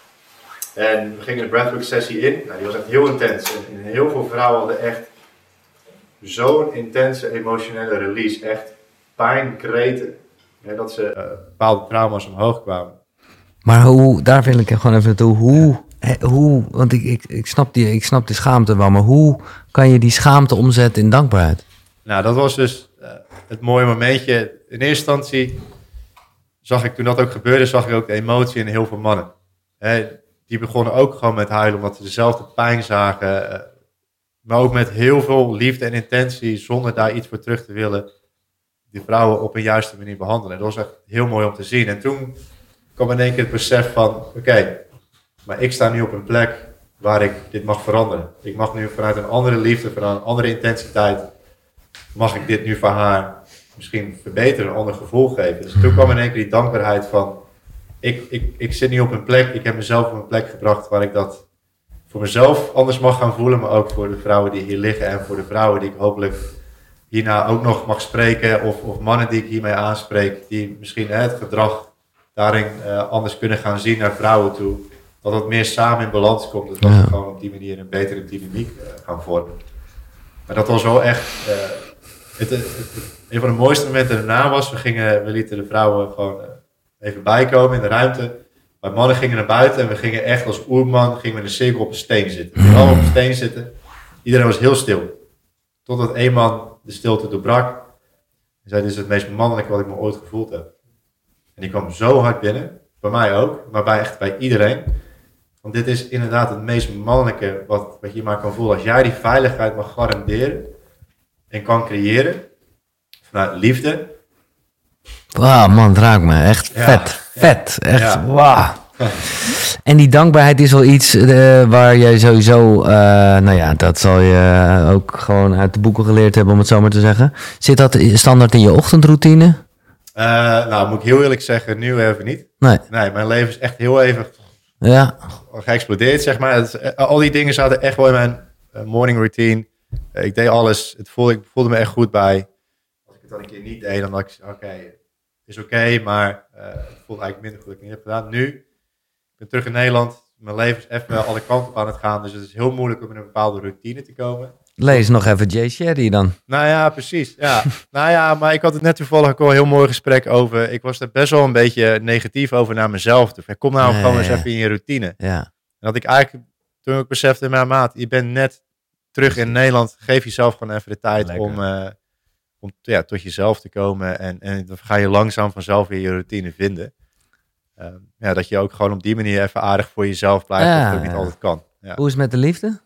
En we gingen de breathwork sessie in. Nou, die was echt heel intens. En heel veel vrouwen hadden echt zo'n intense emotionele release. Echt pijnkreten. Ja, dat ze bepaalde trauma's omhoog kwamen. Maar hoe, daar wil ik gewoon even naartoe. Hoe want ik snap die schaamte wel, maar hoe kan je die schaamte omzetten in dankbaarheid? Nou, dat was dus het mooie momentje. In eerste instantie zag ik, toen dat ook gebeurde, zag ik ook de emotie in heel veel mannen. Die begonnen ook gewoon met huilen, omdat ze dezelfde pijn zagen. Maar ook met heel veel liefde en intentie, zonder daar iets voor terug te willen, die vrouwen op een juiste manier behandelen. En dat was echt heel mooi om te zien. En toen kwam in één keer het besef van, oké, maar ik sta nu op een plek waar ik dit mag veranderen. Ik mag nu vanuit een andere liefde, vanuit een andere intensiteit, mag ik dit nu voor haar misschien verbeteren, een ander gevoel geven. Dus toen kwam in één keer die dankbaarheid van, ik zit nu op een plek, ik heb mezelf op een plek gebracht waar ik dat voor mezelf anders mag gaan voelen, maar ook voor de vrouwen die hier liggen en voor de vrouwen die ik hopelijk hierna ook nog mag spreken, of mannen die ik hiermee aanspreek, die misschien het gedrag daarin anders kunnen gaan zien naar vrouwen toe. Dat het meer samen in balans komt, dus dat we gewoon op die manier een betere dynamiek gaan vormen. Maar dat was wel echt, een van de mooiste momenten daarna was, we lieten de vrouwen gewoon even bijkomen in de ruimte. Maar mannen gingen naar buiten en we gingen echt als oerman gingen we in een cirkel op een steen zitten. We gingen allemaal op een steen zitten. Iedereen was heel stil. Totdat één man de stilte doorbrak. Hij zei, dit is het meest mannelijke wat ik me ooit gevoeld heb. En die kwam zo hard binnen. Bij mij ook, maar bij iedereen. Want dit is inderdaad het meest mannelijke wat je maar kan voelen. Als jij die veiligheid mag garanderen en kan creëren vanuit liefde. Wauw, man, het raakt me. Echt vet. Echt, wauw. En die dankbaarheid is wel iets waar jij sowieso, dat zal je ook gewoon uit de boeken geleerd hebben, om het zo maar te zeggen. Zit dat standaard in je ochtendroutine? Moet ik heel eerlijk zeggen, nu even niet. Nee, mijn leven is echt heel even geëxplodeerd, zeg maar. Al die dingen zaten echt wel in mijn morning routine. Ik deed alles. Ik voelde me echt goed bij. Als ik het dan een keer niet deed, dan dacht ik, is oké, maar het voelt eigenlijk minder goed dat ik het niet heb gedaan. Nu, ik ben terug in Nederland. Mijn leven is even alle kanten op aan het gaan. Dus het is heel moeilijk om in een bepaalde routine te komen. Lees nog even Jay Shetty dan. Nou ja, precies. Ja. Maar ik had het net toevallig ook al een heel mooi gesprek over. Ik was er best wel een beetje negatief over naar mezelf. Dus kom nou gewoon eens even in je routine. Ja. En dat ik eigenlijk, toen ik besefte, mijn maat, je bent net terug in Nederland. Geef jezelf gewoon even de tijd om tot jezelf te komen. En dan ga je langzaam vanzelf weer je routine vinden. Dat je ook gewoon op die manier even aardig voor jezelf blijft. Dat het ook niet altijd kan. Ja. Hoe is het met de liefde?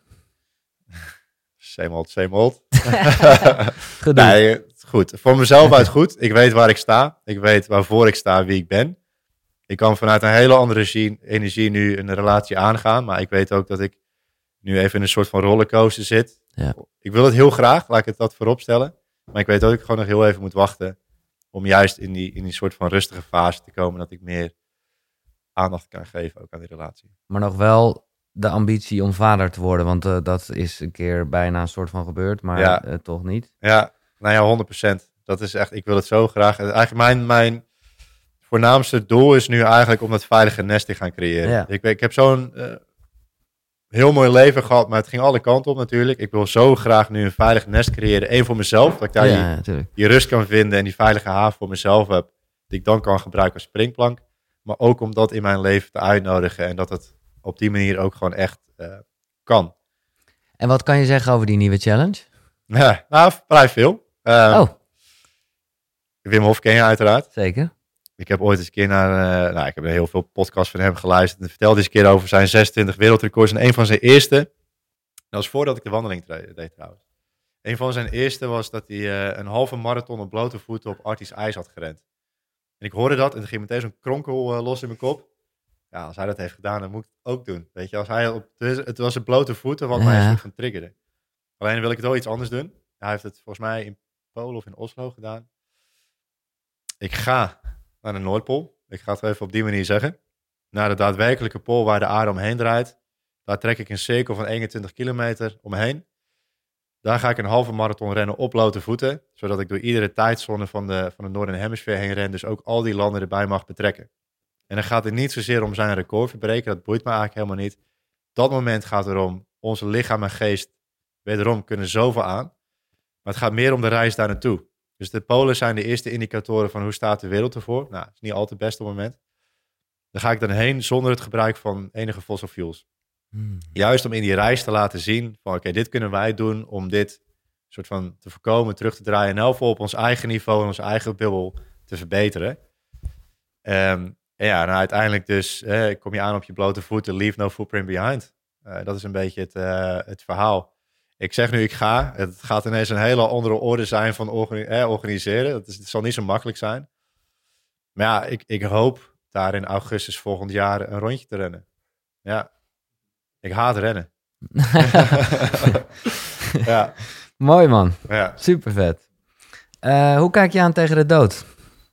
Same old. Nee, goed. Voor mezelf uit goed. Ik weet waar ik sta. Ik weet waarvoor ik sta, wie ik ben. Ik kan vanuit een hele andere energie nu een relatie aangaan. Maar ik weet ook dat ik nu even in een soort van rollercoaster zit. Ja. Ik wil het heel graag, laat ik het dat voorop stellen. Maar ik weet ook dat ik gewoon nog heel even moet wachten. Om juist in die soort van rustige fase te komen. Dat ik meer aandacht kan geven ook aan die relatie. Maar nog wel de ambitie om vader te worden. Want dat is een keer bijna een soort van gebeurd. Maar toch niet. Ja, 100%. Dat is echt, ik wil het zo graag. Eigenlijk mijn voornaamste doel is nu eigenlijk om dat veilige nest te gaan creëren. Ja. Ik heb zo'n heel mooi leven gehad, maar het ging alle kanten op natuurlijk. Ik wil zo graag nu een veilig nest creëren. Eén voor mezelf, dat ik daar die rust kan vinden en die veilige haven voor mezelf heb. Die ik dan kan gebruiken als springplank. Maar ook om dat in mijn leven te uitnodigen en dat het op die manier ook gewoon echt kan. En wat kan je zeggen over die nieuwe challenge? Ja, vrij veel. Wim Hof ken je uiteraard. Zeker. Ik heb ooit eens een keer ik heb heel veel podcasts van hem geluisterd. En vertelde eens een keer over zijn 26 wereldrecords. En een van zijn eerste, dat was voordat ik de wandeling deed trouwens. Een van zijn eerste was dat hij een halve marathon op blote voeten op Arctisch ijs had gerend. En ik hoorde dat en er ging meteen zo'n kronkel los in mijn kop. Ja, als hij dat heeft gedaan, dan moet ik het ook doen. Weet je, het was een blote voeten wat mij een soort van triggerde. Alleen wil ik het wel iets anders doen. Hij heeft het volgens mij in Polen of in Oslo gedaan. Ik ga naar de Noordpool. Ik ga het even op die manier zeggen. Naar de daadwerkelijke pool waar de aarde omheen draait. Daar trek ik een cirkel van 21 kilometer omheen. Daar ga ik een halve marathon rennen op blote voeten. Zodat ik door iedere tijdzone van de Northern Hemisphere heen ren. Dus ook al die landen erbij mag betrekken. En dan gaat het niet zozeer om zijn record verbreken. Dat boeit me eigenlijk helemaal niet. Dat moment gaat erom. Onze lichaam en geest wederom kunnen zoveel aan. Maar het gaat meer om de reis daar naartoe. Dus de polen zijn de eerste indicatoren van hoe staat de wereld ervoor. Nou, dat is niet altijd het beste moment. Dan ga ik dan heen zonder het gebruik van enige fossil fuels. Juist om in die reis te laten zien van oké, dit kunnen wij doen om dit soort van te voorkomen, terug te draaien. En elk op ons eigen niveau en onze eigen bubbel te verbeteren. Uiteindelijk dus kom je aan op je blote voeten. Leave no footprint behind. Dat is een beetje het verhaal. Ik zeg nu ik ga. Het gaat ineens een hele andere orde zijn van organiseren. Het zal niet zo makkelijk zijn. Maar ja, ik hoop daar in augustus volgend jaar een rondje te rennen. Ja, ik haat rennen. Ja. Mooi man, Ja. super vet. Hoe kijk je aan tegen de dood?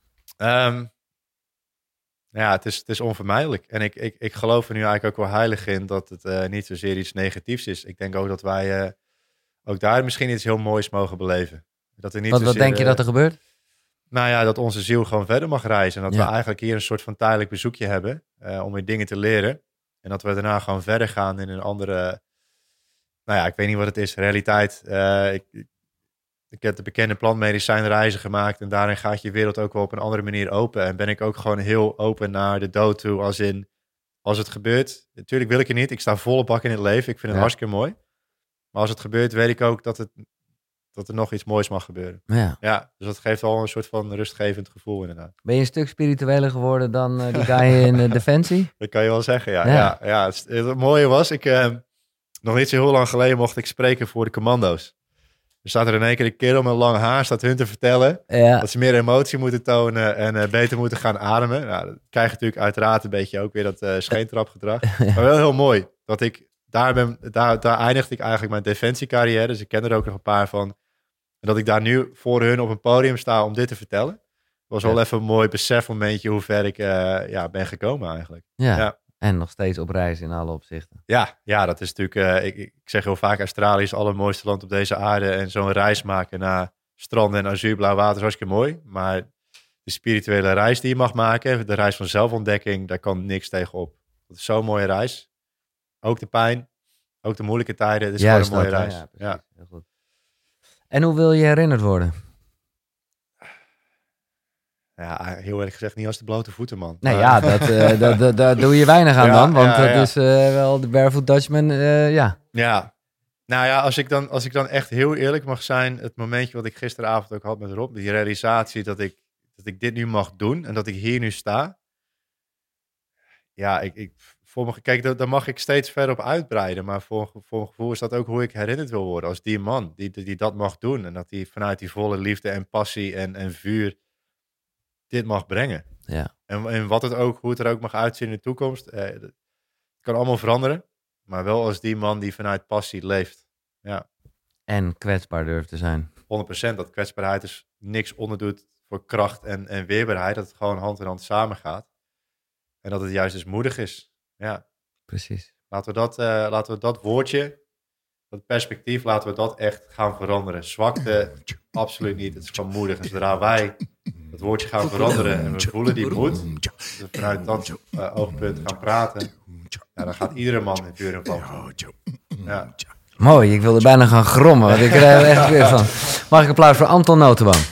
Ja, het is onvermijdelijk. En ik geloof er nu eigenlijk ook wel heilig in dat het niet zozeer iets negatiefs is. Ik denk ook dat wij ook daar misschien iets heel moois mogen beleven. Dat er niet Wat denk je dat er gebeurt? Nou ja, dat onze ziel gewoon verder mag reizen. En dat we eigenlijk hier een soort van tijdelijk bezoekje hebben om weer dingen te leren. En dat we daarna gewoon verder gaan in een andere, nou ja, ik weet niet wat het is, realiteit. Ik heb de bekende plantmedicijnreizen gemaakt en daarin gaat je wereld ook wel op een andere manier open. En ben ik ook gewoon heel open naar de dood toe, als in, als het gebeurt. Natuurlijk wil ik het niet, ik sta volle bak in het leven, ik vind het hartstikke mooi. Maar als het gebeurt, weet ik ook dat er nog iets moois mag gebeuren. Ja, dus dat geeft al een soort van rustgevend gevoel inderdaad. Ben je een stuk spiritueler geworden dan die guy in Defensie? Dat kan je wel zeggen, ja. Het mooie was, nog niet zo heel lang geleden mocht ik spreken voor de commando's. Er staat er in één keer een kerel met lang haar, staat hun te vertellen dat ze meer emotie moeten tonen en beter moeten gaan ademen. Nou, dan krijg je natuurlijk uiteraard een beetje ook weer dat scheentrapgedrag. Maar wel heel mooi, dat ik daar eindigde ik eigenlijk mijn defensiecarrière, dus ik ken er ook nog een paar van. En dat ik daar nu voor hun op een podium sta om dit te vertellen, was wel even een mooi besefmomentje hoe ver ik ben gekomen eigenlijk. Ja. En nog steeds op reis in alle opzichten. Ja, dat is natuurlijk... ik zeg heel vaak, Australië is het allermooiste land op deze aarde. En zo'n reis maken naar stranden en azuurblauw water is hartstikke mooi. Maar de spirituele reis die je mag maken, de reis van zelfontdekking, daar kan niks tegen op. Dat is zo'n mooie reis. Ook de pijn, ook de moeilijke tijden. Het is gewoon een mooie reis. Ja. Heel goed. En hoe wil je herinnerd worden? Ja, heel eerlijk gezegd niet als de blote voeten, man. Nee, daar doe je weinig aan dan. Want dat is wel de Barefoot Dutchman, Ja, nou ja, als ik dan echt heel eerlijk mag zijn, het momentje wat ik gisteravond ook had met Rob, die realisatie dat ik dit nu mag doen en dat ik hier nu sta. Ja, kijk, daar mag ik steeds verder op uitbreiden. Maar voor een gevoel is dat ook hoe ik herinnerd wil worden als die man die dat mag doen. En dat hij vanuit die volle liefde en passie en vuur dit mag brengen. Ja. En hoe het er ook mag uitzien in de toekomst. Het kan allemaal veranderen. Maar wel als die man die vanuit passie leeft. Ja. En kwetsbaar durft te zijn. 100%. Dat kwetsbaarheid dus niks onderdoet voor kracht en weerbaarheid. Dat het gewoon hand in hand samen gaat. En dat het juist dus moedig is. Ja. Precies. Laten we dat woordje, dat perspectief, laten we dat echt gaan veranderen. Zwakte, absoluut niet. Het is gewoon moedig. En zodra wij het woordje gaan veranderen en we voelen die moed, dus we vanuit dat oogpunt gaan praten, dan gaat iedere man in vuur en vlam. Ja. Mooi, ik wilde bijna gaan grommen, want ik krijg er echt weer van. Mag ik applaus voor Anton Notenboom?